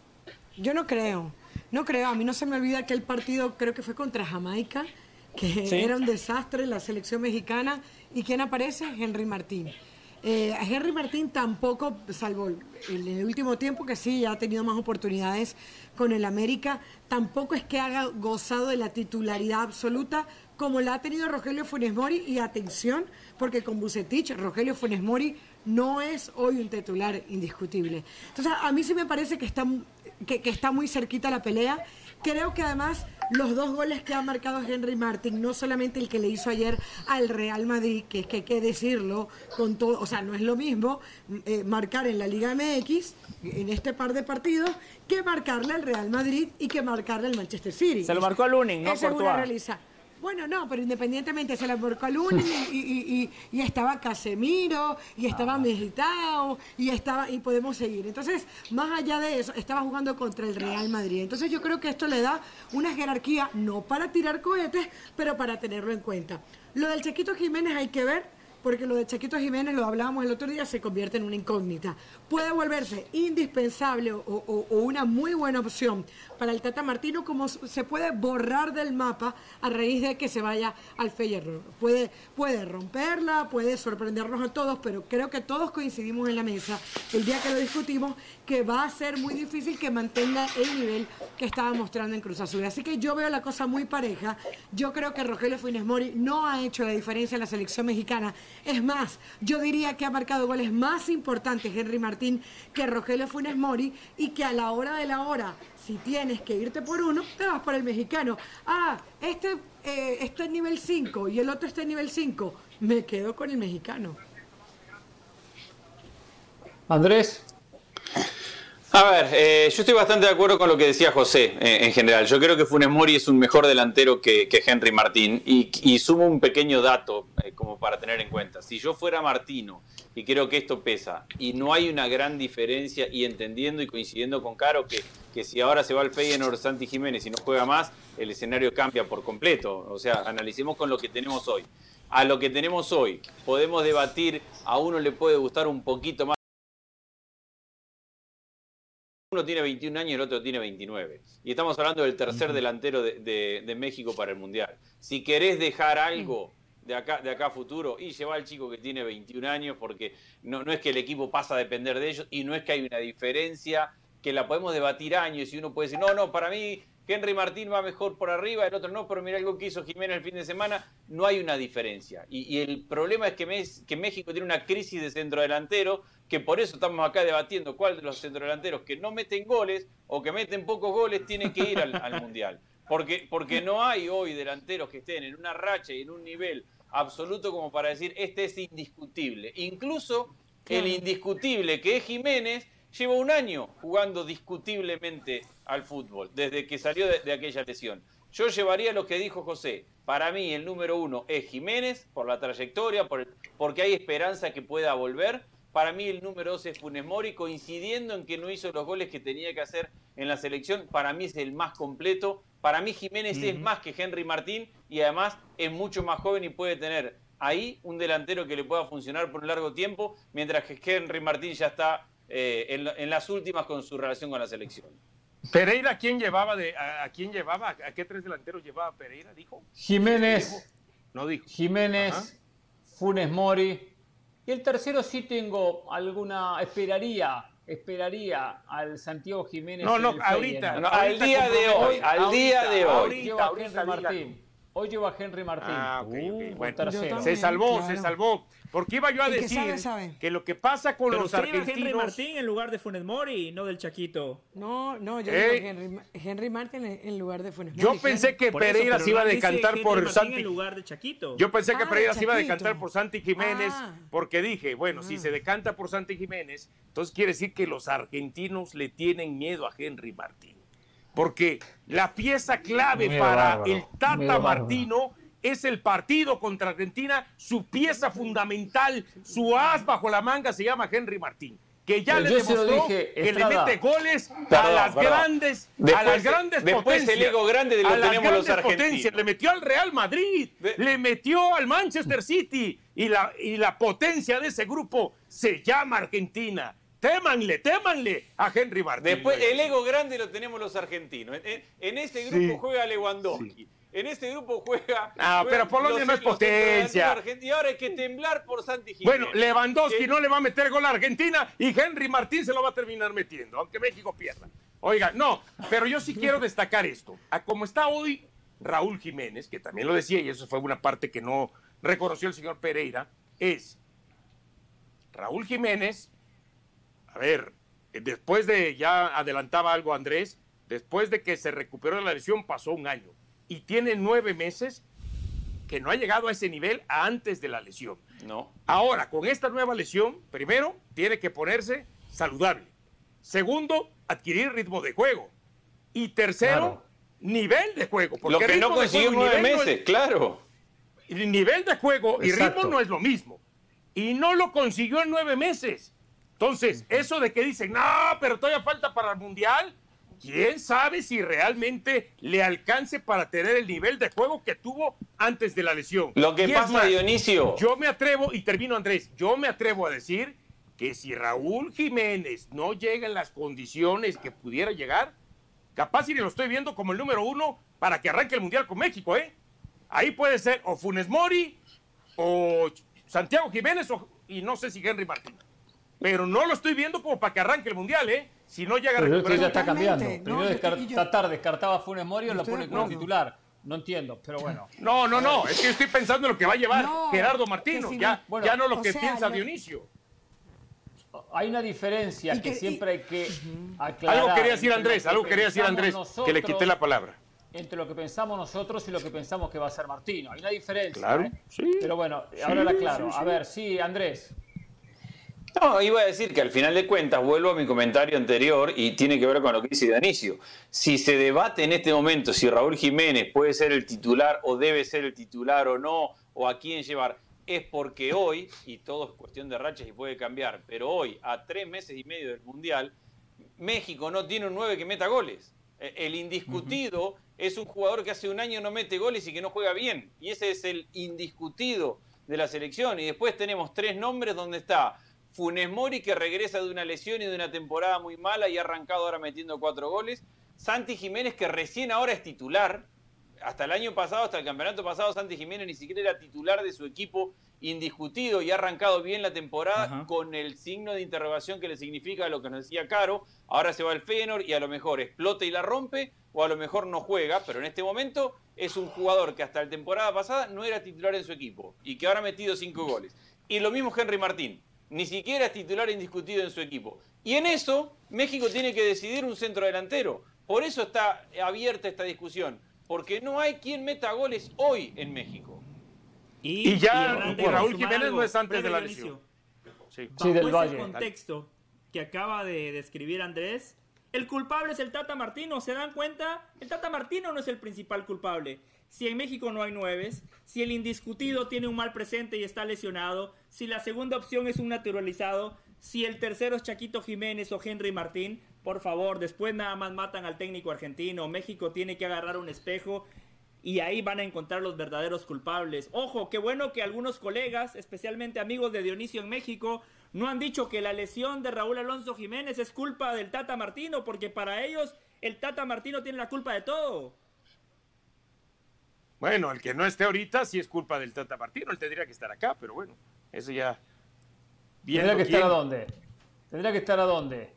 Yo no creo, no creo, a mí no se me olvida que el partido, creo que fue contra Jamaica, que sí. era un desastre la selección mexicana, y ¿quién aparece? Henry Martín. Eh, Henry Martín tampoco, salvo en el último tiempo, que sí, ya ha tenido más oportunidades con el América, tampoco es que haya gozado de la titularidad absoluta como la ha tenido Rogelio Funes Mori. Y atención, porque con Vucetich, Rogelio Funes Mori no es hoy un titular indiscutible. Entonces, a mí sí me parece que está, que, que está muy cerquita la pelea. Creo que además los dos goles que ha marcado Henry Martín, no solamente el que le hizo ayer al Real Madrid, que es que hay que decirlo con todo, o sea, no es lo mismo eh, marcar en la Liga M X, en este par de partidos, que marcarle al Real Madrid y que marcarle al Manchester City. Se lo marcó a Lunin, no Esa es una Courtois. realiza. Bueno, no, pero independientemente se la marcó a Lunin y, y, y, y estaba Casemiro, y estaba Militao, y estaba, y podemos seguir. Entonces, más allá de eso, estaba jugando contra el Real Madrid. Entonces yo creo que esto le da una jerarquía, no para tirar cohetes, pero para tenerlo en cuenta. Lo del Chaquito Jiménez hay que ver, porque lo de Chaquito Jiménez, lo hablábamos el otro día, se convierte en una incógnita. Puede volverse indispensable o, o, o una muy buena opción para el Tata Martino, como se puede borrar del mapa a raíz de que se vaya al Feyenoord. Puede, puede romperla, puede sorprendernos a todos, pero creo que todos coincidimos en la mesa el día que lo discutimos, que va a ser muy difícil que mantenga el nivel que estaba mostrando en Cruz Azul. Así que yo veo la cosa muy pareja. Yo creo que Rogelio Funes Mori no ha hecho la diferencia en la selección mexicana. Es más, yo diría que ha marcado goles más importantes Henry Martín que Rogelio Funes Mori, y que a la hora de la hora, si tienes que irte por uno, te vas por el mexicano. Ah, este eh, está en nivel cinco y el otro está en nivel cinco. Me quedo con el mexicano. Andrés. A ver, eh, yo estoy bastante de acuerdo con lo que decía José eh, en general. Yo creo que Funes Mori es un mejor delantero que, que Henry Martín, y, y sumo un pequeño dato eh, como para tener en cuenta. Si yo fuera Martino, y creo que esto pesa, y no hay una gran diferencia, y entendiendo y coincidiendo con Caro que, que si ahora se va al Feyenoord Santi Jiménez y no juega más, el escenario cambia por completo. O sea, analicemos con lo que tenemos hoy. A lo que tenemos hoy, podemos debatir, a uno le puede gustar un poquito más. Uno tiene veintiún años y el otro tiene veintinueve. Y estamos hablando del tercer delantero de, de, de México para el Mundial. Si querés dejar algo de acá, de acá a futuro, y lleva al chico que tiene veintiún años, porque no, no es que el equipo pasa a depender de ellos, y no es que hay una diferencia que la podemos debatir años, y uno puede decir, no, no, para mí Henry Martín va mejor por arriba, el otro no, pero mira algo que hizo Jiménez el fin de semana. No hay una diferencia. Y, y el problema es que, me, que México tiene una crisis de centrodelantero, que por eso estamos acá debatiendo cuál de los centrodelanteros que no meten goles o que meten pocos goles tienen que ir al, al Mundial. Porque, porque no hay hoy delanteros que estén en una racha y en un nivel absoluto como para decir, este es indiscutible. Incluso el indiscutible que es Jiménez lleva un año jugando discutiblemente al fútbol, desde que salió de, de aquella lesión. Yo llevaría lo que dijo José. Para mí el número uno es Jiménez, por la trayectoria, por el, porque hay esperanza que pueda volver. Para mí el número dos es Funes Mori, coincidiendo en que no hizo los goles que tenía que hacer en la selección. Para mí es el más completo. Para mí Jiménez uh-huh. es más que Henry Martín y además es mucho más joven y puede tener ahí un delantero que le pueda funcionar por un largo tiempo, mientras que Henry Martín ya está eh, en, en las últimas con su relación con la selección. Pereira, ¿quién llevaba? De, a, ¿A quién llevaba? ¿A qué tres delanteros llevaba Pereira? ¿Dijo? Jiménez. ¿Dijo? No dijo. Jiménez, Ajá. Funes Mori. Y el tercero sí tengo alguna, esperaría, esperaría al Santiago Jiménez. No, no, el ahorita, Feyenoord. no, al día de hoy, al ahorita, día de hoy. Hoy lleva a Henry Martín. Hoy lleva a Henry Martín. Ah, ok, ok. Uh, Bueno, tercero. se salvó, claro. se salvó. Porque iba yo a El que decir sabe, sabe. que lo que pasa con Pero los usted iba a argentinos... Henry Martín en lugar de Funes Mori, no del Chaquito. No, no, yo Ey. digo Henry, Henry Martin en, en lugar de Funes Yo Mori, pensé claro. que Por eso, Pereira pero se iba a Hernán dice decantar Henry por Martín Santi. en lugar de Chaquito. Yo pensé que Ah, Pereira de se iba a Chaquito. decantar por Santi Jiménez, Ah. porque dije, bueno, si se decanta por Santi Jiménez, entonces quiere decir que los argentinos le tienen miedo a Henry Martín. Porque la pieza clave Miedo para bárbaro, el Tata miedo bárbaro. Martino es el partido contra Argentina, su pieza fundamental, su as bajo la manga se llama Henry Martín, que ya Pero le yo se lo demostró dije, que Estrada. le mete goles a Perdón, las perdón. grandes, a Después- las grandes después potencias. el ego grande lo a las tenemos los grandes argentinos. potencias. Le metió al Real Madrid, Ve- le metió al Manchester City y la, y la potencia de ese grupo se llama Argentina. Témanle, témanle a Henry Martín. Después, Luego. el ego grande lo tenemos los argentinos. En, en- en este grupo Sí. juega Lewandowski. En este grupo juega. Ah, juegan pero Polonia los- no es los potencia. centrodelanteros argentinos. Y ahora hay que temblar por Santi Jiménez. Bueno, Lewandowski Que- no le va a meter gol a Argentina y Henry Martín se lo va a terminar metiendo, aunque México pierda. Oiga, no, pero yo sí quiero destacar esto. A como está hoy Raúl Jiménez, que también lo decía, y eso fue una parte que no reconoció el señor Pereira, es Raúl Jiménez, a ver, después de, ya adelantaba algo Andrés, después de que se recuperó de la lesión pasó un año y tiene nueve meses que no ha llegado a ese nivel antes de la lesión. No. Ahora, con esta nueva lesión, primero, tiene que ponerse saludable. Segundo, adquirir ritmo de juego. Y tercero, Claro. nivel de juego. Lo que ritmo no de consiguió en juego y nueve nivel no meses, es- claro. el nivel de juego y Exacto. ritmo no es lo mismo. Y no lo consiguió en nueve meses. Entonces, eso de que dicen, no, pero todavía falta para el Mundial, ¿quién sabe si realmente le alcance para tener el nivel de juego que tuvo antes de la lesión? Lo que Y es pasa, más, Dionisio. yo me atrevo, y termino Andrés, yo me atrevo a decir que si Raúl Jiménez no llega en las condiciones que pudiera llegar, capaz si lo estoy viendo como el número uno para que arranque el Mundial con México, ¿eh? Ahí puede ser o Funes Mori, o Santiago Jiménez, o, y no sé si Henry Martín. Pero no lo estoy viendo como para que arranque el Mundial, ¿eh? Si no llega a Pero es que ya recuperar. está Totalmente. cambiando. No, Primero yo descar- estoy- yo- Tatar descartaba a Funes Mori o lo Estoy pone de como acuerdo. titular. No entiendo, pero bueno. No, no, no, es que estoy pensando en lo que va a llevar No, Gerardo que Martino, si ya, no- bueno, ya no lo o que sea, piensa lo- Dionisio. Hay una diferencia Y que, que- siempre hay que aclarar. Algo quería decir entre Andrés, lo que algo quería decir pensamos Andrés, que le quité la palabra. Entre lo que pensamos nosotros y lo que pensamos que va a ser Martino. Hay una diferencia. Claro, ¿eh? sí. Pero bueno, ahora la aclaro. A ver, sí, Andrés. No, iba a decir que al final de cuentas, vuelvo a mi comentario anterior y tiene que ver con lo que dice Dionisio. Si se debate en este momento si Raúl Jiménez puede ser el titular o debe ser el titular o no, o a quién llevar, es porque hoy, y todo es cuestión de rachas y puede cambiar, pero hoy, a tres meses y medio del Mundial, México no tiene un nueve que meta goles. El indiscutido uh-huh. es un jugador que hace un año no mete goles y que no juega bien. Y ese es el indiscutido de la selección. Y después tenemos tres nombres donde está Funes Mori, que regresa de una lesión y de una temporada muy mala y ha arrancado ahora metiendo cuatro goles. Santi Jiménez, que recién ahora es titular. Hasta el año pasado, hasta el campeonato pasado, Santi Jiménez ni siquiera era titular de su equipo, indiscutido, y ha arrancado bien la temporada. Ajá. Con el signo de interrogación que le significa lo que nos decía Caro. Ahora se va al Feyenoord y a lo mejor explota y la rompe, o a lo mejor no juega, pero en este momento es un jugador que hasta la temporada pasada no era titular en su equipo y que ahora ha metido cinco goles. Y lo mismo Henry Martín, ni siquiera es titular indiscutido en su equipo. Y en eso México tiene que decidir un centro delantero. Por eso está abierta esta discusión, porque no hay quien meta goles hoy en México. Y, y ya y Raúl Jiménez algo, no es antes de la lesión. Sí, sí, del Valle. El contexto que acaba de describir Andrés, El culpable es el Tata Martino, ¿se dan cuenta? El Tata Martino no es el principal culpable. Si en México no hay nueves, si el indiscutido tiene un mal presente y está lesionado, si la segunda opción es un naturalizado, si el tercero es Chaquito Jiménez o Henry Martín, por favor, después nada más matan al técnico argentino. México tiene que agarrar un espejo y ahí van a encontrar los verdaderos culpables. Ojo, qué bueno que algunos colegas, especialmente amigos de Dionisio en México, no han dicho que la lesión de Raúl Alonso Jiménez es culpa del Tata Martino, porque para ellos el Tata Martino tiene la culpa de todo. Bueno, el que no esté ahorita sí es culpa del Tata Martino, él tendría que estar acá, pero bueno, eso ya... ¿Tendría que estar a dónde? ¿Tendría que estar a dónde?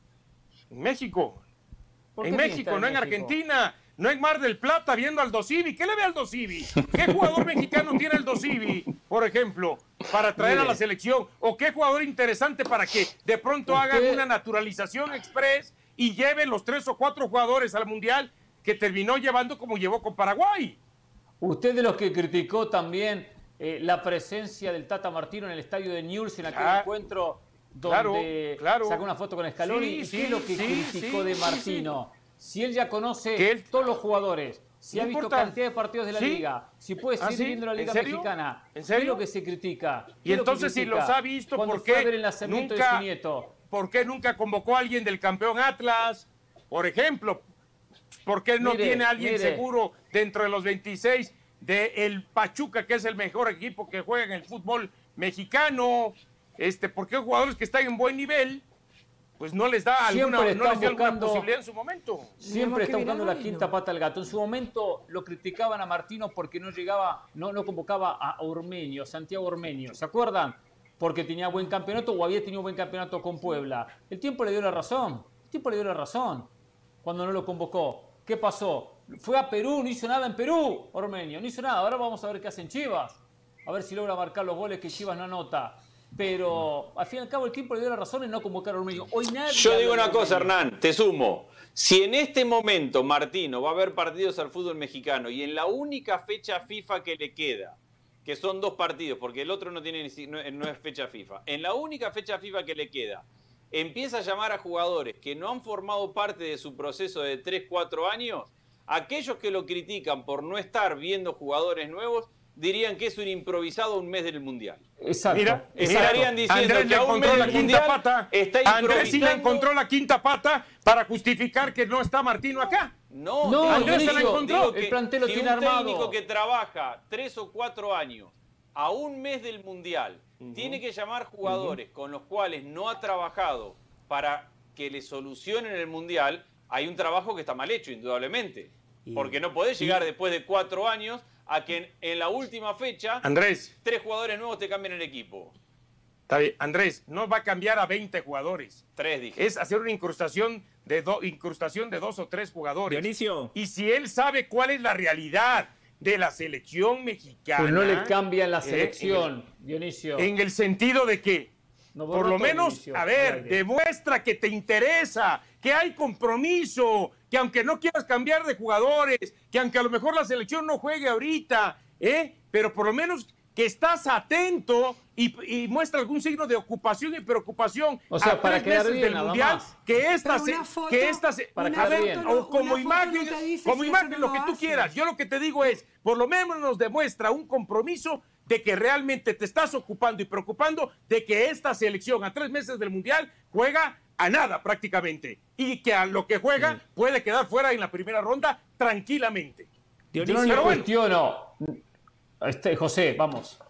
En México. En México, en no en México? Argentina, no en Mar del Plata viendo al Dosivi. ¿Qué le ve al Dosivi? ¿Qué jugador mexicano tiene el Dosivi, por ejemplo, para traer Mire. a la selección? ¿O qué jugador interesante para que de pronto Usted- hagan una naturalización express y lleven los tres o cuatro jugadores al Mundial que terminó llevando como llevó con Paraguay? Usted de los que criticó también eh, la presencia del Tata Martino en el estadio de Newell's en aquel Ah, encuentro claro, donde claro. sacó una foto con Scaloni. Sí, ¿Y sí, qué es lo que sí, criticó sí, de sí, Martino? Si él ya conoce Que él- todos los jugadores, si No ha visto importa. cantidad de partidos de la ¿Sí? liga, si puede ¿Ah, seguir sí? viendo la ¿En liga serio? mexicana, ¿En ¿qué es serio? lo que se critica? ¿Qué Y es lo que entonces si critica? los ha visto, Cuando ¿por fue a qué ver el nacimiento de nunca, su nieto? ¿por qué nunca convocó a alguien del campeón Atlas? Por ejemplo, ¿por qué no Mire, tiene a alguien mire. seguro dentro de los veintiséis de el Pachuca, que es el mejor equipo que juega en el fútbol mexicano? Este, ¿por qué jugadores que están en buen nivel, pues no les da Siempre alguna, no están les da alguna buscando- posibilidad en su momento? Siempre está que buscando viene la al quinta reino. pata al gato. En su momento lo criticaban a Martino porque no llegaba, no, no convocaba a Ormeño, Santiago Ormeño. ¿Se acuerdan? Porque tenía buen campeonato o había tenido buen campeonato con Puebla. El tiempo le dio la razón. El tiempo le dio la razón cuando no lo convocó. ¿Qué pasó? Fue a Perú, no hizo nada en Perú, Ormeño. No hizo nada. Ahora vamos a ver qué hacen Chivas. A ver si logra marcar los goles que Chivas no anota. Pero al fin y al cabo el tiempo le dio la razón en no convocar a Ormeño. Hoy nadie Yo habla digo de una cosa, Ormeño. Hernán, te sumo. Si en este momento Martino va a ver partidos al fútbol mexicano y en la única fecha FIFA que le queda, que son dos partidos, porque el otro no tiene ni si- no, no es fecha FIFA, en la única fecha FIFA que le queda, empieza a llamar a jugadores que no han formado parte de su proceso de tres cuatro años, aquellos que lo critican por no estar viendo jugadores nuevos, dirían que es un improvisado a un mes del Mundial. Exacto. Mira, Estarían mira, diciendo Andrés que le a un encontró mes la del quinta Mundial pata. está Andrés sí le improvisando. encontró la quinta pata para justificar que no está Martino acá. No, No, digo- Andrés se la digo encontró. que El plantel lo si tiene un armado. técnico que trabaja tres o cuatro años a un mes del Mundial tiene que llamar jugadores con los cuales no ha trabajado para que le solucionen el Mundial, hay un trabajo que está mal hecho, indudablemente. Y- Porque no podés llegar después de cuatro años a que en, en la última fecha Andrés, tres jugadores nuevos te cambien el equipo. está bien. Andrés, no va a cambiar a veinte jugadores. Tres, dije. Es hacer una incrustación de, do- incrustación de dos o tres jugadores. Dionisio. Y si él sabe cuál es la realidad de la selección mexicana. Pues no le cambian la eh, selección, Dionisio. En el sentido de que, No, por lo borra todo, menos, Dionisio, a al ver, aire. demuestra que te interesa, que hay compromiso, que aunque no quieras cambiar de jugadores, que aunque a lo mejor la selección no juegue ahorita, ¿eh? Pero por lo menos que estás atento y, y muestra algún signo de ocupación y preocupación. O sea, a para tres quedar meses bien, del nada mundial, más. que esta Pero se- una foto- que esta se- Para a quedar ver, bien. o Una como foto imagen, no te dice como si imagen eso lo no que lo tú hace. quieras. Yo lo que te digo es, por lo menos nos demuestra un compromiso de que realmente te estás ocupando y preocupando de que esta selección a tres meses del mundial juega a nada prácticamente y que a lo que juega puede quedar fuera en la primera ronda tranquilamente. Yo Dionisio, no le pero bueno. cuestiono. Este, José, vamos.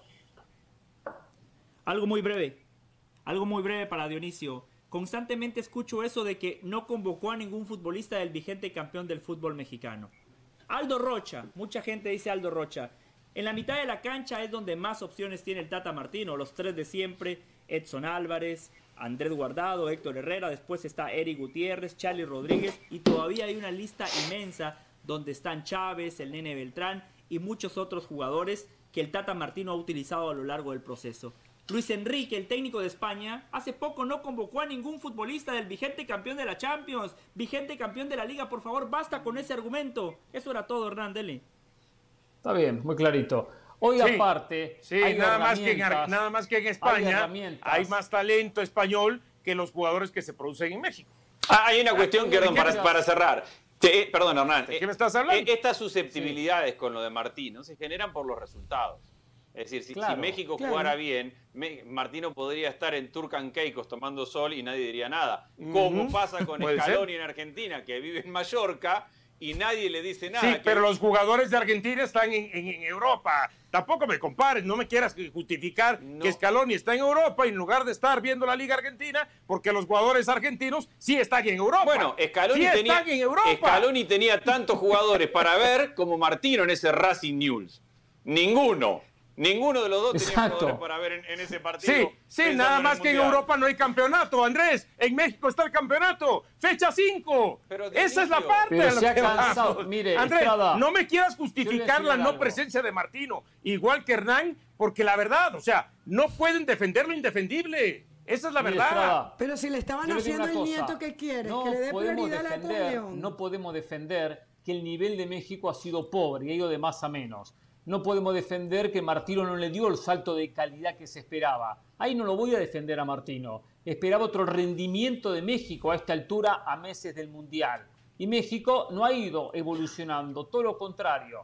Algo muy breve. Algo muy breve para Dionisio. Constantemente escucho eso de que no convocó a ningún futbolista del vigente campeón del fútbol mexicano. Aldo Rocha. Mucha gente dice Aldo Rocha. En la mitad de la cancha es donde más opciones tiene el Tata Martino. Los tres de siempre. Edson Álvarez, Andrés Guardado, Héctor Herrera. Después está Eric Gutiérrez, Charly Rodríguez. Y todavía hay una lista inmensa donde están Chávez, el Nene Beltrán y muchos otros jugadores que el Tata Martino ha utilizado a lo largo del proceso. Luis Enrique, el técnico de España, hace poco no convocó a ningún futbolista del vigente campeón de la Champions, vigente campeón de la Liga. Por favor, basta con ese argumento. Eso era todo, Hernán, dele. Está bien, muy clarito. Hoy Sí, aparte, Sí, hay nada más, que en, Ar- herramientas, nada más que en hay España herramientas. hay más talento español que los jugadores que se producen en México. Ah, hay una cuestión, perdón, para, para cerrar. Te, eh, perdón, Hernán. ¿De qué me estás hablando? Eh, estas susceptibilidades sí. con lo de Martino se generan por los resultados. Es decir, si, claro, si México claro. jugara bien, me, Martino podría estar en Turcan Caicos tomando sol y nadie diría nada. Como uh-huh. pasa con Scaloni en Argentina, que vive en Mallorca y nadie le dice nada. Sí, que... pero los jugadores de Argentina están en, en, en Europa. Tampoco me compares, no me quieras justificar no. que Scaloni está en Europa en lugar de estar viendo la Liga Argentina, porque los jugadores argentinos sí están en Europa. Bueno, Scaloni, sí tenía, están en Europa. Scaloni tenía tantos jugadores para ver como Martino en ese Racing News. Ninguno. Ninguno de los dos tenía Exacto. jugadores para ver en, en ese partido. Sí, sí, nada más que en Europa no hay campeonato, Andrés. En México está el campeonato. Fecha cinco. Esa es la parte Pero de se lo ha que cansado. vamos. Mire, Andrés, Estrada, no me quieras justificar la no algo. presencia de Martino, igual que Hernán, porque la verdad, o sea, no pueden defender lo indefendible. Esa es la Mire, verdad. Estrada, pero si le estaban haciendo el nieto que quiere, no que le dé podemos prioridad a la defender, León. No podemos defender que el nivel de México ha sido pobre y ha ido de más a menos. No podemos defender que Martino no le dio el salto de calidad que se esperaba. Ahí no lo voy a defender a Martino. Esperaba otro rendimiento de México a esta altura, a meses del Mundial. Y México no ha ido evolucionando, todo lo contrario.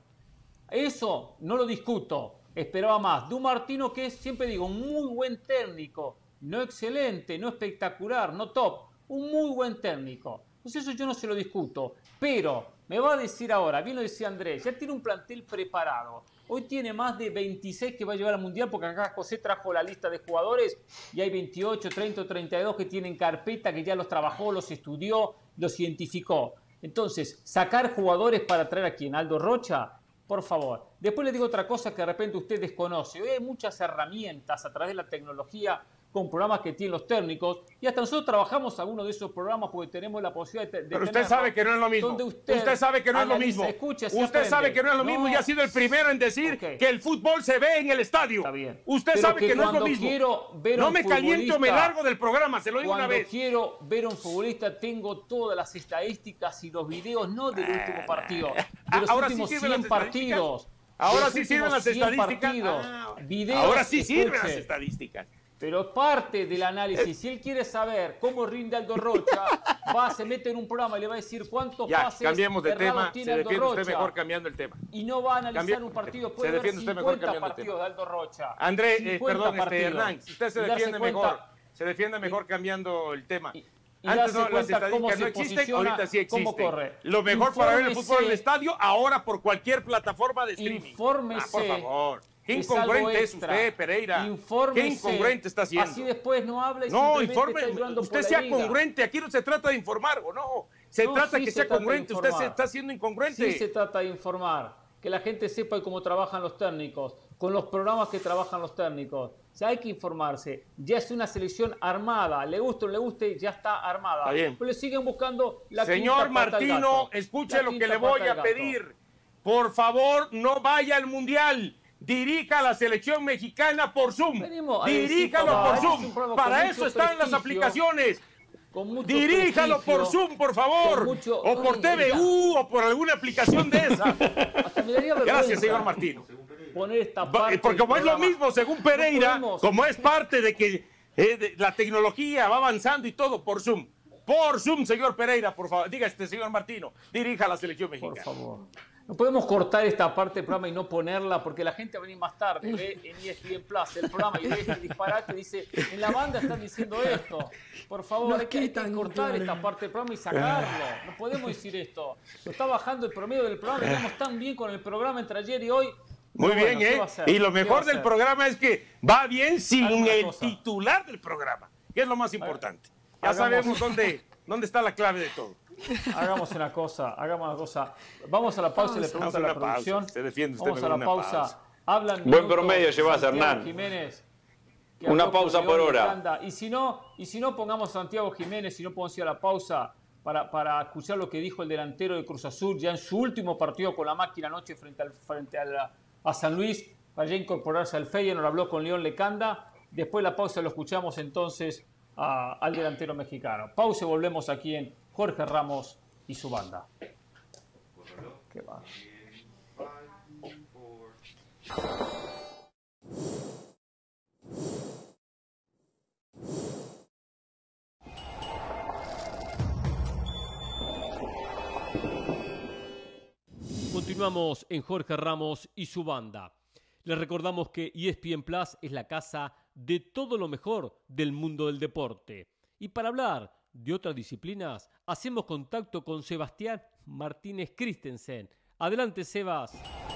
Eso no lo discuto. Esperaba más de un Martino que es, siempre digo, un muy buen técnico. No excelente, no espectacular, no top. Un muy buen técnico. Entonces eso yo no se lo discuto. Pero me va a decir ahora, bien lo decía Andrés, ya tiene un plantel preparado. Hoy tiene más de veintiséis que va a llevar al Mundial, porque acá José trajo la lista de jugadores y hay veintiocho, treinta o treinta y dos que tienen carpeta, que ya los trabajó, los estudió, los identificó. Entonces, sacar jugadores para traer a quien, Aldo Rocha, por favor. Después les digo otra cosa que de repente usted desconoce. Hoy hay muchas herramientas a través de la tecnología con programas que tienen los técnicos, y hasta nosotros trabajamos algunos de esos programas porque tenemos la posibilidad de, de Pero usted sabe que no es lo mismo. Usted, usted sabe que no es lo mismo. Escucha, usted aprende. sabe que no es lo mismo no. y ha sido el primero en decir okay. que el fútbol se ve en el estadio. Está bien. Usted Pero sabe que, que no es lo mismo. Quiero ver no me caliento, me largo del programa, se lo digo una vez. Cuando quiero ver a un futbolista tengo todas las estadísticas y los videos, no del último partido, de los Ahora últimos sí cien partidos. Ahora sí sirven las estadísticas. Ah, videos, ahora sí escuche. sirven las estadísticas. Pero parte del análisis, si él quiere saber cómo rinde Aldo Rocha, va, se mete en un programa y le va a decir cuántos ya, pases cambiemos de tema, tiene se Aldo defiende Rocha. usted mejor cambiando el tema. Y no va a analizar Cambie, un partido, se puede ver cincuenta partidos de Aldo Rocha. André, eh, perdón, este, Hernán, usted se defiende mejor, se defiende mejor sí. cambiando el tema. Y, y Antes no, las estadísticas no existen, ahorita sí existen. ¿Cómo corre? Lo mejor Infórmese, para ver el fútbol en el estadio, ahora por cualquier plataforma de streaming. Infórmese. Ah, por favor. Qué incongruente es usted, Pereira. Infórmese. Qué incongruente está haciendo. Así después no habla y no, informe. Está usted sea liga. congruente. Aquí no se trata de informar, ¿o no? Se no, trata sí que se sea congruente. Usted se está siendo incongruente. Sí se trata de informar. Que la gente sepa cómo trabajan los técnicos, con los programas que trabajan los técnicos. O sea, hay que informarse. Ya es una selección armada. Le guste o no le guste, ya está armada. Está bien. Pero le siguen buscando la Señor quinta pata Martino, al gato. escuche La lo que quinta le voy pata a al pedir. Por favor, no vaya al Mundial. Dirija a la selección mexicana por Zoom. Venimos, Diríjalo decir, por es Zoom. Para eso están las aplicaciones. Diríjalo por Zoom, por favor. Mucho, o por T V U o por alguna aplicación de esa. Gracias, señor Martino. Poner esta parte Porque como es lo mismo, según Pereira, no como es parte de que eh, de, la tecnología va avanzando y todo, por Zoom. Por Zoom, señor Pereira, por favor. Diga este señor Martino, dirija a la selección mexicana. Por favor. No podemos cortar esta parte del programa y no ponerla porque la gente va a venir más tarde, ve en E S P N Plus el programa y ve este disparate y dice, en la banda están diciendo esto. Por favor, no hay, que, hay que cortar claro. esta parte del programa y sacarlo. No podemos decir esto. Lo está bajando el promedio del programa. Estamos tan bien con el programa entre ayer y hoy. Muy Pero bien, bueno, ¿eh? Y lo mejor del programa es que va bien sin el cosa. titular del programa, que es lo más importante. Ya Hagamos. sabemos dónde, dónde está la clave de todo. Hagamos una cosa, hagamos una cosa. Vamos a la pausa y le pregunto a la producción. Pausa. Se defiende usted Vamos a la pausa. pausa. Hablan Buen promedio llevas, Hernán. Jiménez, una pausa por hora. Y si no, y si no pongamos a Santiago Jiménez, si no podemos ir a la pausa para, para escuchar lo que dijo el delantero de Cruz Azul ya en su último partido con la máquina anoche frente, al, frente a, la, a San Luis, para ya incorporarse al Feyenoord, habló con León Lecanda. Después de la pausa lo escuchamos entonces a, al delantero mexicano. Pausa y volvemos aquí en Jorge Ramos y su banda. Qué va. Continuamos en Jorge Ramos y su banda. Les recordamos que E S P N Plus es la casa de todo lo mejor del mundo del deporte. Y para hablar de otras disciplinas, hacemos contacto con Sebastián Martínez Christensen. Adelante, Sebas.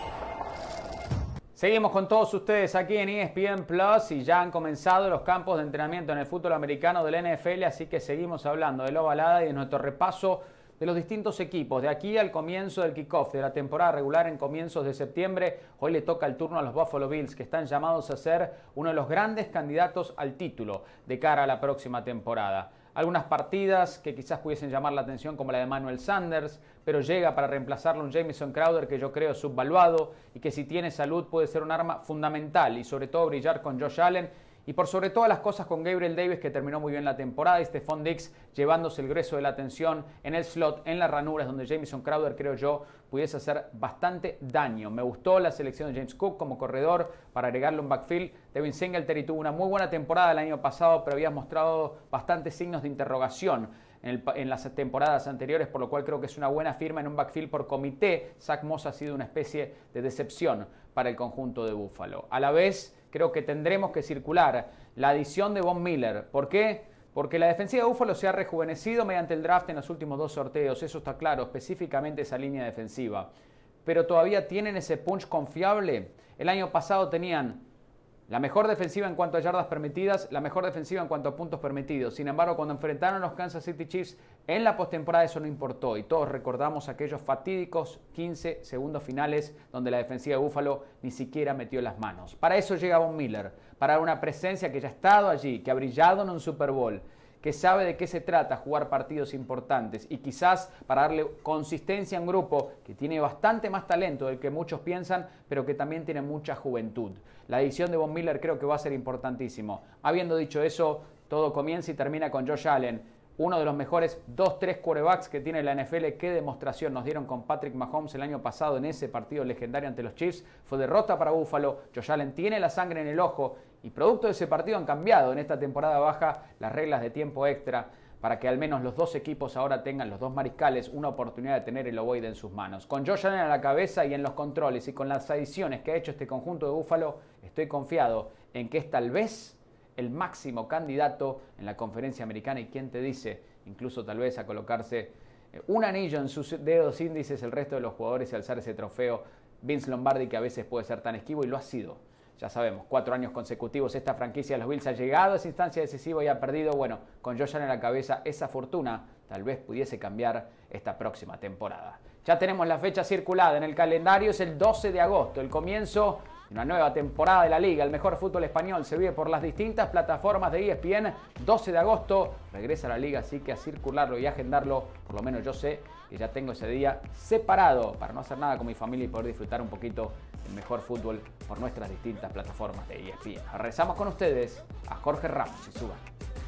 Seguimos con todos ustedes aquí en E S P N Plus y ya han comenzado los campos de entrenamiento en el fútbol americano de la N F L, así que seguimos hablando de la ovalada y de nuestro repaso de los distintos equipos. De aquí al comienzo del kickoff de la temporada regular en comienzos de septiembre, hoy le toca el turno a los Buffalo Bills, que están llamados a ser uno de los grandes candidatos al título de cara a la próxima temporada. Algunas partidas que quizás pudiesen llamar la atención, como la de Manuel Sanders, pero llega para reemplazarlo un Jamison Crowder que yo creo subvaluado y que si tiene salud puede ser un arma fundamental y sobre todo brillar con Josh Allen. Y por sobre todas las cosas con Gabriel Davis, que terminó muy bien la temporada, y Stephon Diggs llevándose el grueso de la atención en el slot, en las ranuras, donde Jamison Crowder, creo yo, pudiese hacer bastante daño. Me gustó la selección de James Cook como corredor para agregarle un backfield. Devin Singletary tuvo una muy buena temporada el año pasado, pero había mostrado bastantes signos de interrogación en, el, en las temporadas anteriores, por lo cual creo que es una buena firma en un backfield por comité. Zach Moss ha sido una especie de decepción para el conjunto de Buffalo. A la vez, creo que tendremos que circular la adición de Von Miller. ¿Por qué? Porque la defensiva de Buffalo se ha rejuvenecido mediante el draft en los últimos dos sorteos. Eso está claro, específicamente esa línea defensiva. Pero todavía tienen ese punch confiable. El año pasado tenían la mejor defensiva en cuanto a yardas permitidas, la mejor defensiva en cuanto a puntos permitidos. Sin embargo, cuando enfrentaron a los Kansas City Chiefs en la postemporada, eso no importó. Y todos recordamos aquellos fatídicos quince segundos finales donde la defensiva de Buffalo ni siquiera metió las manos. Para eso llega Von Miller, para dar una presencia que ya ha estado allí, que ha brillado en un Super Bowl, que sabe de qué se trata jugar partidos importantes y quizás para darle consistencia a un grupo que tiene bastante más talento del que muchos piensan, pero que también tiene mucha juventud. La edición de Von Miller creo que va a ser importantísimo. Habiendo dicho eso, todo comienza y termina con Josh Allen, uno de los mejores dos tres quarterbacks que tiene la N F L. Qué demostración nos dieron con Patrick Mahomes el año pasado en ese partido legendario ante los Chiefs. Fue derrota para Buffalo. Josh Allen tiene la sangre en el ojo y producto de ese partido han cambiado en esta temporada baja las reglas de tiempo extra para que al menos los dos equipos ahora tengan, los dos mariscales, una oportunidad de tener el ovoide en sus manos. Con Josh Allen a la cabeza y en los controles y con las adiciones que ha hecho este conjunto de Buffalo, estoy confiado en que es tal vez el máximo candidato en la conferencia americana y quién te dice, incluso tal vez a colocarse un anillo en sus dedos índices el resto de los jugadores y alzar ese trofeo. Vince Lombardi, que a veces puede ser tan esquivo y lo ha sido. Ya sabemos, cuatro años consecutivos esta franquicia de los Bills ha llegado a esa instancia decisiva y ha perdido. Bueno, con Josh Allen en la cabeza, esa fortuna tal vez pudiese cambiar esta próxima temporada. Ya tenemos la fecha circulada en el calendario, es el doce de agosto, el comienzo de una nueva temporada de la Liga. El mejor fútbol español se vive por las distintas plataformas de E S P N. doce de agosto regresa a la Liga, así que a circularlo y agendarlo, por lo menos yo sé que ya tengo ese día separado para no hacer nada con mi familia y poder disfrutar un poquito del mejor fútbol por nuestras distintas plataformas de E S P N. Regresamos con ustedes a Jorge Ramos y su banda.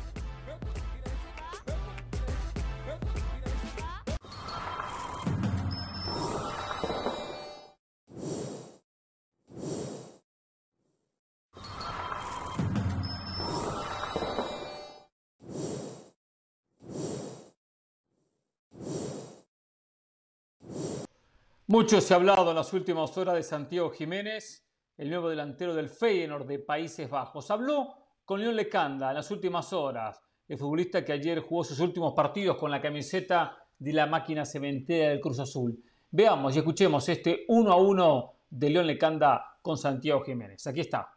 Mucho se ha hablado en las últimas horas de Santiago Jiménez, el nuevo delantero del Feyenoord de Países Bajos. Habló con León Lecanda en las últimas horas, el futbolista que ayer jugó sus últimos partidos con la camiseta de la máquina cementera del Cruz Azul. Veamos y escuchemos este uno a uno de León Lecanda con Santiago Jiménez. Aquí está.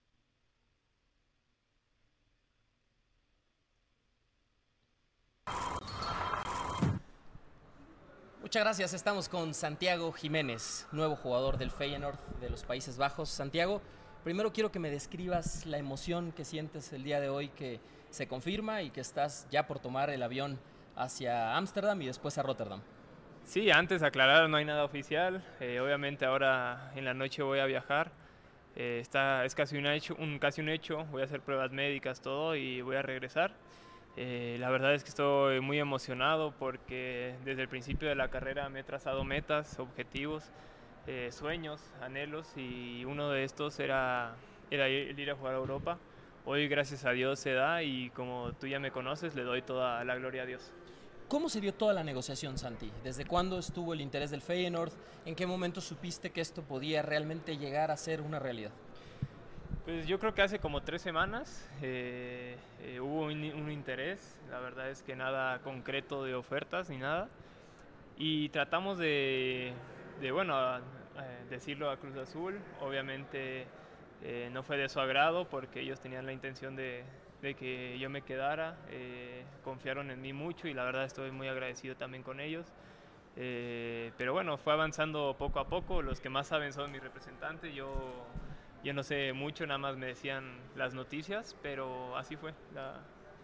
Muchas gracias, estamos con Santiago Jiménez, nuevo jugador del Feyenoord de los Países Bajos. Santiago, primero quiero que me describas la emoción que sientes el día de hoy, que se confirma y que estás ya por tomar el avión hacia Ámsterdam y después a Rotterdam. Sí, antes de aclarar, no hay nada oficial. Eh, obviamente ahora en la noche voy a viajar. Eh, está, es casi un, hecho, un, casi un hecho, voy a hacer pruebas médicas, todo, y voy a regresar. Eh, la verdad es que estoy muy emocionado porque desde el principio de la carrera me he trazado metas, objetivos, eh, sueños, anhelos, y uno de estos era, era ir, ir a jugar a Europa. Hoy, gracias a Dios, se da y como tú ya me conoces, le doy toda la gloria a Dios. ¿Cómo se dio toda la negociación, Santi? ¿Desde cuándo estuvo el interés del Feyenoord? ¿En qué momento supiste que esto podía realmente llegar a ser una realidad? Pues yo creo que hace como tres semanas eh, eh, hubo un, un interés. La verdad es que nada concreto de ofertas ni nada. Y tratamos de, de bueno, a, a decirlo a Cruz Azul. Obviamente eh, no fue de su agrado porque ellos tenían la intención de... de que yo me quedara, eh, confiaron en mí mucho y la verdad estoy muy agradecido también con ellos. Eh, pero bueno, fue avanzando poco a poco, los que más saben son mis representantes, yo, yo no sé mucho, nada más me decían las noticias, pero así fue la,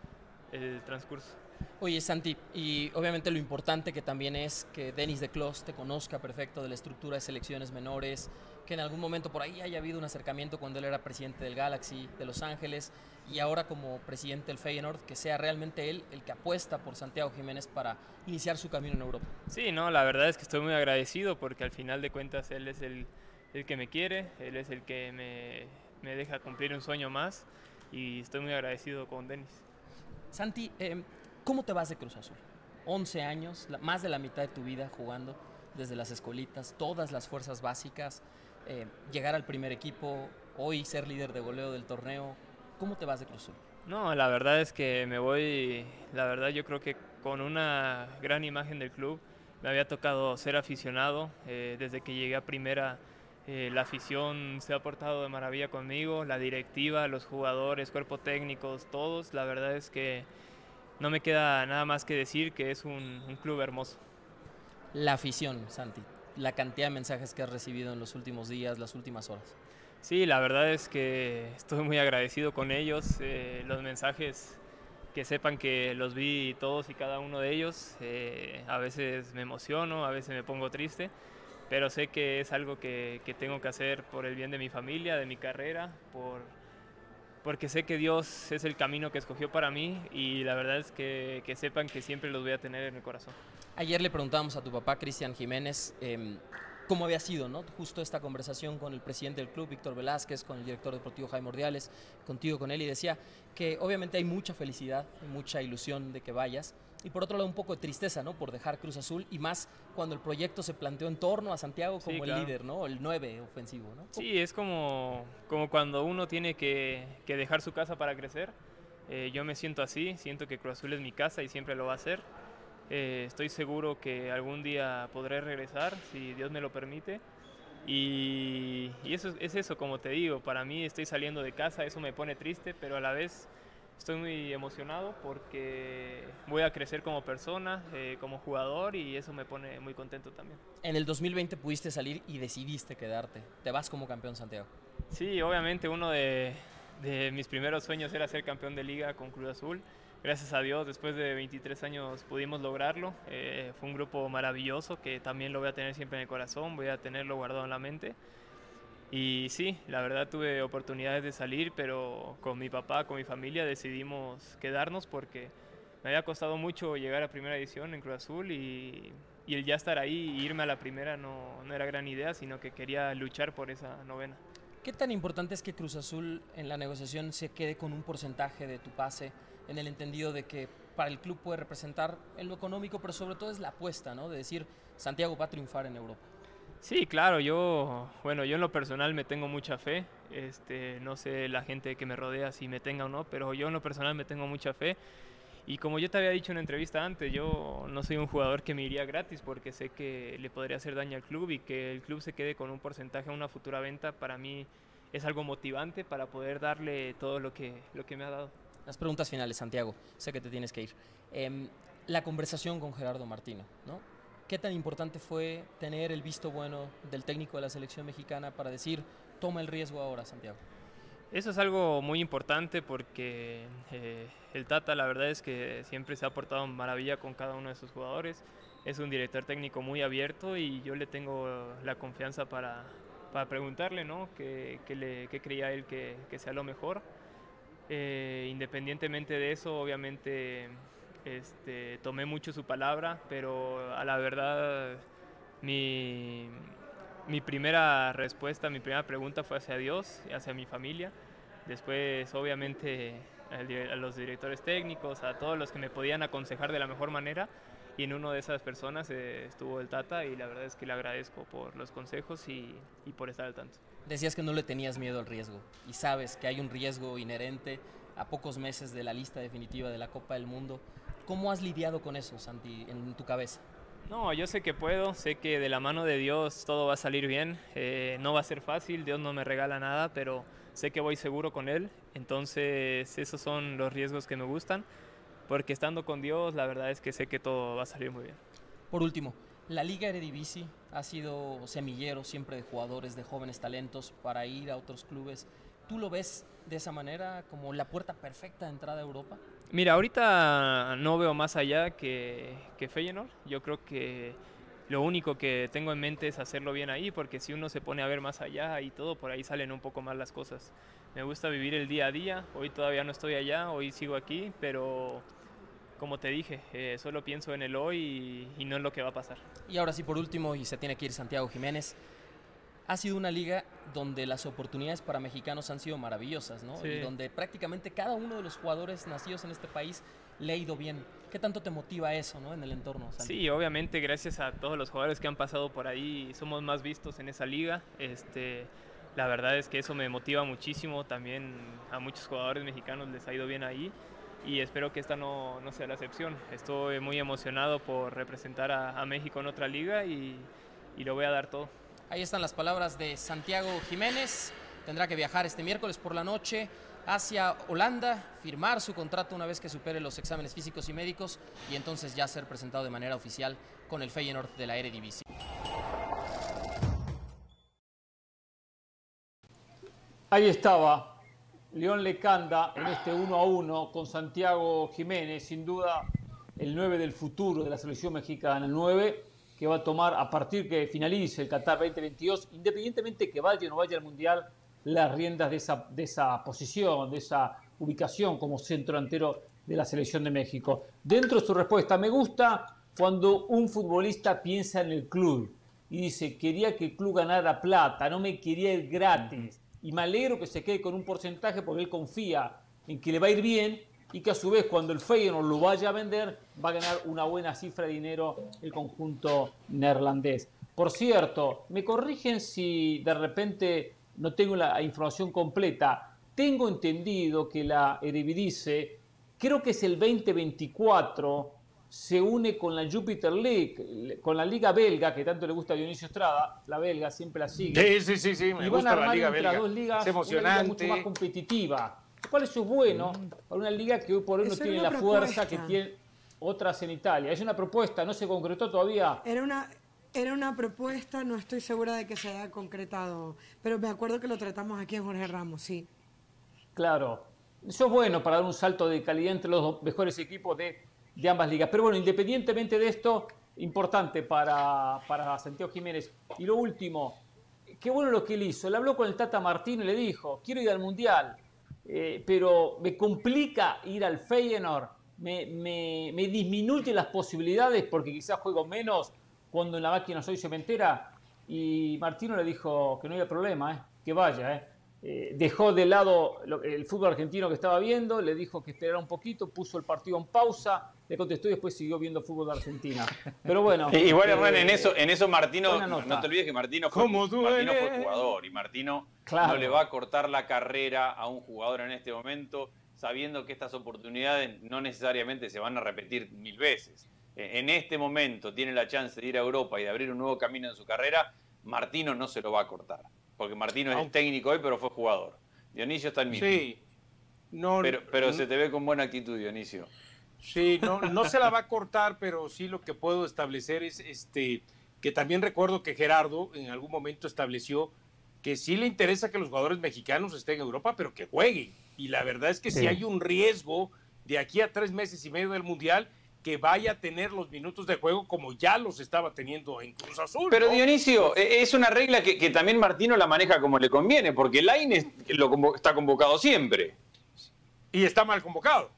el transcurso. Oye, Santi, y obviamente lo importante que también es que Denis de Clos te conozca perfecto de la estructura de selecciones menores, que en algún momento por ahí haya habido un acercamiento cuando él era presidente del Galaxy, de Los Ángeles, y ahora como presidente del Feyenoord, que sea realmente él el que apuesta por Santiago Jiménez para iniciar su camino en Europa. Sí, no, la verdad es que estoy muy agradecido porque al final de cuentas él es el, el que me quiere, él es el que me, me deja cumplir un sueño más y estoy muy agradecido con Denis. Santi, eh, ¿cómo te vas de Cruz Azul? once años, la, más de la mitad de tu vida jugando, desde las escolitas, todas las fuerzas básicas, eh, llegar al primer equipo, hoy ser líder de goleo del torneo. ¿Cómo te vas de Cruz Azul? No, la verdad es que me voy, la verdad yo creo que con una gran imagen del club. Me había tocado ser aficionado, eh, desde que llegué a primera eh, la afición se ha portado de maravilla conmigo, la directiva, los jugadores, cuerpo técnicos, todos. La verdad es que no me queda nada más que decir que es un, un club hermoso. La afición, Santi, la cantidad de mensajes que has recibido en los últimos días, las últimas horas. Sí, la verdad es que estoy muy agradecido con ellos. Eh, los mensajes, que sepan que los vi todos y cada uno de ellos. Eh, a veces me emociono, a veces me pongo triste, pero sé que es algo que, que tengo que hacer por el bien de mi familia, de mi carrera, por, porque sé que Dios es el camino que escogió para mí y la verdad es que, que sepan que siempre los voy a tener en el corazón. Ayer le preguntábamos a tu papá, Cristian Jiménez, eh, cómo había sido, ¿no? Justo esta conversación con el presidente del club, Víctor Velázquez, con el director deportivo Jaime Ordiales, contigo, con él, y decía que obviamente hay mucha felicidad, mucha ilusión de que vayas, y por otro lado un poco de tristeza, ¿no? Por dejar Cruz Azul, y más cuando el proyecto se planteó en torno a Santiago como sí, claro, el líder, ¿no? El nueve ofensivo, ¿no? Sí, es como, como cuando uno tiene que, que dejar su casa para crecer. Eh, yo me siento así, siento que Cruz Azul es mi casa y siempre lo va a ser. Eh, estoy seguro que algún día podré regresar, si Dios me lo permite. Y, y eso es eso, como te digo, para mí estoy saliendo de casa, eso me pone triste, pero a la vez estoy muy emocionado porque voy a crecer como persona, eh, como jugador, y eso me pone muy contento también. En el dos mil veinte pudiste salir y decidiste quedarte. ¿Te vas como campeón, Santiago? Sí, obviamente uno de, de mis primeros sueños era ser campeón de liga con Cruz Azul. Gracias a Dios, después de veintitrés años pudimos lograrlo. Eh, fue un grupo maravilloso que también lo voy a tener siempre en el corazón, voy a tenerlo guardado en la mente. Y sí, la verdad tuve oportunidades de salir, pero con mi papá, con mi familia decidimos quedarnos porque me había costado mucho llegar a primera edición en Cruz Azul y, y el ya estar ahí e irme a la primera no, no era gran idea, sino que quería luchar por esa novena. ¿Qué tan importante es que Cruz Azul en la negociación se quede con un porcentaje de tu pase, en el entendido de que para el club puede representar en lo económico, pero sobre todo es la apuesta, ¿no? De decir, Santiago va a triunfar en Europa. Sí, claro, yo, bueno, yo en lo personal me tengo mucha fe, este, no sé la gente que me rodea si me tenga o no, pero yo en lo personal me tengo mucha fe. Y como yo te había dicho en una entrevista antes, yo no soy un jugador que me iría gratis porque sé que le podría hacer daño al club, y que el club se quede con un porcentaje a una futura venta para mí es algo motivante para poder darle todo lo que, lo que me ha dado. Las preguntas finales, Santiago, sé que te tienes que ir. Eh, la conversación con Gerardo Martino, ¿no? ¿Qué tan importante fue tener el visto bueno del técnico de la selección mexicana para decir, toma el riesgo ahora, Santiago? Eso es algo muy importante porque eh, el Tata, la verdad es que siempre se ha portado maravilla con cada uno de sus jugadores. Es un director técnico muy abierto y yo le tengo la confianza para, para preguntarle, ¿no? ¿Qué, qué, le, qué creía él que, que sea lo mejor? Eh, independientemente de eso, obviamente este, tomé mucho su palabra, pero a la verdad mi, mi primera respuesta, mi primera pregunta fue hacia Dios y hacia mi familia. Después, obviamente, a los directores técnicos, a todos los que me podían aconsejar de la mejor manera, y en una de esas personas eh, estuvo el Tata, y la verdad es que le agradezco por los consejos y, y por estar al tanto. Decías que no le tenías miedo al riesgo y sabes que hay un riesgo inherente a pocos meses de la lista definitiva de la Copa del Mundo. ¿Cómo has lidiado con eso, Santi, en tu cabeza? No, yo sé que puedo, sé que de la mano de Dios todo va a salir bien, eh, no va a ser fácil, Dios no me regala nada, pero sé que voy seguro con Él, entonces esos son los riesgos que me gustan, porque estando con Dios la verdad es que sé que todo va a salir muy bien. Por último, la Liga Eredivisie ha sido semillero siempre de jugadores, de jóvenes talentos para ir a otros clubes. ¿Tú lo ves de esa manera como la puerta perfecta de entrada a Europa? Mira, ahorita no veo más allá que, que Feyenoord. Yo creo que lo único que tengo en mente es hacerlo bien ahí, porque si uno se pone a ver más allá y todo, por ahí salen un poco más las cosas. Me gusta vivir el día a día. Hoy todavía no estoy allá, hoy sigo aquí, pero como te dije, eh, solo pienso en el hoy y, y no en lo que va a pasar. Y ahora sí, por último, y se tiene que ir Santiago Jiménez, ha sido una liga donde las oportunidades para mexicanos han sido maravillosas, ¿no? Sí. Y donde prácticamente cada uno de los jugadores nacidos en este país le ha ido bien. ¿Qué tanto te motiva eso, ¿no? En el entorno, Santi? Sí, obviamente gracias a todos los jugadores que han pasado por ahí somos más vistos en esa liga. Este, la verdad es que eso me motiva muchísimo. También a muchos jugadores mexicanos les ha ido bien ahí y espero que esta no, no sea la excepción. Estoy muy emocionado por representar a, a México en otra liga y, y lo voy a dar todo. Ahí están las palabras de Santiago Jiménez. Tendrá que viajar este miércoles por la noche hacia Holanda, firmar su contrato una vez que supere los exámenes físicos y médicos y entonces ya ser presentado de manera oficial con el Feyenoord de la Eredivisie. Ahí estaba León Lecanda en este uno a uno con Santiago Jiménez, sin duda el nueve del futuro de la selección mexicana, el nueve que va a tomar a partir que finalice el Qatar veinte veintidós, independientemente que vaya o no vaya al Mundial, las riendas de esa, de esa posición, de esa ubicación como centro delantero de la selección de México. Dentro de su respuesta, me gusta cuando un futbolista piensa en el club y dice, quería que el club ganara plata, no me quería ir gratis, y me alegro que se quede con un porcentaje porque él confía en que le va a ir bien y que a su vez cuando el Feyenoord lo vaya a vender va a ganar una buena cifra de dinero el conjunto neerlandés. Por cierto, me corrigen si de repente no tengo la información completa. Tengo entendido que la Eredivisie, creo que es el veinte veinticuatro, se une con la Jupiter League, con la Liga Belga, que tanto le gusta a Dionisio Estrada, la belga siempre la sigue. Sí, sí, sí, sí, me y gusta van a la Liga entre Belga. las dos ligas Es emocionante. una liga mucho más competitiva. Lo cual eso es bueno para una liga que hoy por hoy no Eso tiene era la una fuerza propuesta. que tienen otras en Italia. Es una propuesta, no se concretó todavía. Era una, era una propuesta, no estoy segura de que se haya concretado, pero me acuerdo que lo tratamos aquí en Jorge Ramos, sí. Claro, eso es bueno para dar un salto de calidad entre los dos mejores equipos de, de ambas ligas. Pero bueno, independientemente de esto, importante para, para Santiago Jiménez. Y lo último, qué bueno lo que él hizo. Él habló con el Tata Martino y le dijo, quiero ir al Mundial. Eh, pero me complica ir al Feyenoord, me, me, me disminuye las posibilidades porque quizás juego menos cuando en la máquina soy cementera. Y Martino le dijo que no había problema, eh, que vaya. Eh. Eh, dejó de lado lo, el fútbol argentino que estaba viendo, le dijo que esperara un poquito, puso el partido en pausa, le contestó y después siguió viendo fútbol de Argentina. Pero bueno. Eh, igual, Hernán, eh, en eso, en eso Martino, buena nota. no te olvides que Martino fue, ¿Cómo duele? Martino fue jugador y Martino Claro. no le va a cortar la carrera a un jugador en este momento, sabiendo que estas oportunidades no necesariamente se van a repetir mil veces. Eh, en este momento tiene la chance de ir a Europa y de abrir un nuevo camino en su carrera, Martino no se lo va a cortar. Porque Martino es técnico hoy, pero fue jugador. Dionisio está en mismo. Sí. No, Pero, pero no, se te ve con buena actitud, Dionisio. Sí, no, no se la va a cortar, pero sí lo que puedo establecer es este que también recuerdo que Gerardo en algún momento estableció que sí le interesa que los jugadores mexicanos estén en Europa, pero que jueguen. Y la verdad es que sí, Sí. hay un riesgo de aquí a tres meses y medio del Mundial que vaya a tener los minutos de juego como ya los estaba teniendo en Cruz Azul. Pero ¿no? Dionisio, eh, es una regla que, que también Martino la maneja como le conviene, porque Lainez lo convo- está convocado siempre. Y está mal convocado.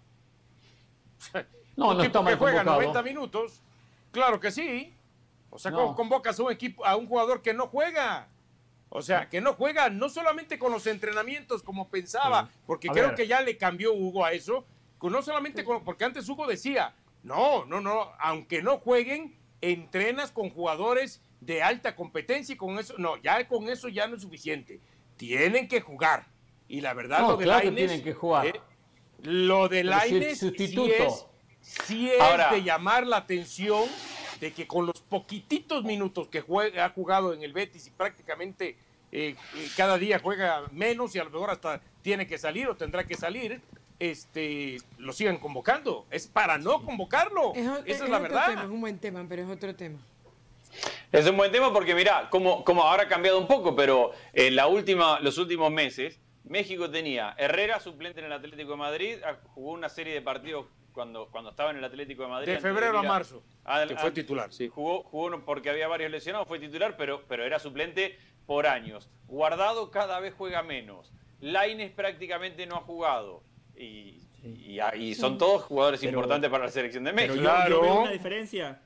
No, Un no tipo está mal que juega convocado. noventa minutos, claro que sí. O sea, No. ¿cómo convocas a un equipo, a un jugador que no juega? O sea, que no juega no solamente con los entrenamientos como pensaba, Sí. porque A creo ver. que ya le cambió Hugo a eso, con- no solamente con, porque antes Hugo decía, No, no, no, aunque no jueguen, entrenas con jugadores de alta competencia y con eso, no, ya con eso ya no es suficiente. Tienen que jugar. Y la verdad, no, lo de claro Lainez, que tienen que jugar. Eh, lo de Lainez si sustituto. sí es, sí es Ahora, de llamar la atención de que con los poquititos minutos que juega, ha jugado en el Betis y prácticamente eh, cada día juega menos y a lo mejor hasta tiene que salir o tendrá que salir, este, lo sigan convocando. Es para no convocarlo. Es, Esa es, es la otro verdad. tema, es un buen tema, pero es otro tema. Es un buen tema porque mirá, como, como ahora ha cambiado un poco, pero en la última, los últimos meses, México tenía Herrera suplente en el Atlético de Madrid, jugó una serie de partidos cuando, cuando estaba en el Atlético de Madrid. De febrero de a marzo, a, que fue titular, sí. Jugó, jugó porque había varios lesionados, fue titular, pero, pero era suplente por años. Guardado cada vez juega menos. Lainez prácticamente no ha jugado. Y, y, y son todos jugadores pero, importantes para la selección de México. Pero yo, claro. yo veo una diferencia.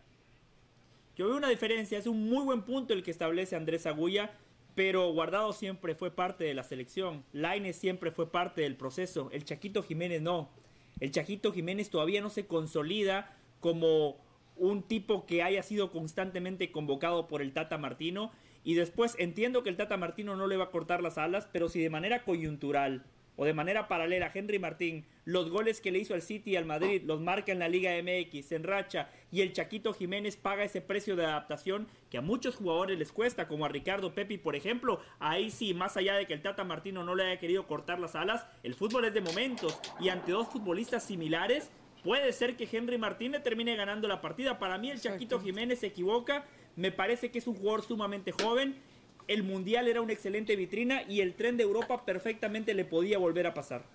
Yo veo una diferencia. Es un muy buen punto el que establece Andrés Agulla, pero Guardado siempre fue parte de la selección. Lainez siempre fue parte del proceso. El Chaquito Jiménez no. El Chaquito Jiménez todavía no se consolida como un tipo que haya sido constantemente convocado por el Tata Martino. Y después entiendo que el Tata Martino no le va a cortar las alas, pero si de manera coyuntural o de manera paralela Henry Martín los goles que le hizo al City y al Madrid los marca en la Liga M X, se enracha y el Chaquito Jiménez paga ese precio de adaptación que a muchos jugadores les cuesta, como a Ricardo Pepi por ejemplo, ahí sí, más allá de que el Tata Martino no le haya querido cortar las alas, el fútbol es de momentos y ante dos futbolistas similares puede ser que Henry Martín le termine ganando la partida. Para mí el Chaquito Jiménez se equivoca, me parece que es un jugador sumamente joven. El Mundial era una excelente vitrina y el tren de Europa perfectamente le podía volver a pasar.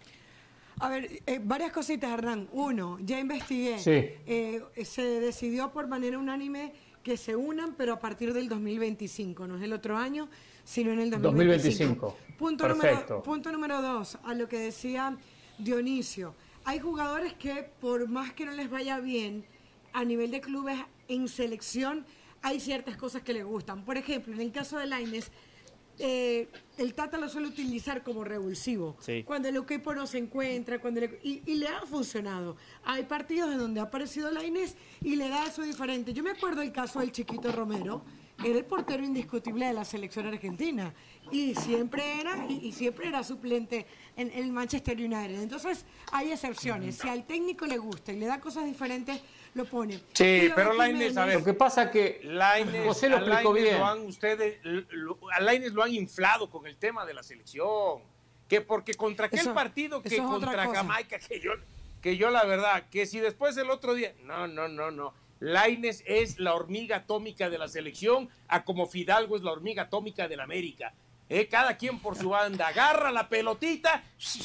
A ver, eh, varias cositas, Hernán. Uno, ya investigué. Sí. Eh, se decidió por manera unánime que se unan, pero a partir del dos mil veinticinco. No es el otro año, sino en el dos mil veinticinco. dos mil veinticinco. Punto Perfecto. número, punto número dos, a lo que decía Dionisio. Hay jugadores que, por más que no les vaya bien, a nivel de clubes en selección, hay ciertas cosas que le gustan. Por ejemplo, en el caso de Lainez, eh, el Tata lo suele utilizar como revulsivo. Sí. Cuando el equipo no se encuentra, cuando el, y, y le ha funcionado. Hay partidos en donde ha aparecido Lainez y le da eso diferente. Yo me acuerdo del caso del Chiquito Romero, era el portero indiscutible de la selección argentina y siempre era y, y siempre era suplente en el Manchester United. Entonces hay excepciones. Si al técnico le gusta y le da cosas diferentes, lo pone. Sí, pero Lainez, a ver. Lo que pasa es que Lainez, José lo a explicó Lainez bien. Lo han ustedes, lo, a Lainez lo han inflado con el tema de la selección. Que porque contra aquel Eso- partido que eso es otra contra cosa. Jamaica, que yo, que yo la verdad, que si después el otro día, no, no, no, no. Lainez es la hormiga atómica de la selección, a como Fidalgo es la hormiga atómica del América. Eh, cada quien por su banda, agarra la pelotita,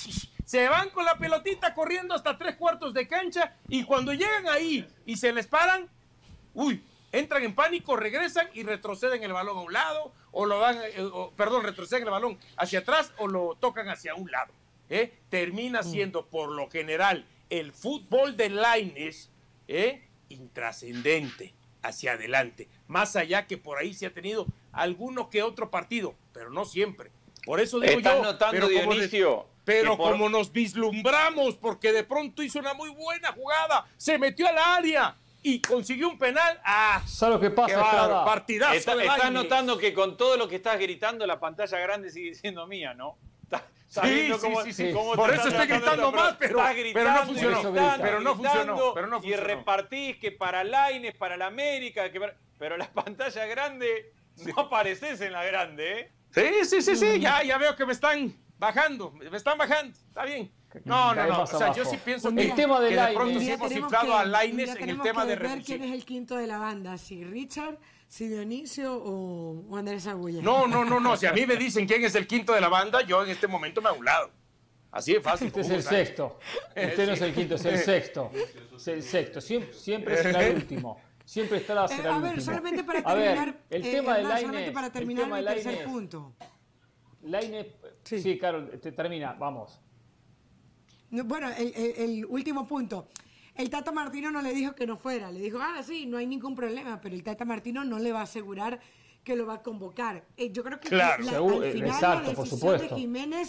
se van con la pelotita corriendo hasta tres cuartos de cancha y cuando llegan ahí y se les paran, uy, entran en pánico, regresan y retroceden el balón a un lado, o lo dan, eh, o, perdón, retroceden el balón hacia atrás o lo tocan hacia un lado. ¿eh? Termina siendo por lo general el fútbol de Lainez, ¿eh? intrascendente hacia adelante, más allá que por ahí se ha tenido alguno que otro partido, pero no siempre. Por eso digo ¿Estás yo, notando, pero como, Dionisio, pero que por- como nos vislumbramos, porque de pronto hizo una muy buena jugada, se metió al área y consiguió un penal, ah, ¿Sabes lo que qué pasa, bárbaro, Estrada? partidazo Está- de estás Lainez. notando que con todo lo que estás gritando, la pantalla grande sigue siendo mía, ¿no? Está- estás Sí, viendo sí, cómo- sí, sí. cómo Por te eso están estoy tratando gritando esta- más, pero- estás pero no gritando, funcionó. gritando, Pero no funcionó, gritando, pero no Y funcionó. repartís que para Lainez, para la América, que para- pero la pantalla grande, no apareces en la grande, ¿eh? Sí, sí, sí, sí, ya, ya veo que me están bajando, me están bajando, está bien. No, no, Cae no, o más sea, yo abajo. sí pienso Un que, día- El tema de que de Lainez. pronto Un sí día hemos tenemos inflado que- a un Lainez día en el tenemos tema que de ver revulsivo. quién es el quinto de la banda, si Richard, si Dionisio o, o Andrés Agulla. No, no, no, no, si a mí me dicen quién es el quinto de la banda, yo en este momento me hago un lado. Así de fácil. Este es como el ¿sabes? sexto. Usted no es el quinto, es el sexto. Es el sexto. Siempre, siempre será el último. Siempre estará Eh, será a el ver, último. solamente para A ver, terminar, el eh, tema de Hernán, solamente Lainez. para El terminar tema mi de tercer Lainez. punto. Lainez, Sí. sí, Carol, te termina, vamos. No, bueno, el, el- el último punto. El Tata Martino no le dijo que no fuera. Le dijo, ah, sí, no hay ningún problema. Pero el Tata Martino no le va a asegurar que lo va a convocar. Eh, yo creo que Claro. la- Seguro, al eh, final exacto, la por decisión supuesto. de Jiménez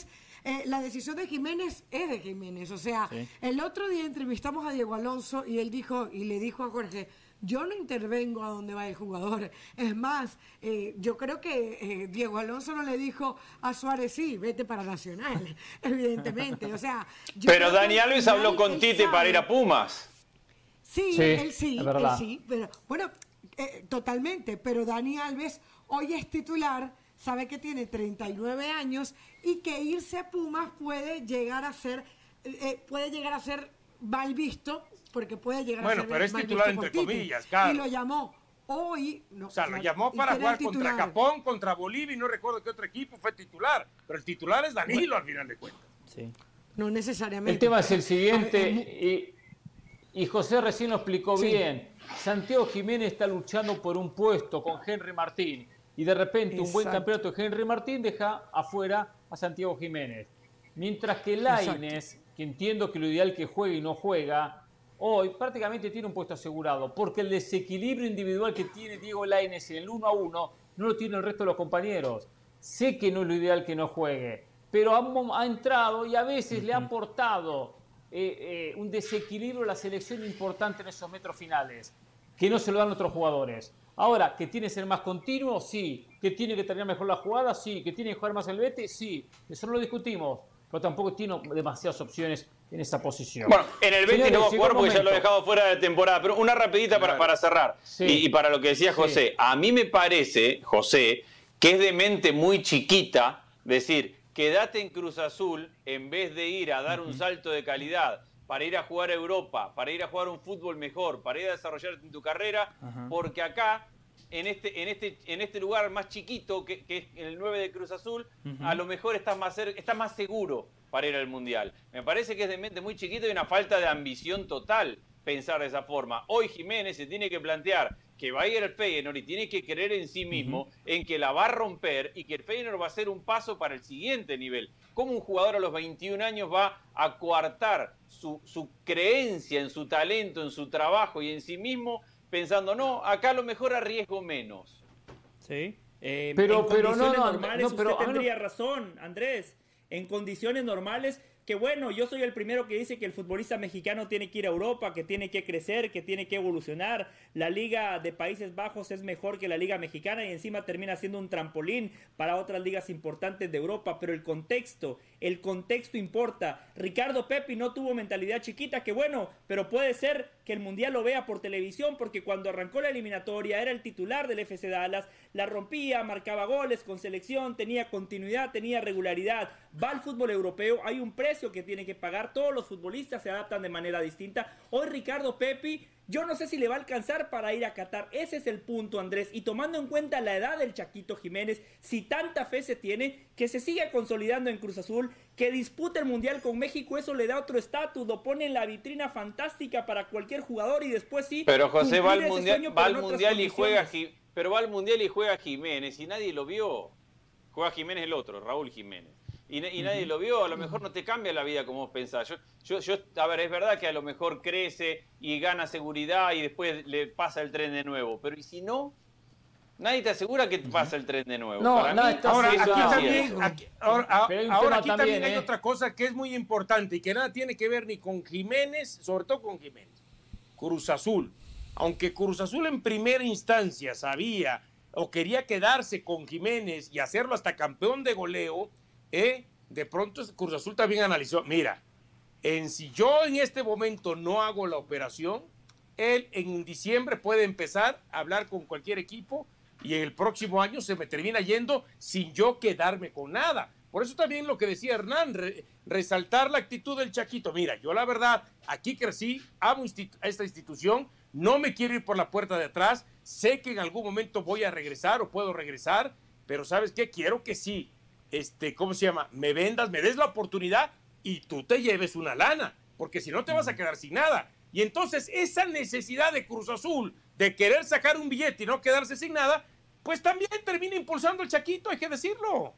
eh, la decisión de Jiménez es de Jiménez. O sea, Sí. el otro día entrevistamos a Diego Alonso y él dijo, y le dijo a Jorge, yo no intervengo a dónde va el jugador. Es más, eh, yo creo que eh, Diego Alonso no le dijo a Suárez, sí, vete para Nacional, evidentemente. O sea, yo Pero creo que Dani al Alves final habló con él Tite para sabe- ir a Pumas. Sí, Sí, él sí, es él verdad. sí, pero bueno, eh, totalmente, pero Dani Alves hoy es titular, sabe que tiene treinta y nueve años y que irse a Pumas puede llegar a ser, eh, eh, puede llegar a ser mal visto, porque puede llegar Bueno, a ser pero es mal titular visto por entre Tite. comillas, claro. Y lo llamó hoy. No, O sea, lo claro, llamó ¿y para quién era jugar el contra titular? Japón, contra Bolivia y no recuerdo qué otro equipo fue titular. Pero el titular es Danilo al final de cuentas. Sí. No necesariamente. El tema es el A siguiente, ver, es mu- y, y José recién lo explicó Sí. bien. Santiago Jiménez está luchando por un puesto con Henry Martín y de repente un buen Exacto. campeonato de Henry Martín deja afuera a Santiago Jiménez. Mientras que Lainez, que entiendo que lo ideal que juegue y no juega, hoy prácticamente tiene un puesto asegurado, porque el desequilibrio individual que tiene Diego Lainez en el uno a uno no lo tiene el resto de los compañeros. Sé que no es lo ideal que no juegue, pero ha, ha entrado y a veces le ha aportado eh, eh, un desequilibrio a la selección importante en esos metros finales, que no se lo dan otros jugadores. Ahora, ¿que tiene que ser más continuo? Sí. ¿Que tiene que terminar mejor la jugada? Sí. ¿Que tiene que jugar más el Betis? Sí. Eso no lo discutimos, pero tampoco tiene demasiadas opciones en esa posición. Bueno, en el Betis Señores, no va a llegó jugar el porque ya lo he momento. dejado fuera de temporada. Pero una rapidita para, para cerrar. Sí. Y, y para lo que decía Sí. José. A mí me parece, José, que es de mente muy chiquita decir, quédate en Cruz Azul en vez de ir a dar un salto de calidad para ir a jugar a Europa, para ir a jugar un fútbol mejor, para ir a desarrollarte en tu carrera, Ajá. porque acá, en este, en este, en este lugar más chiquito, que, que es el nueve de Cruz Azul, Ujú. a lo mejor estás más, cer- estás más seguro para ir al Mundial. Me parece que es de mente muy chiquito y una falta de ambición total pensar de esa forma. Hoy Jiménez se tiene que plantear que va a ir al Feyenoord y tiene que creer en sí mismo, en que la va a romper y que el Feyenoord va a ser un paso para el siguiente nivel. ¿Cómo un jugador a los veintiún años va a coartar su, su creencia en su talento, en su trabajo y en sí mismo, pensando, no, acá a lo mejor arriesgo menos? Sí. Eh, Pero- en pero no, condiciones no, normales no, pero usted a ver, tendría razón, Andrés. En condiciones normales, que bueno, yo soy el primero que dice que el futbolista mexicano tiene que ir a Europa, que tiene que crecer, que tiene que evolucionar. La Liga de Países Bajos es mejor que la Liga Mexicana y encima termina siendo un trampolín para otras ligas importantes de Europa. Pero el contexto, el contexto importa. Ricardo Pepi no tuvo mentalidad chiquita, que bueno, pero puede ser que el Mundial lo vea por televisión, porque cuando arrancó la eliminatoria era el titular del F C Dallas, la rompía, marcaba goles con selección, tenía continuidad, tenía regularidad. Va al fútbol europeo, hay un precio que tiene que pagar, todos los futbolistas se adaptan de manera distinta. Hoy Ricardo Pepi, yo no sé si le va a alcanzar para ir a Qatar, ese es el punto, Andrés, y tomando en cuenta la edad del Chaquito Jiménez, si tanta fe se tiene, que se siga consolidando en Cruz Azul, que dispute el Mundial con México, eso le da otro estatus, lo pone en la vitrina fantástica para cualquier jugador y después sí. Pero José va al cumplir ese Mundial, sueño, va pero al en otras mundial y juega condiciones. Ji- pero va al Mundial y juega Jiménez y nadie lo vio. Juega Jiménez el otro, Raúl Jiménez. Y, na- y nadie lo vio, a lo mejor no te cambia la vida como vos pensás. Yo, yo, yo, a ver, es verdad que a lo mejor crece y gana seguridad y después le pasa el tren de nuevo. Pero ¿y si no? Nadie te asegura que pasa el tren de nuevo. No, Para no, mí, está Ahora, eso aquí no es también, cierto. aquí- ahora, a- Pero hay un ahora tema aquí también, también hay ¿eh? otra cosa que es muy importante y que nada tiene que ver ni con Jiménez, sobre todo con Jiménez. Cruz Azul. Aunque Cruz Azul en primera instancia sabía o quería quedarse con Jiménez y hacerlo hasta campeón de goleo, ¿eh? de pronto Cruz Azul también analizó, mira, en si yo en este momento no hago la operación, él en diciembre puede empezar a hablar con cualquier equipo y en el próximo año se me termina yendo sin yo quedarme con nada. Por eso también lo que decía Hernán, re- resaltar la actitud del Chaquito. Mira, yo la verdad, aquí crecí, amo institu- a esta institución, no me quiero ir por la puerta de atrás, sé que en algún momento voy a regresar o puedo regresar, pero ¿sabes qué? Quiero que sí, este, ¿cómo se llama? Me vendas, me des la oportunidad y tú te lleves una lana, porque si no te vas a quedar sin nada. Y entonces esa necesidad de Cruz Azul de querer sacar un billete y no quedarse sin nada, pues también termina impulsando el Chaquito, hay que decirlo.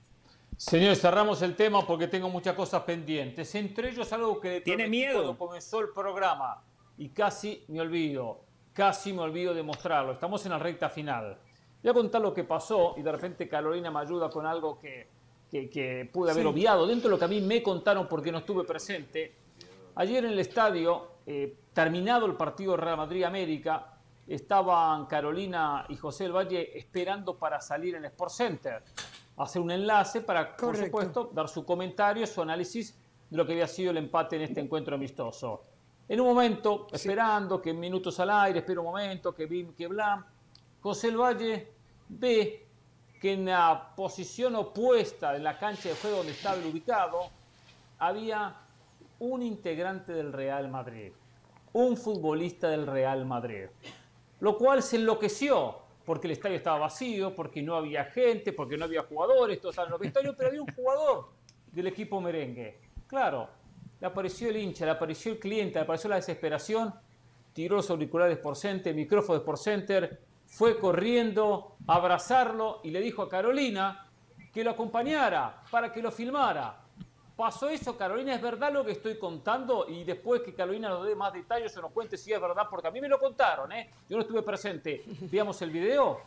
Señores, cerramos el tema porque tengo muchas cosas pendientes. Entre ellos algo que Tiene prometí miedo. cuando comenzó el programa y casi me olvido, casi me olvido de mostrarlo. Estamos en la recta final. Voy a contar lo que pasó y de repente Carolina me ayuda con algo que, que, que pude haber Sí. obviado, dentro de lo que a mí me contaron porque no estuve presente, ayer en el estadio, eh, terminado el partido Real Madrid-América, estaban Carolina y José del Valle esperando para salir en el Sport Center, hacer un enlace para, por Correcto. supuesto, dar su comentario, su análisis de lo que había sido el empate en este encuentro amistoso. En un momento, esperando que minutos al aire, espera un momento, que Bim, que Blam, José del Valle ve que en la posición opuesta de la cancha de juego donde estaba el ubicado, había un integrante del Real Madrid, un futbolista del Real Madrid, lo cual se enloqueció, porque el estadio estaba vacío, porque no había gente, porque no había jugadores, todos estaban en los vestuarios, pero había un jugador del equipo merengue. Claro, le apareció el hincha, le apareció el cliente, le apareció la desesperación, tiró los auriculares por Center, el micrófono de Sport Center, fue corriendo a abrazarlo y le dijo a Carolina que lo acompañara para que lo filmara. ¿Pasó eso, Carolina? ¿Es verdad lo que estoy contando? Y después que Carolina nos dé más detalles o nos cuente si es verdad, porque a mí me lo contaron, ¿eh? Yo no estuve presente. ¿Veamos el video?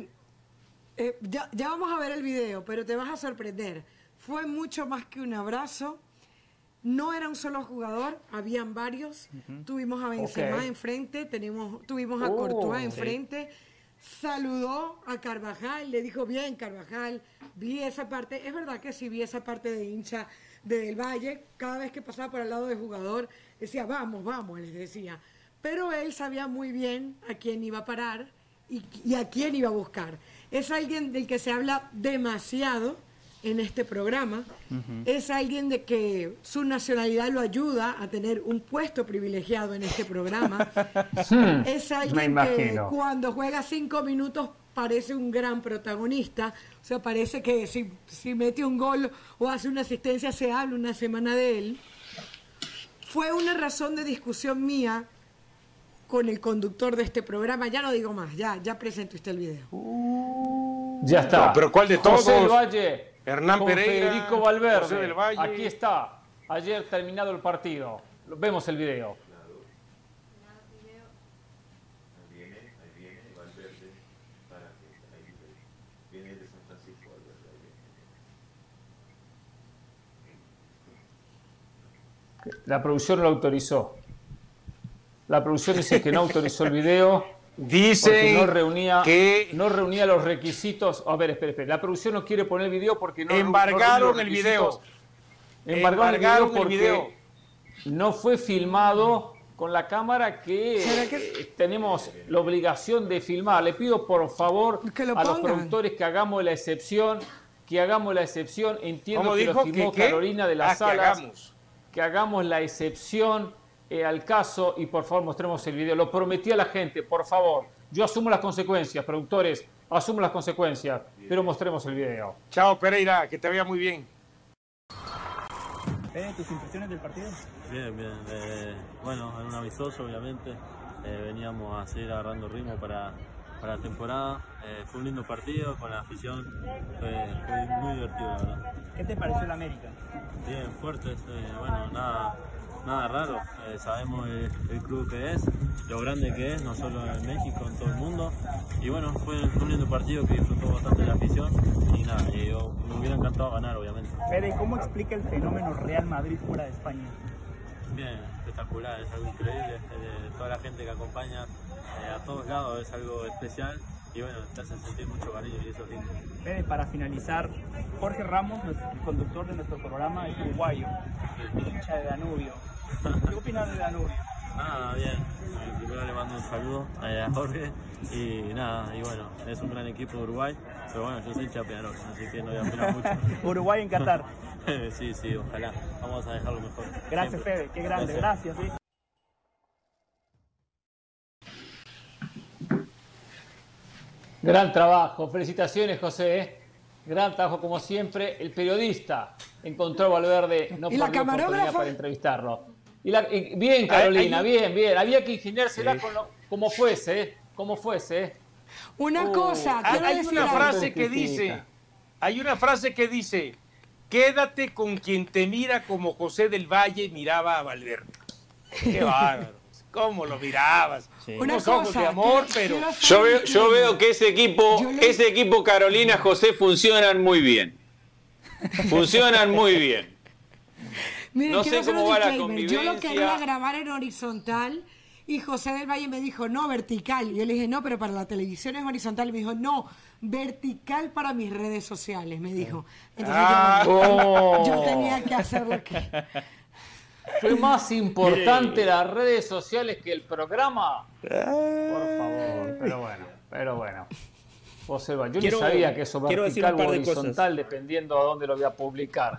Eh, ya, ya vamos a ver el video, pero te vas a sorprender. Fue mucho más que un abrazo. No era un solo jugador, habían varios. Uh-huh. Tuvimos a Benzema okay. enfrente, tenemos, tuvimos a oh, Courtois enfrente. Sí. Saludó a Carvajal, le dijo, bien, Carvajal, vi esa parte. Es verdad que sí vi esa parte de hincha de Del Valle. Cada vez que pasaba por al lado del jugador, decía, vamos, vamos, les decía. Pero él sabía muy bien a quién iba a parar y, y a quién iba a buscar. Es alguien del que se habla demasiado en este programa. Uh-huh. Es alguien de que su nacionalidad lo ayuda a tener un puesto privilegiado en este programa. Es alguien que cuando juega cinco minutos parece un gran protagonista. O sea, parece que si, si mete un gol o hace una asistencia se habla una semana de él. Fue una razón de discusión mía con el conductor de este programa. Ya no digo más, ya, ya presentó usted el video. Uh, ya está. No, pero ¿cuál de todos? José del Valle, Hernán con Pereira, Federico Valverde. José del Valle. Aquí está, ayer terminado el partido. Vemos el video. La producción no lo autorizó. La producción dice que no autorizó el video. Dice porque no reunía, que no reunía los requisitos. A ver, espere, espere. La producción no quiere poner el video porque no embargaron no el video. Embargaron, embargaron el video porque el video. No fue filmado con la cámara que, que tenemos la obligación de filmar. Le pido por favor a los productores que hagamos la excepción, que hagamos la excepción. Entiendo que lo filmó ¿Que, Carolina de las ah, Salas. Que hagamos. que hagamos la excepción eh, al caso y por favor mostremos el video. Lo prometí a la gente, por favor. Yo asumo las consecuencias, productores, asumo las consecuencias, pero mostremos el video. Chao, Pereira, que te vaya muy bien. ¿Eh? ¿Tus impresiones del partido? Bien, bien. Eh, bueno, era un amistoso, obviamente. Eh, veníamos a seguir agarrando ritmo para, para la temporada. Eh, fue un lindo partido con la afición. Fue, fue muy divertido, la verdad. ¿Qué te pareció el América? Bien, fuertes. Eh, bueno, nada, nada raro. Eh, sabemos el, el club que es, lo grande que es, no solo en México, en todo el mundo. Y bueno, fue un lindo partido que disfrutó bastante la afición. Y nada, y yo, me hubiera encantado ganar, obviamente. Fede, ¿cómo explica el fenómeno Real Madrid fuera de España? Bien, espectacular, es algo increíble. Eh, toda la gente que acompaña eh, a todos lados es algo especial. Y bueno, te hace sentir mucho cariño y eso es lindo. Fede, para finalizar, Jorge Ramos, nuestro, el conductor de nuestro programa, es uruguayo, hincha de Danubio. ¿Qué opinas de Danubio? Nada, bien. Primero le mando un saludo a Jorge y nada, y bueno, es un gran equipo de Uruguay, pero bueno, yo soy hincha de Peñarol, así que no voy a opinar mucho. Uruguay en Qatar. Sí, sí, ojalá. Vamos a dejarlo mejor. Gracias, siempre. Fede, qué grande, gracias. gracias ¿sí? Gran trabajo, felicitaciones, José. Gran trabajo como siempre. El periodista encontró a Valverde, no perdió oportunidad para entrevistarlo. Y la, y bien, Carolina, hay, hay, bien, bien. Había que ingeniársela sí. con lo, como fuese, como fuese. Una uh, cosa, hay, hay una frase que dice, hay una frase que dice, quédate con quien te mira como José del Valle miraba a Valverde. Qué bárbaro. ¿Cómo lo mirabas? Sí. Unos cosa, ojos de amor, pero... Yo veo, yo veo que ese equipo, ese equipo Carolina José funcionan muy bien. Funcionan muy bien. Miren, no sé cómo va la convivencia. Yo lo quería grabar en horizontal y José del Valle me dijo, no, vertical. Y yo le dije, no, pero para la televisión es horizontal. Y me dijo, no, vertical para mis redes sociales, me dijo. Entonces ah, yo, oh. yo tenía que hacer lo que... Fue más importante las redes sociales que el programa. Por favor, pero bueno, pero bueno. José del Valle, yo quiero, ni sabía que eso vertical o horizontal, de dependiendo a dónde lo voy a publicar.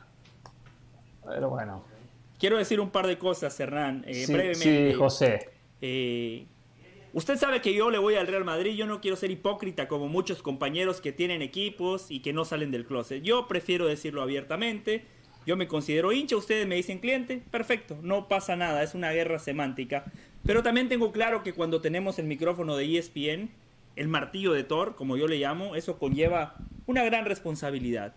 Pero bueno. Quiero decir un par de cosas, Hernán, eh, sí, brevemente. Sí, José. Eh, usted sabe que yo le voy al Real Madrid, yo no quiero ser hipócrita como muchos compañeros que tienen equipos y que no salen del closet. Yo prefiero decirlo abiertamente, yo me considero hincha, ustedes me dicen cliente, perfecto, no pasa nada, es una guerra semántica. Pero también tengo claro que cuando tenemos el micrófono de E S P N, el martillo de Thor, como yo le llamo, eso conlleva una gran responsabilidad.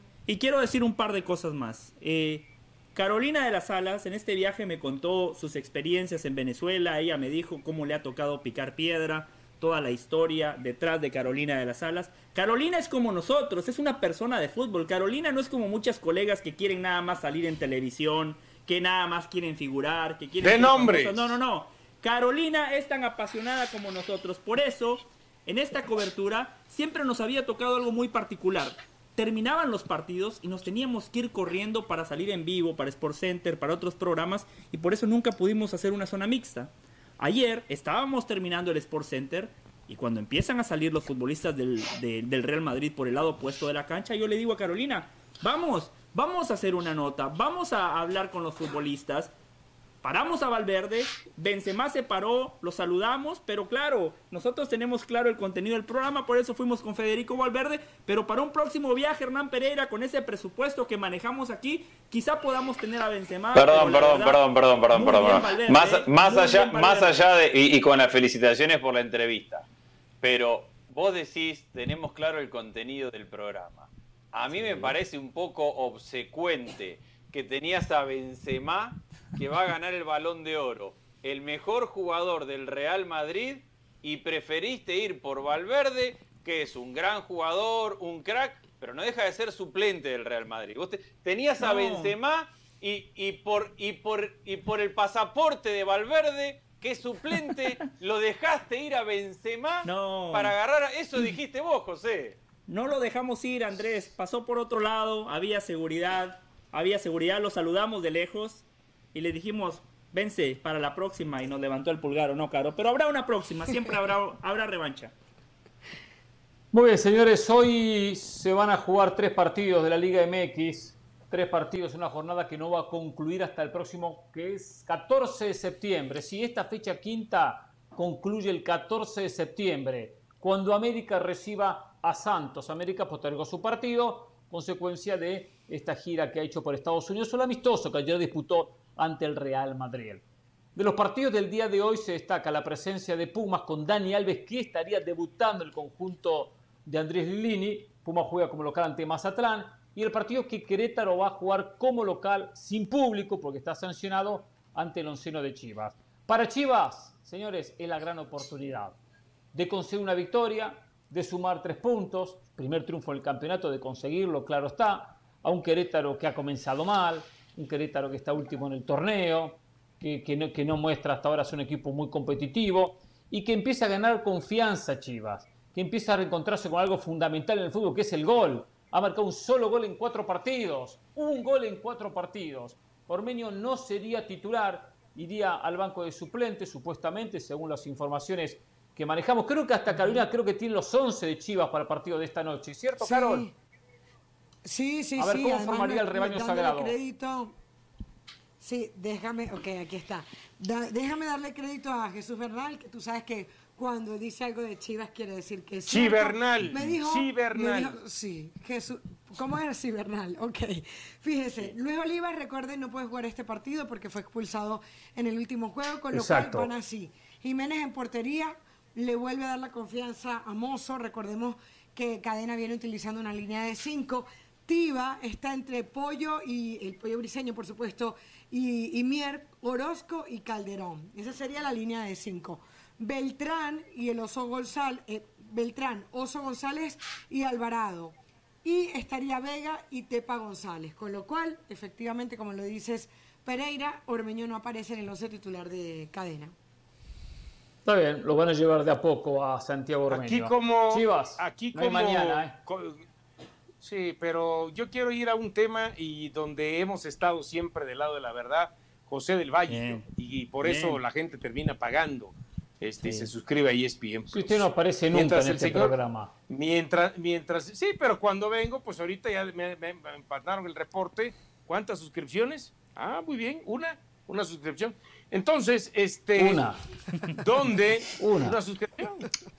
Y quiero decir un par de cosas más. Eh... Carolina de las Alas en este viaje me contó sus experiencias en Venezuela, ella me dijo cómo le ha tocado picar piedra, toda la historia detrás de Carolina de las Alas. Carolina es como nosotros, es una persona de fútbol. Carolina no es como muchas colegas que quieren nada más salir en televisión, que nada más quieren figurar, que quieren... ¡De nombres! No, no, no. Carolina es tan apasionada como nosotros. Por eso, en esta cobertura, siempre nos había tocado algo muy particular. Terminaban los partidos y nos teníamos que ir corriendo para salir en vivo, para SportsCenter, para otros programas, y por eso nunca pudimos hacer una zona mixta. Ayer estábamos terminando el SportsCenter y cuando empiezan a salir los futbolistas del, de, del Real Madrid por el lado opuesto de la cancha, yo le digo a Carolina, vamos, vamos a hacer una nota, vamos a hablar con los futbolistas. Paramos a Valverde, Benzema se paró, lo saludamos, pero claro, nosotros tenemos claro el contenido del programa, por eso fuimos con Federico Valverde, pero para un próximo viaje, Hernán Pereira, con ese presupuesto que manejamos aquí, quizá podamos tener a Benzema. Perdón, perdón, verdad, perdón, perdón, perdón, perdón, bien, perdón. Valverde, Más, eh, más allá, bien, más allá de, y, y con las felicitaciones por la entrevista, pero vos decís, tenemos claro el contenido del programa. A mí sí. me parece un poco obsecuente que tenías a Benzema, que va a ganar el Balón de Oro, el mejor jugador del Real Madrid, y preferiste ir por Valverde, que es un gran jugador, un crack, pero no deja de ser suplente del Real Madrid. Vos te, tenías a no. Benzema y, y, por, y, por, y por el pasaporte de Valverde, que es suplente, lo dejaste ir a Benzema no. para agarrar... A, eso dijiste vos, José. No lo dejamos ir, Andrés. Pasó por otro lado, había seguridad... Había seguridad, lo saludamos de lejos y le dijimos, vence para la próxima, y nos levantó el pulgar, ¿o no, Caro? Pero habrá una próxima, siempre habrá, habrá revancha. Muy bien, señores, hoy se van a jugar tres partidos de la Liga M X, tres partidos, una jornada que no va a concluir hasta el próximo, que es catorce de septiembre. Si esta fecha quinta concluye el catorce de septiembre, cuando América reciba a Santos. América postergó su partido, consecuencia de esta gira que ha hecho por Estados Unidos, el amistoso que ayer disputó ante el Real Madrid. De los partidos del día de hoy se destaca la presencia de Pumas con Dani Alves, que estaría debutando el conjunto de Andrés Lilini. Pumas juega como local ante Mazatlán, y el partido que Querétaro va a jugar como local sin público porque está sancionado ante el onceno de Chivas. Para Chivas, señores, es la gran oportunidad de conseguir una victoria, de sumar tres puntos, primer triunfo en el campeonato, de conseguirlo, claro está, a un Querétaro que ha comenzado mal, un Querétaro que está último en el torneo, que, que, no, que no muestra hasta ahora ser un equipo muy competitivo, y que empieza a ganar confianza Chivas, que empieza a reencontrarse con algo fundamental en el fútbol, que es el gol. Ha marcado un solo gol en cuatro partidos, un gol en cuatro partidos. Ormeño no sería titular, iría al banco de suplentes, supuestamente, según las informaciones que manejamos. Creo que hasta Carolina, creo que tiene los once de Chivas para el partido de esta noche, ¿cierto, sí. Carol? Sí, sí, a ver, sí. ¿cómo Además, formaría el rebaño sagrado? Crédito. Sí, déjame, ok, aquí está. Da, déjame darle crédito a Jesús Bernal, que tú sabes que cuando dice algo de Chivas quiere decir que es cierto. Chivernal. Me dijo, Chivernal. me dijo, sí, Jesús, ¿cómo es Chivernal? Ok, fíjese, Luis Olivas, recuerden, no puede jugar este partido porque fue expulsado en el último juego, con lo Exacto. cual van así. Jiménez en portería, le vuelve a dar la confianza a Mozo, recordemos que Cadena viene utilizando una línea de cinco. Tiva está entre Pollo y el Pollo Briseño, por supuesto, y, y Mier, Orozco y Calderón. Esa sería la línea de cinco. Beltrán y el Oso González, eh, Beltrán, Oso González y Alvarado. y estaría Vega y Tepa González. Con lo cual, efectivamente, como lo dices Pereira, Ormeño no aparece en el once titular de Cadena. Está bien, lo van a llevar de a poco a Santiago Ormeño. Aquí como... Chivas, aquí no hay como, mañana, ¿eh? co- sí, pero yo quiero ir a un tema y donde hemos estado siempre del lado de la verdad, José del Valle, Bien. y por Bien. eso la gente termina pagando este, y Sí. se suscribe a E S P N Plus. Si usted no aparece nunca Mientras en el este señor- programa. Mientras, mientras, sí, pero cuando vengo, pues ahorita ya me, me, me empataron el reporte. ¿Cuántas suscripciones? Ah, muy bien, una, una suscripción. Entonces, este, Una. ¿dónde? Una. Una suscripción.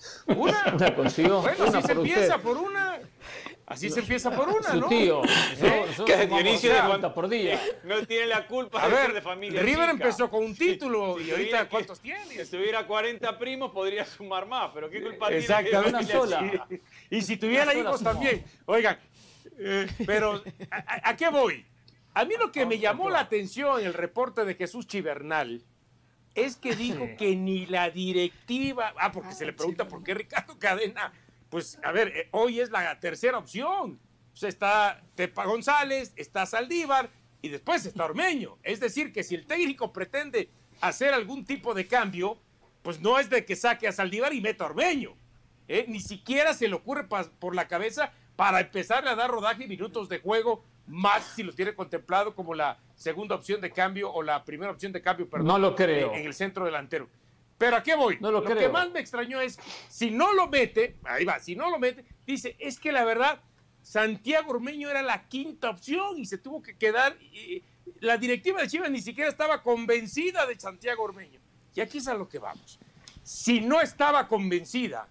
Una. Una consiguió. Bueno, Una así se por empieza usted. por una. Así se empieza por una, Su ¿no? tío. ¿Eh? Nosotros Que tomamos Dionisio de cuenta Juan- por día. No tiene la culpa A de ser ver, de familia River chica. empezó con un título Si y tuviera ahorita que- ¿cuántos tiene? Si tuviera cuarenta primos podría sumar más, pero ¿qué culpa tiene? Exactamente. Una sola. Sí. Y si tuviera Una sola hijos suma. también. Oigan, eh, pero ¿a, a- a qué voy? A mí lo que me llamó la atención en el reporte de Jesús Chivernal es que dijo Sí. que ni la directiva, ah, porque se le pregunta por qué Ricardo Cadena, pues a ver, eh, hoy es la tercera opción. O sea, está Tepa González, está Saldívar y después está Ormeño. Es decir, que si el técnico pretende hacer algún tipo de cambio, pues no es de que saque a Saldívar y meta a Ormeño. ¿eh? Ni siquiera se le ocurre pa- por la cabeza para empezarle a dar rodaje y minutos de juego, más si los tiene contemplado como la segunda opción de cambio o la primera opción de cambio, perdón, No lo creo. En, en el centro delantero. Pero ¿a qué voy? No lo que creo. más me extrañó es, si no lo mete, ahí va, si no lo mete, dice, es que la verdad, Santiago Ormeño era la quinta opción y se tuvo que quedar, y la directiva de Chivas ni siquiera estaba convencida de Santiago Ormeño. Y aquí es a lo que vamos. Si no estaba convencida,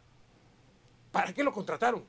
¿para qué lo contrataron?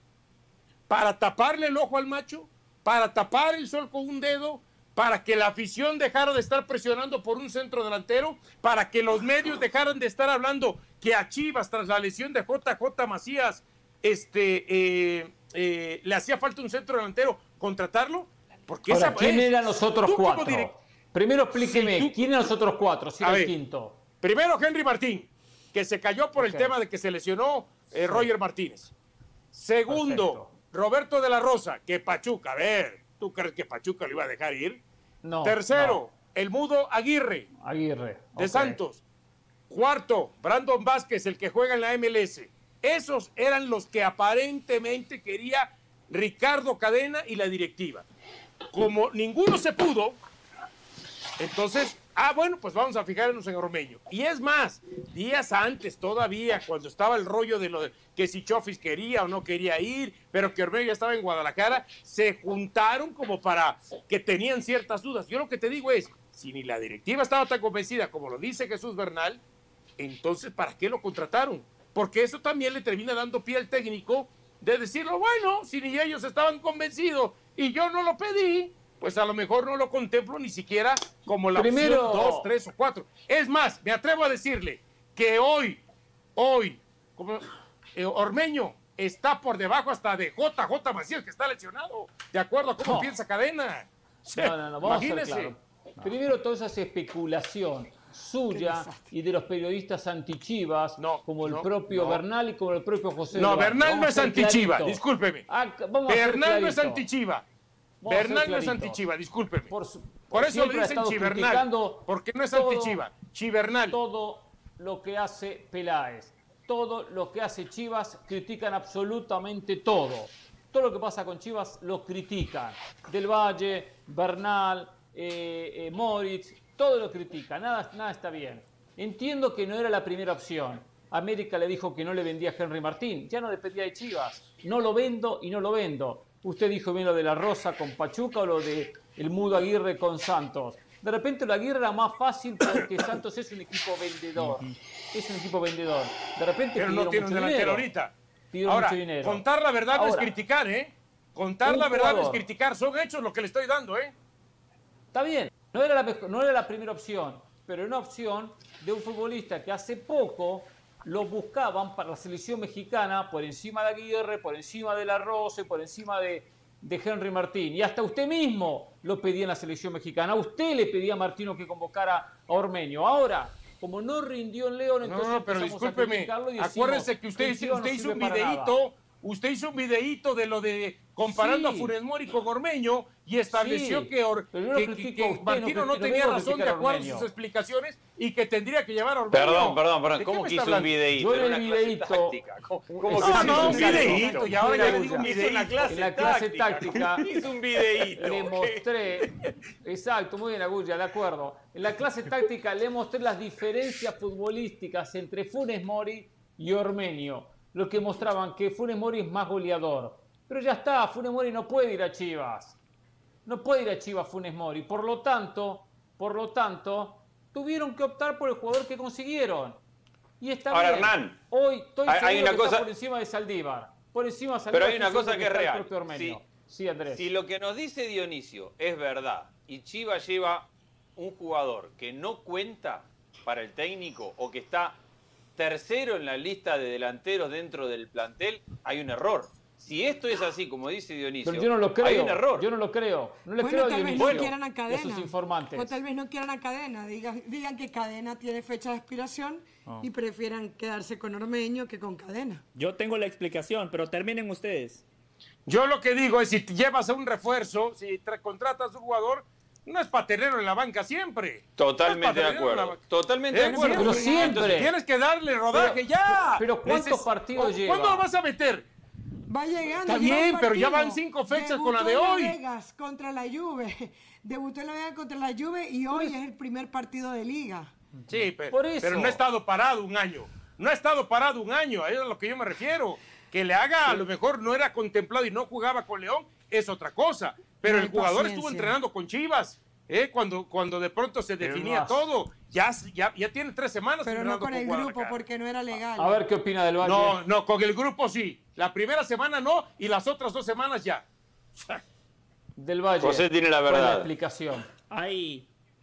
¿Para taparle el ojo al macho? ¿Para tapar el sol con un dedo? ¿Para que la afición dejara de estar presionando por un centro delantero? ¿Para que los medios dejaran de estar hablando que a Chivas, tras la lesión de J J Macías, este, eh, eh, le hacía falta un centro delantero, contratarlo? Porque Ahora, esa ¿quién es- eran los otros tú como cuatro? direct- Primero explíqueme, Sí, tú- ¿quién eran los otros cuatro? Si A era el ver. quinto. Primero Henry Martín, que se cayó por Ok. el tema de que se lesionó eh, Roger Martínez. Segundo, Perfecto. Roberto de la Rosa, que Pachuca, a ver, ¿tú crees que Pachuca lo iba a dejar ir? No. Tercero, el mudo Aguirre, no. Aguirre. de ok. Santos. Cuarto, Brandon Vázquez, el que juega en la M L S. Esos eran los que aparentemente quería Ricardo Cadena y la directiva. Como ninguno se pudo, entonces, ah, bueno, pues vamos a fijarnos en Ormeño. Y es más, días antes todavía, cuando estaba el rollo de lo de que si Chofis quería o no quería ir, pero que Ormeño ya estaba en Guadalajara, se juntaron como para que tenían ciertas dudas. Yo lo que te digo es, si ni la directiva estaba tan convencida como lo dice Jesús Bernal, entonces, ¿para qué lo contrataron? Porque eso también le termina dando pie al técnico de decirlo, bueno, si ni ellos estaban convencidos y yo no lo pedí, pues a lo mejor no lo contemplo ni siquiera como la Primero- opción dos, tres o cuatro. Es más, me atrevo a decirle que hoy, hoy, como eh, Ormeño está por debajo hasta de J J Macías, que está lesionado, de acuerdo a cómo No. piensa Cadena. No, no, no, vamos a ser Imagínese. claros. Primero, toda esa especulación suya y de los periodistas antichivas, No, como el no, propio no. Bernal y como el propio José. No, del Valle. Bernal Vamos no a es ser antichiva, clarito. discúlpeme. Ah, vamos a ser Bernal no es clarito. antichiva. Vamos a ser Bernal no es clarito. antichiva, discúlpeme. Por, su- Por eso siempre le ha dicen estado Chivernal. criticando Porque no es todo- antichiva. Chivernal. Todo lo que hace Peláez, todo lo que hace Chivas, critican absolutamente todo. Todo lo que pasa con Chivas lo critican. Del Valle, Bernal, eh, eh, Moritz, todo lo critica. Nada, nada está bien. Entiendo que no era la primera opción. América le dijo que no le vendía a Henry Martín. Ya no dependía de Chivas. No lo vendo y no lo vendo. Usted dijo bien lo de la Rosa con Pachuca o lo de el Mudo Aguirre con Santos. De repente la Aguirre era más fácil porque Santos es un equipo vendedor. Es un equipo vendedor. De repente Pero no pidieron tiene un mucho delantero dinero. ahorita. Pidieron Ahora, mucho dinero. contar la verdad no es Ahora, criticar, ¿eh? Contar un la verdad no es jugador. criticar. Son hechos lo que le estoy dando, ¿eh? Está bien, no era, la, mejor- no era la primera opción, pero era una opción de un futbolista que hace poco lo buscaban para la selección mexicana por encima de Aguirre, por encima de la Rose, por encima de, de Henry Martín. Y hasta usted mismo lo pedía en la selección mexicana. A usted le pedía a Martino que convocara a Ormeño. Ahora, como no rindió en León, No, entonces no, pero empezamos a discúlpeme. criticarlo y decimos, Acuérdese que usted, "El tío usted no hizo un sirve para nada". videíto. Usted hizo un videíto de lo de comparando Sí. a Funes Mori con Ormeño y estableció Sí, que, Or- pero yo no que, critico que- a que usted, Martino no no critico- tenía no razón criticar de a acuerdo a Ormeño. sus explicaciones y que tendría que llevar a Ormeño. Perdón, perdón, perdón. ¿De qué ¿Cómo me que está hizo un hablando? videíto? Yo en Era el una clase videíto- táctica. ¿Cómo, cómo No, que no, hizo un videíto, y ahora ya le digo un Hizo una videíto. clase En la clase táctica. táctica Hizo un videíto. le ¿ok? mostré, exacto, muy bien Agulla, de acuerdo. En la clase táctica le mostré las diferencias futbolísticas entre Funes Mori y Ormeño, lo que mostraban que Funes Mori es más goleador. Pero ya está, Funes Mori no puede ir a Chivas. No puede ir a Chivas Funes Mori. Por lo tanto, por lo tanto, tuvieron que optar por el jugador que consiguieron. Y está Ahora, bien. Hernán, Hoy estoy hay- hay seguro una que cosa- está por encima de Saldívar. Por encima de Saldívar. Pero hay una estoy cosa seguro que es está el real. propio Ormeño. Sí, Andrés. Si lo que nos dice Dionisio es verdad y Chivas lleva un jugador que no cuenta para el técnico o que está tercero en la lista de delanteros dentro del plantel, hay un error. Si esto es así, como dice Dionisio, Pero yo no lo creo. hay un error. Yo no lo creo. No le Bueno, creo a tal vez Dionisio no quieran a y a Cadena. sus informantes. O tal vez no quieran a Cadena. Digan, digan que Cadena tiene fecha de expiración Ah. y prefieran quedarse con Ormeño que con Cadena. Yo tengo la explicación, pero terminen ustedes. Yo lo que digo es, si te llevas a un refuerzo, si tra- contratas a un jugador, no es para tenerlo en la banca siempre. Totalmente No es de para tenerlo en la acuerdo. banca. Totalmente Eh, de acuerdo. Pero siempre. Entonces, tienes que darle rodaje Pero- ya. pero ¿cuántos Neces- partidos ¿cu- lleva? ¿Cuándo lo vas a meter? Va llegando. Está lleva un bien, pero ya partido. van cinco fechas con la Debutó de en hoy. Las Vegas contra la Juve. Debutó en La Vegas contra la Juve y hoy es el primer partido de liga. Sí, pe- Por eso. pero no ha estado parado un año. No ha estado parado un año, a eso es a lo que yo me refiero. Que le haga, a lo mejor no era contemplado y no jugaba con León, es otra cosa. Pero No el hay jugador paciencia. estuvo entrenando con Chivas, ¿eh? cuando, cuando de pronto se Pero definía más. todo. Ya, ya, ya tiene tres semanas Pero no entrenando con el Guadalajara. grupo porque no era legal. A ver qué opina del Valle. No, no, con el grupo sí. La primera semana no y las otras dos semanas ya. Del Valle. José tiene la ¿Cuál es verdad. la explicación? Hay,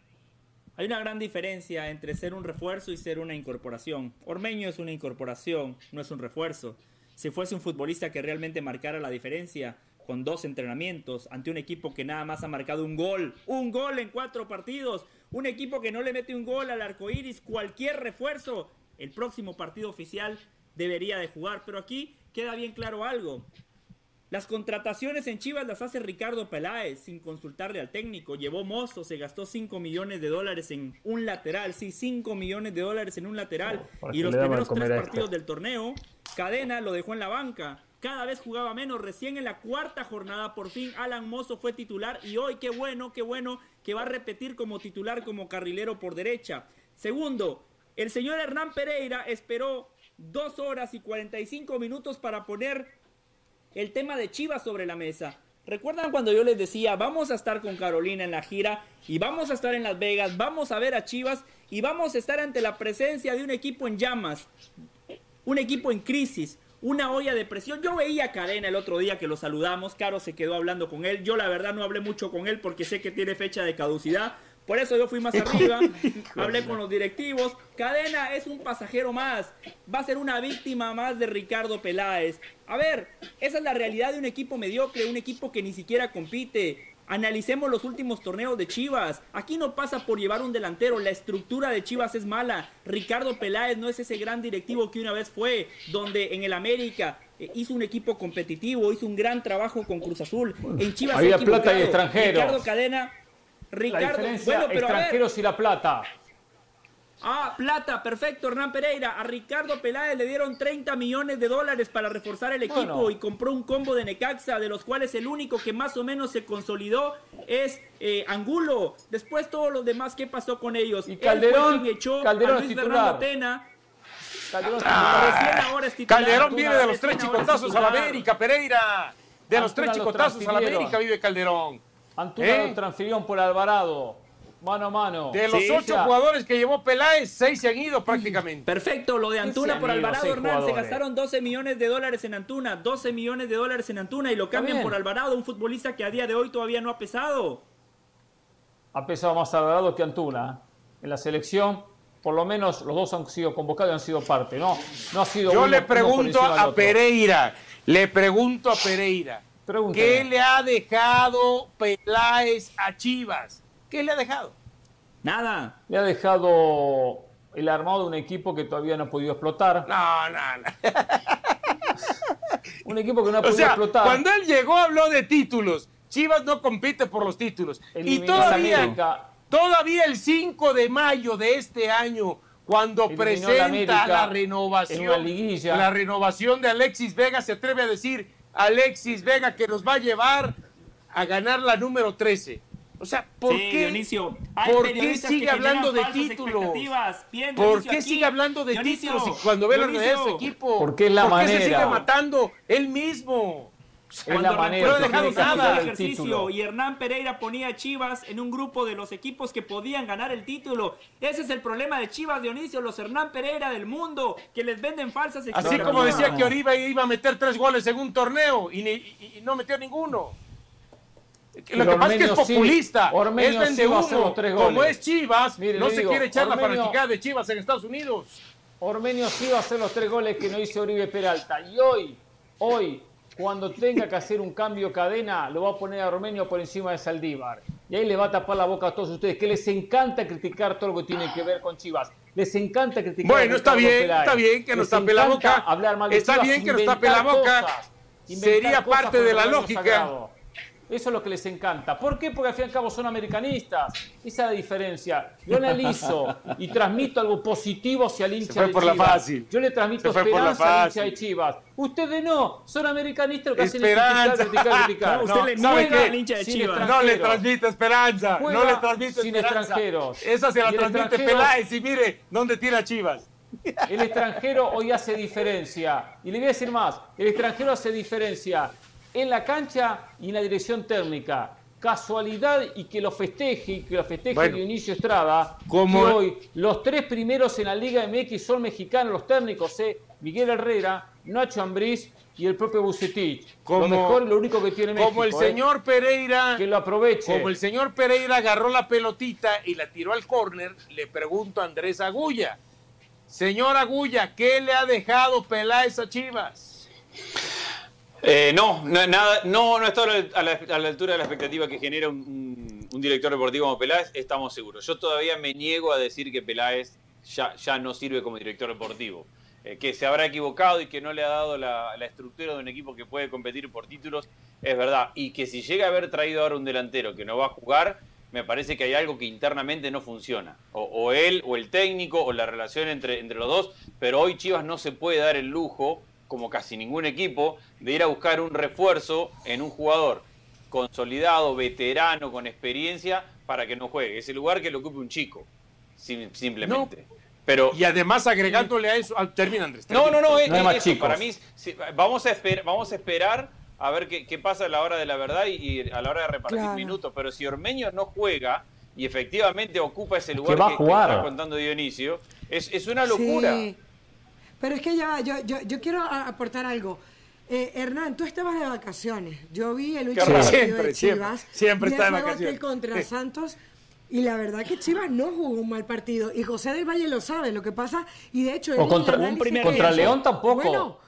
hay una gran diferencia entre ser un refuerzo y ser una incorporación. Ormeño es una incorporación, no es un refuerzo. Si fuese un futbolista que realmente marcara la diferencia con dos entrenamientos ante un equipo que nada más ha marcado un gol, un gol en cuatro partidos, un equipo que no le mete un gol al arco iris, cualquier refuerzo, el próximo partido oficial debería de jugar. Pero aquí queda bien claro algo. Las contrataciones en Chivas las hace Ricardo Peláez sin consultarle al técnico. Llevó Mozo, se gastó cinco millones de dólares en un lateral. Sí, cinco millones de dólares en un lateral. Para Y que los le damos primeros de comer tres a este. partidos del torneo, Cadena lo dejó en la banca. Cada vez jugaba menos. Recién en la cuarta jornada, por fin, Alan Mozo fue titular. Y hoy, qué bueno, qué bueno, que va a repetir como titular, como carrilero por derecha. Segundo, el señor Hernán Pereira esperó dos horas y cuarenta y cinco minutos para poner el tema de Chivas sobre la mesa. ¿Recuerdan cuando yo les decía, vamos a estar con Carolina en la gira y vamos a estar en Las Vegas, vamos a ver a Chivas y vamos a estar ante la presencia de un equipo en llamas, un equipo en crisis, una olla de presión? Yo veía a Cadena el otro día que lo saludamos, Caro se quedó hablando con él, yo la verdad no hablé mucho con él porque sé que tiene fecha de caducidad. Por eso yo fui más arriba, hablé con los directivos. Cadena es un pasajero más, va a ser una víctima más de Ricardo Peláez. A ver, esa es la realidad de un equipo mediocre, un equipo que ni siquiera compite. Analicemos los últimos torneos de Chivas. Aquí no pasa por llevar un delantero, la estructura de Chivas es mala. Ricardo Peláez no es ese gran directivo que una vez fue, donde en el América eh, hizo un equipo competitivo, hizo un gran trabajo con Cruz Azul. En Chivas Había se ha plata y equivocado. extranjeros. Ricardo Cadena... La Ricardo, diferencia, bueno, pero a ver. extranjeros y la plata. Ah, plata, perfecto, Hernán Pereira. A Ricardo Peláez le dieron treinta millones de dólares para reforzar el equipo Bueno. y compró un combo de Necaxa, de los cuales el único que más o menos se consolidó es eh, Angulo. Después todos los demás, ¿qué pasó con ellos? Y Él Calderón- fue quien echó Calderón a es Luis titular. Fernando Tena. Calderón, Recién ahora es titular. Calderón Antuna, viene de los recién tres ahora es chicotazos a la titular. América, Pereira. De los Antuna tres lo chicotazos a la transfirieron. América vive Calderón. Antuna ¿Eh? lo transfirieron por Alvarado. Mano a mano. De los Sí, ocho ya. jugadores que llevó Peláez, seis se han ido prácticamente. Perfecto, lo de Antuna se por han ido Alvarado, seis Hernán, se jugadores? gastaron doce millones de dólares en Antuna, doce millones de dólares en Antuna y lo cambian bien. por Alvarado, un futbolista que a día de hoy todavía no ha pesado. Ha pesado más Alvarado que Antuna. En la selección, por lo menos los dos han sido convocados y han sido parte. No, no ha sido Yo uno- le uno por pregunto encima del a otro. Pereira, le pregunto a Pereira, Pregúntale. ¿qué le ha dejado Peláez a Chivas? ¿Qué le ha dejado? Nada. Le ha dejado el armado de un equipo que todavía no ha podido explotar. No, no, no. Un equipo que no ha O podido sea, explotar. cuando él llegó habló de títulos. Chivas no compite por los títulos. Eliminó Y todavía, América. todavía el cinco de mayo de este año, cuando Eliminó presenta la América la en renovación, una liguilla. la renovación de Alexis Vega, se atreve a decir Alexis Vega que nos va a llevar a ganar la número trece. O sea, ¿por Sí, qué, Dionisio, hay ¿por qué periodistas sigue que hablando de generan falsas títulos? expectativas. Bien, ¿Por Dionisio, qué aquí, sigue hablando de Dionisio, títulos y cuando ve la realidad de su Dionisio, equipo? Porque es la ¿Por qué manera. se sigue matando él mismo? Es Cuando la arrancó manera. no he el dejado torneo, nada. el el ejercicio título. y Hernán Pereira ponía a Chivas en un grupo de los equipos que podían ganar el título. Ese es el problema de Chivas, Dionisio, los Hernán Pereira del mundo, que les venden falsas Así expectativas. como decía que Oribe iba a meter tres goles en un torneo y, ni- y- y no metió ninguno. Pero Lo que pasa es que es Ormeño sí- populista, Ormeño es sí vende va a hacer humo. los tres Como goles. es Chivas, Mire, no le se digo, quiere echar la Ormeño- fanaticada de Chivas en Estados Unidos. Ormeño sí va a hacer los tres goles que no hizo Oribe Peralta. Y hoy, hoy, cuando tenga que hacer un cambio cadena, lo va a poner a Ormeño por encima de Saldívar. Y ahí le va a tapar la boca a todos ustedes, que les encanta criticar todo lo que tiene que ver con Chivas. Les encanta criticar Bueno, a está Ricardo bien, Peláez. está bien que nos Les tape la encanta boca. hablar mal de Está Chivas, bien que nos tape la inventar boca. cosas, inventar Sería cosas parte con de la el rebaño lógica. sagrado. Eso es lo que les encanta. ¿Por qué? Porque al fin y al cabo son americanistas. Esa es la diferencia. Yo analizo y transmito algo positivo hacia el hincha fue de por la Chivas. fácil. Yo le transmito Se fue por la esperanza al hincha fácil. de Chivas. Ustedes no, son americanistas, lo que hacen es Esperanza. criticar, criticar, criticar. No, usted le ¿sabe niega qué? al hincha de Sin Chivas. extranjeros. No le transmite esperanza, Juega no le transmite sin esperanza. extranjeros. Esa se la Y el transmite extranjero- Peláez y mire dónde tiene a Chivas. El extranjero hoy hace diferencia. Y le voy a decir más, el extranjero hace diferencia en la cancha y en la dirección técnica. Casualidad y que lo festeje, y que lo festeje Bueno, Dionisio Estrada, como- que hoy los tres primeros en la Liga M X son mexicanos, los técnicos, ¿eh? Miguel Herrera, Nacho Ambriz y el propio Bucetich. Como- lo mejor y lo único que tiene México. Como el ¿eh? señor Pereira, Que lo aproveche. como el señor Pereira agarró la pelotita y la tiró al córner, le pregunto a Andrés Agulla. Señor Agulla, ¿qué le ha dejado Peláez a Chivas? Eh, no, no, nada, no, no está a la, a la- a la altura de la expectativa que genera un, un- un director deportivo como Peláez, estamos seguros. Yo todavía me niego a decir que Peláez ya, ya no sirve como director deportivo. Eh, que se habrá equivocado y que no le ha dado la, la estructura de un equipo que puede competir por títulos, es verdad. Y que si llega a haber traído ahora un delantero que no va a jugar, me parece que hay algo que internamente no funciona. O, o él, o el técnico, o la relación entre, entre los dos. Pero hoy Chivas no se puede dar el lujo, como casi ningún equipo, de ir a buscar un refuerzo en un jugador consolidado, veterano, con experiencia, para que no juegue. Ese lugar que lo ocupe un chico, sim- simplemente. Pero, Y además agregándole a eso, ah, termina Andrés. no, termina. no, no, es, No hay más es eso. chicos. Para mí, sí, vamos, a esper- vamos a esperar a ver qué, qué pasa a la hora de la verdad y, y a la hora de repartir Claro. minutos. Pero si Ormeño no juega y efectivamente ocupa ese lugar va a que, jugar. que está contando Dionisio, es, es una locura. Sí. Pero es que ya va, yo, yo, yo quiero a- aportar algo. Eh, Hernán, tú estabas de vacaciones. Yo vi el último raro. partido Siempre, de siempre, Chivas. siempre y está el de juego aquel vacaciones. contra Sí. Santos. Y la verdad que Chivas no jugó un mal partido. Y José del Valle lo sabe. Lo que pasa, y de hecho... él O en contra- el análisis un primer que contra hizo- León tampoco. Bueno,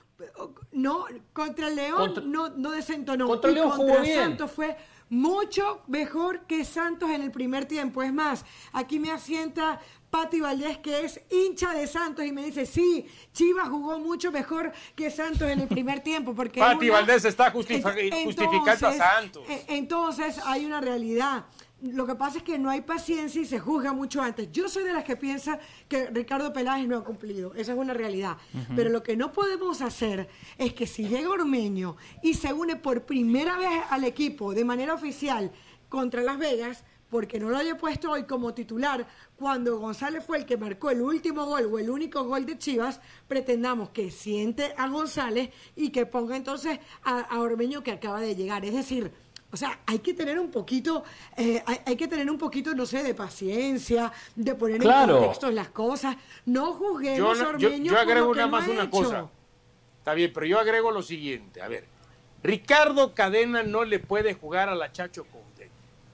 no, contra el León Contra- no, no desentonó. Contra y León contra jugó bien. Santos fue mucho mejor que Santos en el primer tiempo. Es más, aquí me asienta Pati Valdés, que es hincha de Santos, y me dice, sí, Chivas jugó mucho mejor que Santos en el primer tiempo. Porque Pati una- Valdés está justifa- Ent- justificando a Santos. eh, Entonces hay una realidad. Lo que pasa es que no hay paciencia y se juzga mucho antes. Yo soy de las que piensa que Ricardo Peláez no ha cumplido. Esa es una realidad. Pero lo que no podemos hacer es que si llega Ormeño y se une por primera vez al equipo de manera oficial contra Las Vegas, porque no lo haya puesto hoy como titular, cuando González fue el que marcó el último gol o el único gol de Chivas, pretendamos que siente a González y que ponga entonces a, a Ormeño, que acaba de llegar. Es decir, o sea, hay que tener un poquito, eh, hay, hay que tener un poquito, no sé, de paciencia, de poner Claro. en contexto las cosas. No Yo, juzguemos a no- yo, Ormeño yo por agrego lo que nada no más ha una hecho. cosa. Está bien, pero yo agrego lo siguiente. A ver, Ricardo Cadena no le puede jugar a la Chacho Coudet.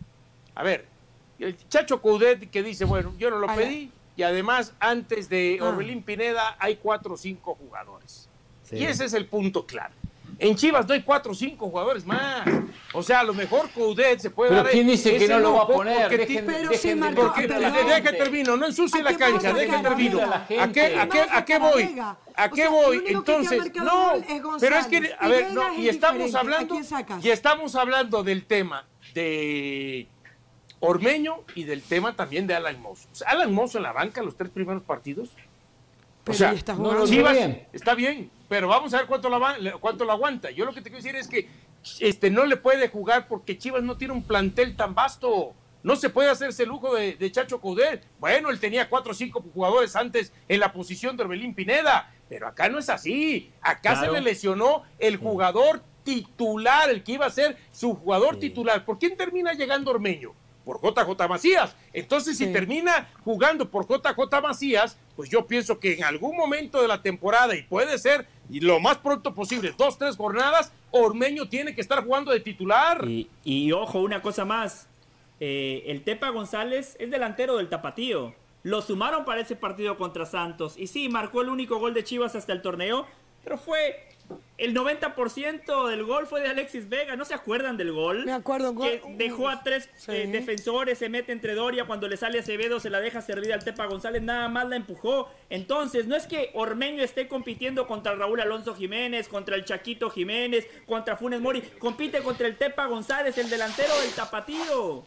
A ver, el Chacho Coudet que dice, bueno, yo no lo A pedí, y además antes de Ah. Orbelín Pineda hay cuatro o cinco jugadores. Sí. Y ese es el punto claro. En Chivas no hay cuatro o cinco jugadores más. O sea, a lo mejor Coudet se puede pero dar... ¿quién dice que no lo va a poner? Dejen, pero dejen, sí, Marco, porque, pero- deja que termino, no ensucie la cancha, deja que termino. ¿A qué, a qué, a qué voy? ¿A qué voy? Entonces, no, pero es que, a ver, no, y estamos hablando, y estamos hablando del tema de Ormeño y del tema también de Alan Mozo. O sea, Alan Mozo en la banca los tres primeros partidos. O Pero sea, ya está no jugando. lo Chivas bien. está bien, pero vamos a ver cuánto lo, va- cuánto lo aguanta. Yo lo que te quiero decir es que este, no le puede jugar porque Chivas no tiene un plantel tan vasto. No se puede hacerse el lujo de, de Chacho Coudet. Bueno, él tenía cuatro o cinco jugadores antes en la posición de Orbelín Pineda, pero acá no es así. Acá Claro. se le lesionó el jugador titular, el que iba a ser su jugador titular. ¿Por quién termina llegando Ormeño? Por J J Macías. Entonces, si Sí. termina jugando por J J Macías, pues yo pienso que en algún momento de la temporada, y puede ser y lo más pronto posible, dos, tres jornadas, Ormeño tiene que estar jugando de titular. Y, y ojo, una cosa más. Eh, el Tepa González es delantero del Tapatío. Lo sumaron para ese partido contra Santos. Y sí, marcó el único gol de Chivas hasta el torneo. Pero fue... El noventa por ciento del gol fue de Alexis Vega. ¿No se acuerdan del gol? Me acuerdo, un Que gol- dejó a tres Sí. eh, defensores, se mete entre Doria. Cuando le sale Acevedo, se la deja servida al Tepa González. Nada más la empujó. Entonces, no es que Ormeño esté compitiendo contra Raúl Alonso Jiménez, contra el Chaquito Jiménez, contra Funes Mori. Compite contra el Tepa González, el delantero del Tapatío.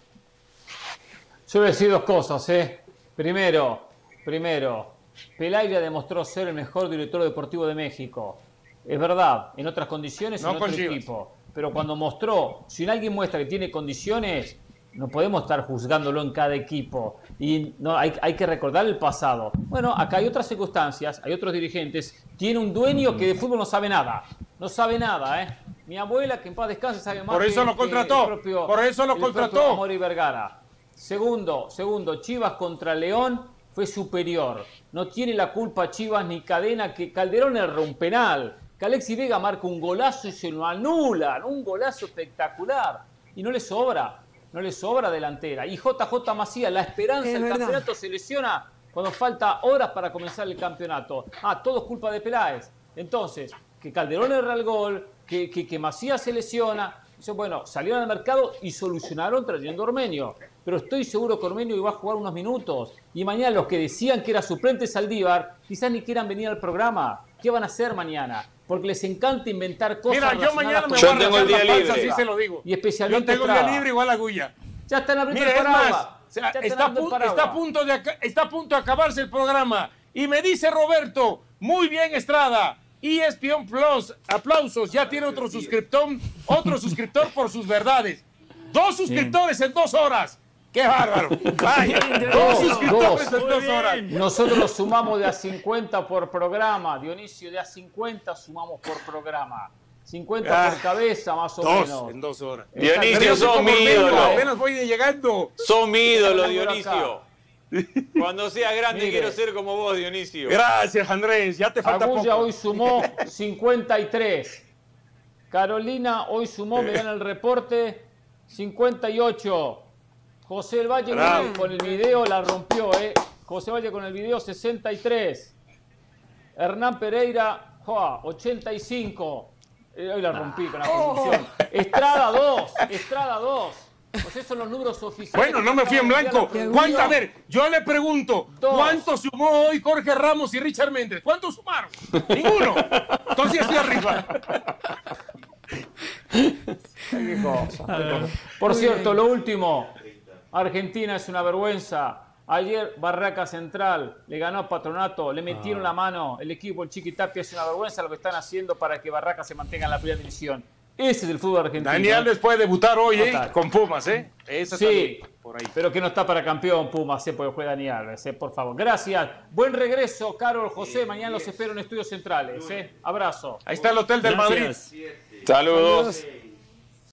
Yo voy a decir dos cosas, ¿eh? Primero, primero, Pelaglia demostró ser el mejor director deportivo de México. Es verdad, en otras condiciones, No en otro con Chivas. equipo. Pero cuando mostró, si alguien muestra que tiene condiciones, no podemos estar juzgándolo en cada equipo. Y no, hay, hay que recordar el pasado. Bueno, acá hay otras circunstancias, hay otros dirigentes. Tiene un dueño que de fútbol no sabe nada. No sabe nada, ¿eh? Mi abuela, que en paz descanse, sabe más Por eso que- lo que contrató, el propio- por eso lo el contrató. propio Amaury Vergara. Segundo, segundo, Chivas contra León fue superior. No tiene la culpa Chivas ni Cadena, que Calderón erró un penal, que Alexis Vega marca un golazo y se lo anulan, un golazo espectacular. Y no le sobra, no le sobra delantera. Y J J Macías, la esperanza Es del verdad. campeonato, se lesiona cuando falta horas para comenzar el campeonato. Ah, todo es culpa de Peláez. Entonces, que Calderón erra el gol, que, que, que Macías se lesiona. Dice, bueno, salieron al mercado y solucionaron trayendo a Ormeño. Pero estoy seguro que Ormeño iba a jugar unos minutos. Y mañana los que decían que era suplente Saldívar, quizás ni quieran venir al programa. ¿Qué van a hacer mañana? Porque les encanta inventar cosas. Mira, yo relacionadas mañana con me Yo voy a tengo el rascar la día panza, libre. así se lo digo. Y especialmente Yo tengo el día Estrada. libre igual a Guya. Ya están abriendo Mira, el es paraguas. más, o sea, Ya están está, a abriendo el pu- paraguas. está, a punto de, aca- está a punto de acabarse el programa. Y me dice Roberto, muy bien Estrada, E S P N Plus, aplausos, ya tiene otro suscriptor, otro suscriptor por sus verdades. Dos suscriptores en dos horas. ¡Qué bárbaro! Vaya, dos Dos, suscriptores dos. en dos horas. Nosotros lo sumamos de a cincuenta por programa. Dionisio, de a cincuenta sumamos por programa. cincuenta Ah, por cabeza, más o menos. Dos en dos horas. Dionisio, Pero yo soy sos como mi Ormeño, ídolo. apenas voy llegando. Sos mi ídolo, Estamos por Dionisio. Cuando sea grande Mire. quiero ser como vos, Dionisio. Gracias, Andrés, ya te falta Agulla poco. hoy sumó cincuenta y tres. Carolina hoy sumó, me dan el reporte, cincuenta y ocho. José El Valle Bravo. con el video la rompió, ¿eh? José Valle con el video, sesenta y tres. Hernán Pereira, joa, ochenta y cinco. Eh, hoy la rompí con la producción. Estrada dos, Estrada dos. Pues esos son los números oficiales. Bueno, no me fui en blanco. Qué ¿Cuánto? A guía. ver, yo le pregunto, Dos. ¿cuánto sumó hoy Jorge Ramos y Richard Méndez? ¿Cuántos sumaron? Ninguno. Entonces estoy arriba. Qué cosa, qué cosa. Por cierto, lo último, Argentina es una vergüenza. Ayer Barraca Central le ganó a Patronato, le metieron la mano el equipo, el Chiquitapia. Es una vergüenza lo que están haciendo para que Barraca se mantenga en la primera división. Ese es el fútbol argentino. Daniel les puede debutar hoy, ¿eh? Total. Con Pumas, ¿eh? Eso Sí, también, por ahí. pero que no está para campeón Pumas, ¿eh? Porque juega Dani Alves, ¿eh? Por favor. Gracias. Buen regreso, Carol, José. Mañana los espero en Estudios Centrales, ¿eh? Abrazo. Ahí está el Hotel del Madrid. Gracias. Saludos.